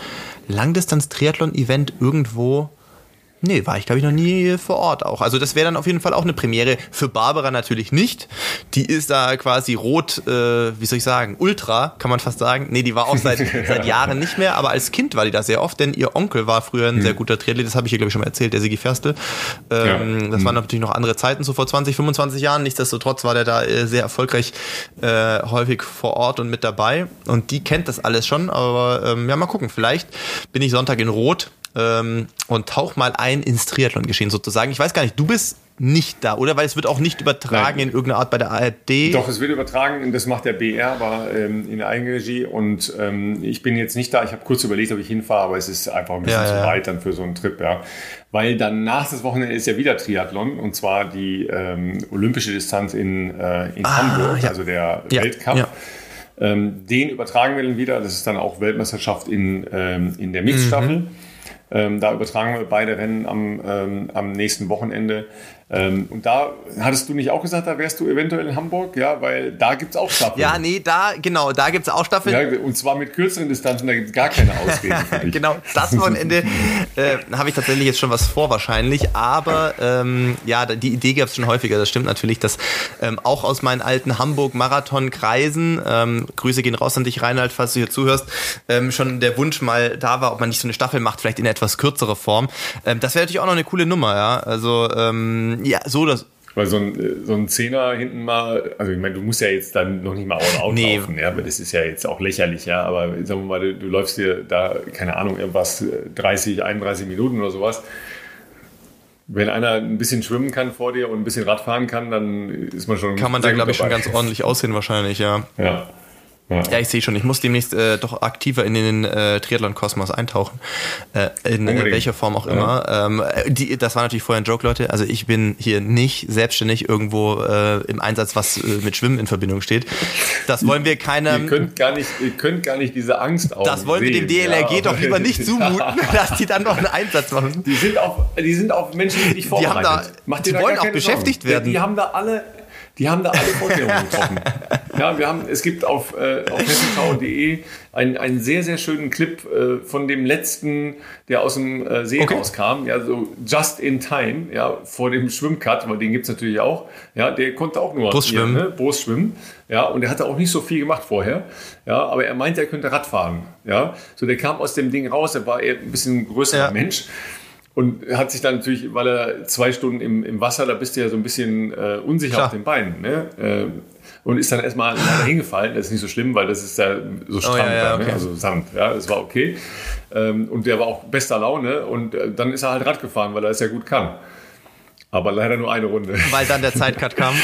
Speaker 2: Langdistanz-Triathlon-Event irgendwo? Nee, war ich, glaube ich, noch nie vor Ort auch. Also das wäre dann auf jeden Fall auch eine Premiere. Für Barbara natürlich nicht. Die ist da quasi rot, äh, wie soll ich sagen, Ultra, kann man fast sagen. Nee, die war auch seit, seit Jahren nicht mehr, aber als Kind war die da sehr oft, denn ihr Onkel war früher ein hm. sehr guter Triathlet, das habe ich hier, glaube ich, schon mal erzählt, der Sigi Ferstl. Ähm, ja. Das hm. waren natürlich noch andere Zeiten, so vor zwanzig, fünfundzwanzig Jahren. Nichtsdestotrotz war der da äh, sehr erfolgreich äh, häufig vor Ort und mit dabei. Und die kennt das alles schon, aber ähm, ja, mal gucken. Vielleicht bin ich Sonntag in Rot. ähm, und tauch mal ein ins Triathlon-Geschehen sozusagen. Ich weiß gar nicht, du bist nicht da, oder? Weil es wird auch nicht übertragen Nein. in irgendeiner Art bei der A R D.
Speaker 1: Doch, es wird übertragen, das macht der B R, aber ähm, in der Eigenregie und ähm, ich bin jetzt nicht da. Ich habe kurz überlegt, ob ich hinfahre, aber es ist einfach ein bisschen ja, zu ja. weit dann für so einen Trip, ja. Weil danach das Wochenende ist ja wieder Triathlon und zwar die ähm, olympische Distanz in, äh, in ah, Hamburg, ja. also der ja. Weltcup. Ja. Ähm, den übertragen wir dann wieder. Das ist dann auch Weltmeisterschaft in, ähm, in der Mixstaffel. Mhm. Ähm, da übertragen wir beide Rennen am, ähm, am nächsten Wochenende. Ähm, und da hattest du nicht auch gesagt, da wärst du eventuell in Hamburg? Ja, weil da gibt es auch Staffeln.
Speaker 2: Ja, nee, da, genau, da gibt es auch Staffeln.
Speaker 1: Ja, und zwar mit kürzeren Distanzen, da gibt es gar keine Ausreden.
Speaker 2: Genau, das Wochenende äh, habe ich tatsächlich jetzt schon was vor wahrscheinlich, aber ähm, ja, die Idee gab es schon häufiger, das stimmt natürlich, dass ähm, auch aus meinen alten Hamburg-Marathon-Kreisen, ähm, Grüße gehen raus an dich, Reinhard, falls du hier zuhörst, ähm, schon der Wunsch mal da war, ob man nicht so eine Staffel macht, vielleicht in einer etwas kürzere Form. Ähm, das wäre natürlich auch noch eine coole Nummer, ja, also ähm, ja, so das.
Speaker 1: Weil so ein, so ein Zehner hinten mal, also ich meine, du musst ja jetzt dann noch nicht mal all out nee. laufen, ja, aber das ist ja jetzt auch lächerlich, ja, aber sagen wir mal, du, du läufst dir da, keine Ahnung, irgendwas dreißig, einunddreißig Minuten oder sowas. Wenn einer ein bisschen schwimmen kann vor dir und ein bisschen Radfahren kann, dann ist man schon.
Speaker 2: Kann man da, glaube ich, schon ganz ordentlich aussehen wahrscheinlich, ja.
Speaker 1: Ja. Ja.
Speaker 2: ja, ich sehe schon, ich muss demnächst äh, doch aktiver in den äh, Triathlon-Kosmos eintauchen. Äh, in äh, welcher Form auch immer. Ja. Ähm, die, das war natürlich vorher ein Joke, Leute. Also ich bin hier nicht selbstständig irgendwo äh, im Einsatz, was äh, mit Schwimmen in Verbindung steht. Das wollen wir keinem...
Speaker 1: Ihr könnt gar nicht, ihr könnt gar nicht diese Angst auch
Speaker 2: Das wollen
Speaker 1: sehen.
Speaker 2: wir dem D L R G ja, doch lieber nicht zumuten, dass die dann noch einen Einsatz machen.
Speaker 1: Die sind auch, die sind auch Menschen, die dich vorbereitet.
Speaker 2: Die, haben da, Macht die wollen auch beschäftigt
Speaker 1: Sorgen.
Speaker 2: werden.
Speaker 1: Die, die haben da alle... Die haben da alle Vorkehrungen getroffen. Ja, wir haben, es gibt auf, äh, auf hessenschau punkt de einen, einen sehr, sehr schönen Clip äh, von dem letzten, der aus dem äh, See okay. rauskam. Ja, so just in time, ja, vor dem Schwimmcut, weil den gibt es natürlich auch. Ja, der konnte auch nur
Speaker 2: Brustschwimmen.
Speaker 1: Hier, ne, Brustschwimmen. Ja, und er hatte auch nicht so viel gemacht vorher. Ja, aber er meinte, er könnte Rad fahren. Ja, so der kam aus dem Ding raus, er war eher ein bisschen größerer ja. Mensch. Und hat sich dann natürlich, weil er zwei Stunden im, im Wasser, da bist du ja so ein bisschen äh, unsicher Klar. auf den Beinen. Ne? Äh, und ist dann erstmal leider hingefallen. Das ist nicht so schlimm, weil das ist ja so stramm, oh, ja, ja, okay. ne? Also Sand. Ja, das war okay. Ähm, und der war auch bester Laune. Und äh, dann ist er halt Rad gefahren, weil er es ja gut kann. Aber leider nur eine Runde.
Speaker 2: Weil dann der Zeitcut kam.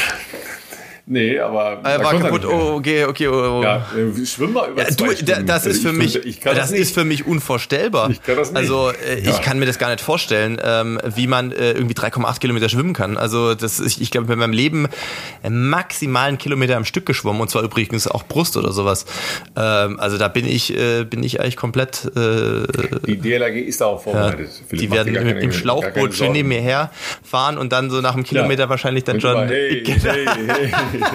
Speaker 1: Nee, aber
Speaker 2: er war kaputt. Oh, okay, okay. Oh.
Speaker 1: Ja, schwimmen wir über
Speaker 2: ja,
Speaker 1: zwei
Speaker 2: du,
Speaker 1: Stunden.
Speaker 2: Das ist für mich,
Speaker 1: ich das
Speaker 2: das ist für mich unvorstellbar.
Speaker 1: Ich kann das nicht.
Speaker 2: Also äh, ich ja. kann mir das gar nicht vorstellen, ähm, wie man äh, irgendwie drei Komma acht Kilometer schwimmen kann. Also das ist, ich glaube, bei meinem Leben maximal einen Kilometer am Stück geschwommen und zwar übrigens auch Brust oder sowas. Ähm, also da bin ich, äh, bin ich eigentlich komplett. Äh,
Speaker 1: Die D L R G ist darauf vorbereitet.
Speaker 2: Ja, die werden im, keine, im Schlauchboot schön neben mir herfahren und dann so nach einem Kilometer ja. wahrscheinlich dann und schon.
Speaker 1: Hey, hey, hey.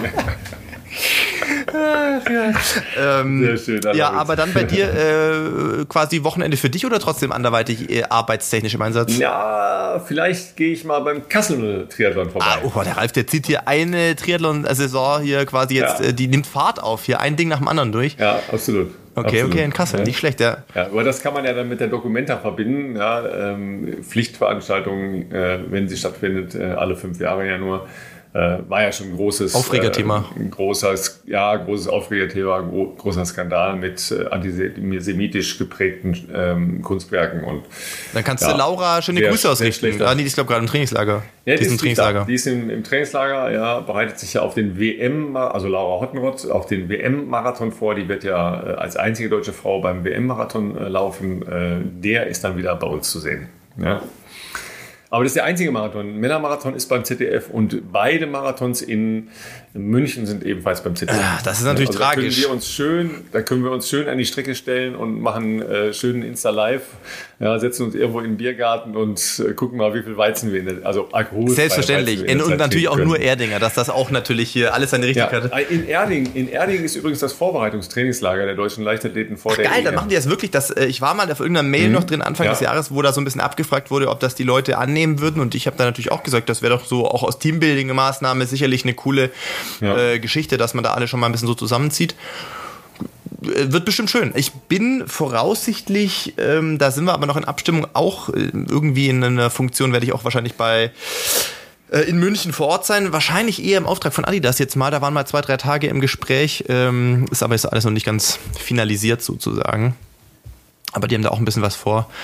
Speaker 2: Ach, ja. Ähm, Sehr schön. Ja, aber dann bei dir äh, quasi Wochenende für dich oder trotzdem anderweitig äh, arbeitstechnisch im Einsatz?
Speaker 1: Ja, vielleicht gehe ich mal beim Kassel-Triathlon vorbei.
Speaker 2: Ah, oh, der Ralf, der zieht hier eine Triathlon-Saison hier quasi jetzt, ja. äh, die nimmt Fahrt auf, hier ein Ding nach dem anderen durch.
Speaker 1: Ja, absolut.
Speaker 2: Okay,
Speaker 1: Absolut.
Speaker 2: okay, in Kassel, ja. nicht schlecht, ja.
Speaker 1: Ja, aber das kann man ja dann mit der Documenta verbinden. Ja, ähm, Pflichtveranstaltung, äh, wenn sie stattfindet, äh, alle fünf Jahre ja nur. Äh, war ja schon ein großes
Speaker 2: Aufregerthema.
Speaker 1: Äh, ein großes, ja, großes Aufregerthema, gro- großer Skandal mit äh, antisemitisch geprägten ähm, Kunstwerken. Und,
Speaker 2: dann kannst
Speaker 1: ja,
Speaker 2: du Laura schöne
Speaker 1: sehr,
Speaker 2: Grüße ausrichten. Ah, nee, die ist, glaube ich, gerade im Trainingslager.
Speaker 1: Ja,
Speaker 2: die, die ist im Trainingslager.
Speaker 1: Da. Die ist im, im Trainingslager, ja, bereitet sich ja auf den W M, also Laura Hottenrott, auf den W M-Marathon vor. Die wird ja äh, als einzige deutsche Frau beim W M-Marathon äh, laufen. Äh, der ist dann wieder bei uns zu sehen. Ja. Aber das ist der einzige Marathon. Männermarathon ist beim Z D F und beide Marathons in München sind ebenfalls beim Z D F.
Speaker 2: Ah, das ist natürlich
Speaker 1: also
Speaker 2: tragisch.
Speaker 1: Da können wir uns schön, da können wir uns schön an die Strecke stellen und machen äh, schönen Insta-Live. Ja, setzen uns irgendwo in den Biergarten und äh, gucken mal, wie viel Weizen wir in der, also Alkohol.
Speaker 2: Selbstverständlich. In, und natürlich auch nur Erdinger, dass das auch natürlich hier alles seine Richtigkeit hat.
Speaker 1: Ja, in Erding, in Erding ist übrigens das Vorbereitungstrainingslager der deutschen Leichtathleten vor
Speaker 2: Ach,
Speaker 1: der
Speaker 2: geil, dann machen die das wirklich. Das, ich war mal auf irgendeiner Mail mhm. noch drin Anfang ja. des Jahres, wo da so ein bisschen abgefragt wurde, ob das die Leute annehmen würden. Und ich habe da natürlich auch gesagt, das wäre doch so auch aus Teambuilding-Maßnahme sicherlich eine coole ja. äh, Geschichte, dass man da alle schon mal ein bisschen so zusammenzieht. Wird bestimmt schön. Ich bin voraussichtlich, ähm, da sind wir aber noch in Abstimmung, auch äh, irgendwie in einer Funktion, werde ich auch wahrscheinlich bei äh, in München vor Ort sein. Wahrscheinlich eher im Auftrag von Adidas jetzt mal. Da waren mal zwei, drei Tage im Gespräch. Ähm, ist aber jetzt alles noch nicht ganz finalisiert sozusagen. Aber die haben da auch ein bisschen was vor.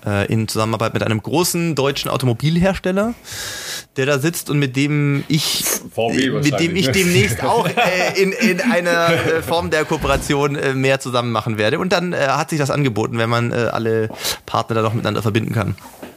Speaker 2: äh, in Zusammenarbeit mit einem großen deutschen Automobilhersteller, der da sitzt und mit dem ich,
Speaker 1: V W
Speaker 2: mit dem ich demnächst auch äh, in, in einer äh, Form der Kooperation äh, mehr zusammen machen werde. Und dann äh, hat sich das angeboten, wenn man äh, alle Partner da noch miteinander verbinden kann.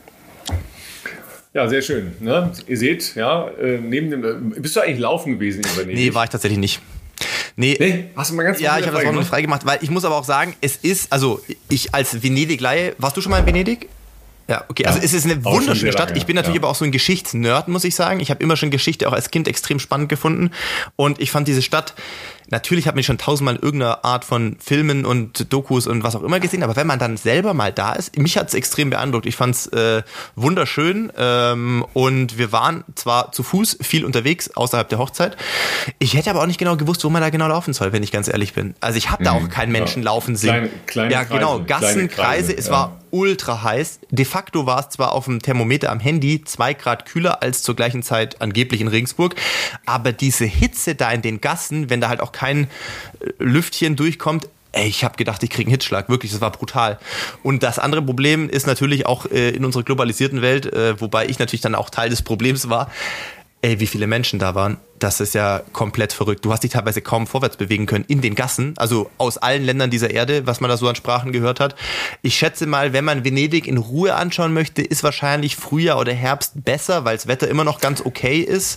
Speaker 1: Ja, sehr schön. Ne? Ihr seht, ja, äh, neben dem, äh, bist du eigentlich laufen gewesen in Venedig?
Speaker 2: Nee, war ich tatsächlich nicht. Nee,
Speaker 1: nee, hast du mal ganz
Speaker 2: Ja, ich habe das Wochenende frei gemacht, weil ich muss aber auch sagen, es ist, also ich als Venedig-Laie, warst du schon mal in Venedig? Ja, okay, also ja, es ist eine wunderschöne Stadt. Ich bin natürlich ja. aber auch so ein Geschichtsnerd, muss ich sagen. Ich habe immer schon Geschichte auch als Kind extrem spannend gefunden und ich fand diese Stadt, natürlich habe ich schon tausendmal in irgendeiner Art von Filmen und Dokus und was auch immer gesehen, aber wenn man dann selber mal da ist, mich hat es extrem beeindruckt. Ich fand es äh, wunderschön ähm, und wir waren zwar zu Fuß viel unterwegs außerhalb der Hochzeit. Ich hätte aber auch nicht genau gewusst, wo man da genau laufen soll, wenn ich ganz ehrlich bin. Also ich habe da auch keinen Menschen ja. laufen sehen.
Speaker 1: Kleine, kleine
Speaker 2: ja, genau,
Speaker 1: Kreise,
Speaker 2: Gassen, Kreise, es ja. war ultra heiß. De facto war es zwar auf dem Thermometer am Handy zwei Grad kühler als zur gleichen Zeit angeblich in Regensburg, aber diese Hitze da in den Gassen, wenn da halt auch kein Lüftchen durchkommt, ey, ich habe gedacht, ich kriege einen Hitzschlag. Wirklich, das war brutal. Und das andere Problem ist natürlich auch äh, in unserer globalisierten Welt, äh, wobei ich natürlich dann auch Teil des Problems war, ey, wie viele Menschen da waren. Das ist ja komplett verrückt. Du hast dich teilweise kaum vorwärts bewegen können in den Gassen, also aus allen Ländern dieser Erde, was man da so an Sprachen gehört hat. Ich schätze mal, wenn man Venedig in Ruhe anschauen möchte, ist wahrscheinlich Frühjahr oder Herbst besser, weil das Wetter immer noch ganz okay ist.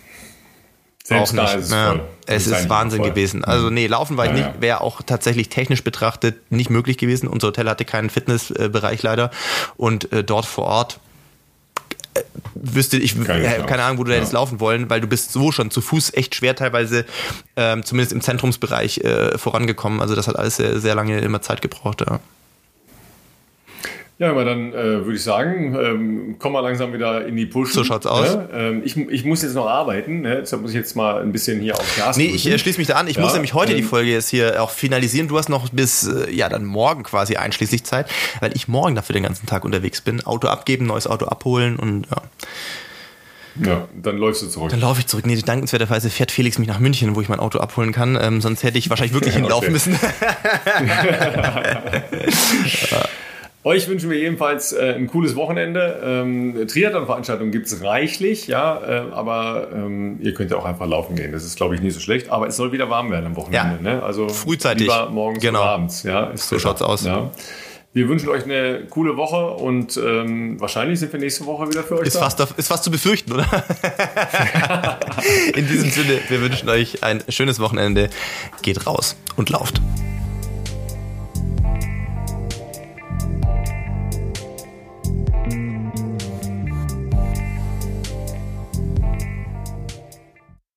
Speaker 1: Selbst
Speaker 2: auch nicht.
Speaker 1: Da ist es
Speaker 2: ja,
Speaker 1: voll.
Speaker 2: Es ist, ist Wahnsinn
Speaker 1: voll.
Speaker 2: gewesen. Also nee, laufen war ich
Speaker 1: ja,
Speaker 2: nicht, wäre auch tatsächlich technisch betrachtet nicht möglich gewesen. Unser Hotel hatte keinen Fitnessbereich leider und äh, dort vor Ort äh, wüsste ich, keine, äh, keine Ahnung, wo du da hättest ja. laufen wollen, weil du bist so schon zu Fuß echt schwer teilweise, ähm, zumindest im Zentrumsbereich äh, vorangekommen. Also das hat alles sehr, sehr lange immer Zeit gebraucht. Ja.
Speaker 1: Ja, aber dann äh, würde ich sagen, ähm, komm mal langsam wieder in die Push.
Speaker 2: So schaut's aus.
Speaker 1: Ne? Ähm, ich, ich muss jetzt noch arbeiten, ne? Deshalb muss ich jetzt mal ein bisschen hier auf Gas
Speaker 2: Nee, ich äh, schließe mich da an. Ich ja, muss nämlich heute ähm, die Folge jetzt hier auch finalisieren. Du hast noch bis, äh, ja, dann morgen quasi einschließlich Zeit, weil ich morgen dafür den ganzen Tag unterwegs bin. Auto abgeben, neues Auto abholen und ja.
Speaker 1: Ja, dann läufst du zurück.
Speaker 2: Dann laufe ich zurück. Nee, dankenswerterweise fährt Felix mich nach München, wo ich mein Auto abholen kann. Ähm, sonst hätte ich wahrscheinlich wirklich hinlaufen müssen.
Speaker 1: ja. Euch wünschen wir jedenfalls äh, ein cooles Wochenende. Ähm, Triathlon-Veranstaltungen gibt es reichlich, ja, äh, aber ähm, ihr könnt ja auch einfach laufen gehen. Das ist, glaube ich, nicht so schlecht. Aber es soll wieder warm werden am Wochenende.
Speaker 2: Ja,
Speaker 1: ne? Also
Speaker 2: frühzeitig.
Speaker 1: Lieber morgens
Speaker 2: genau.
Speaker 1: oder abends. Ja, ist
Speaker 2: so schaut's aus.
Speaker 1: Ja. Wir wünschen euch eine coole Woche und ähm, wahrscheinlich sind wir nächste Woche wieder für euch
Speaker 2: ist
Speaker 1: da.
Speaker 2: Fast, ist fast zu befürchten, oder? In diesem Sinne, wir wünschen euch ein schönes Wochenende. Geht raus und lauft.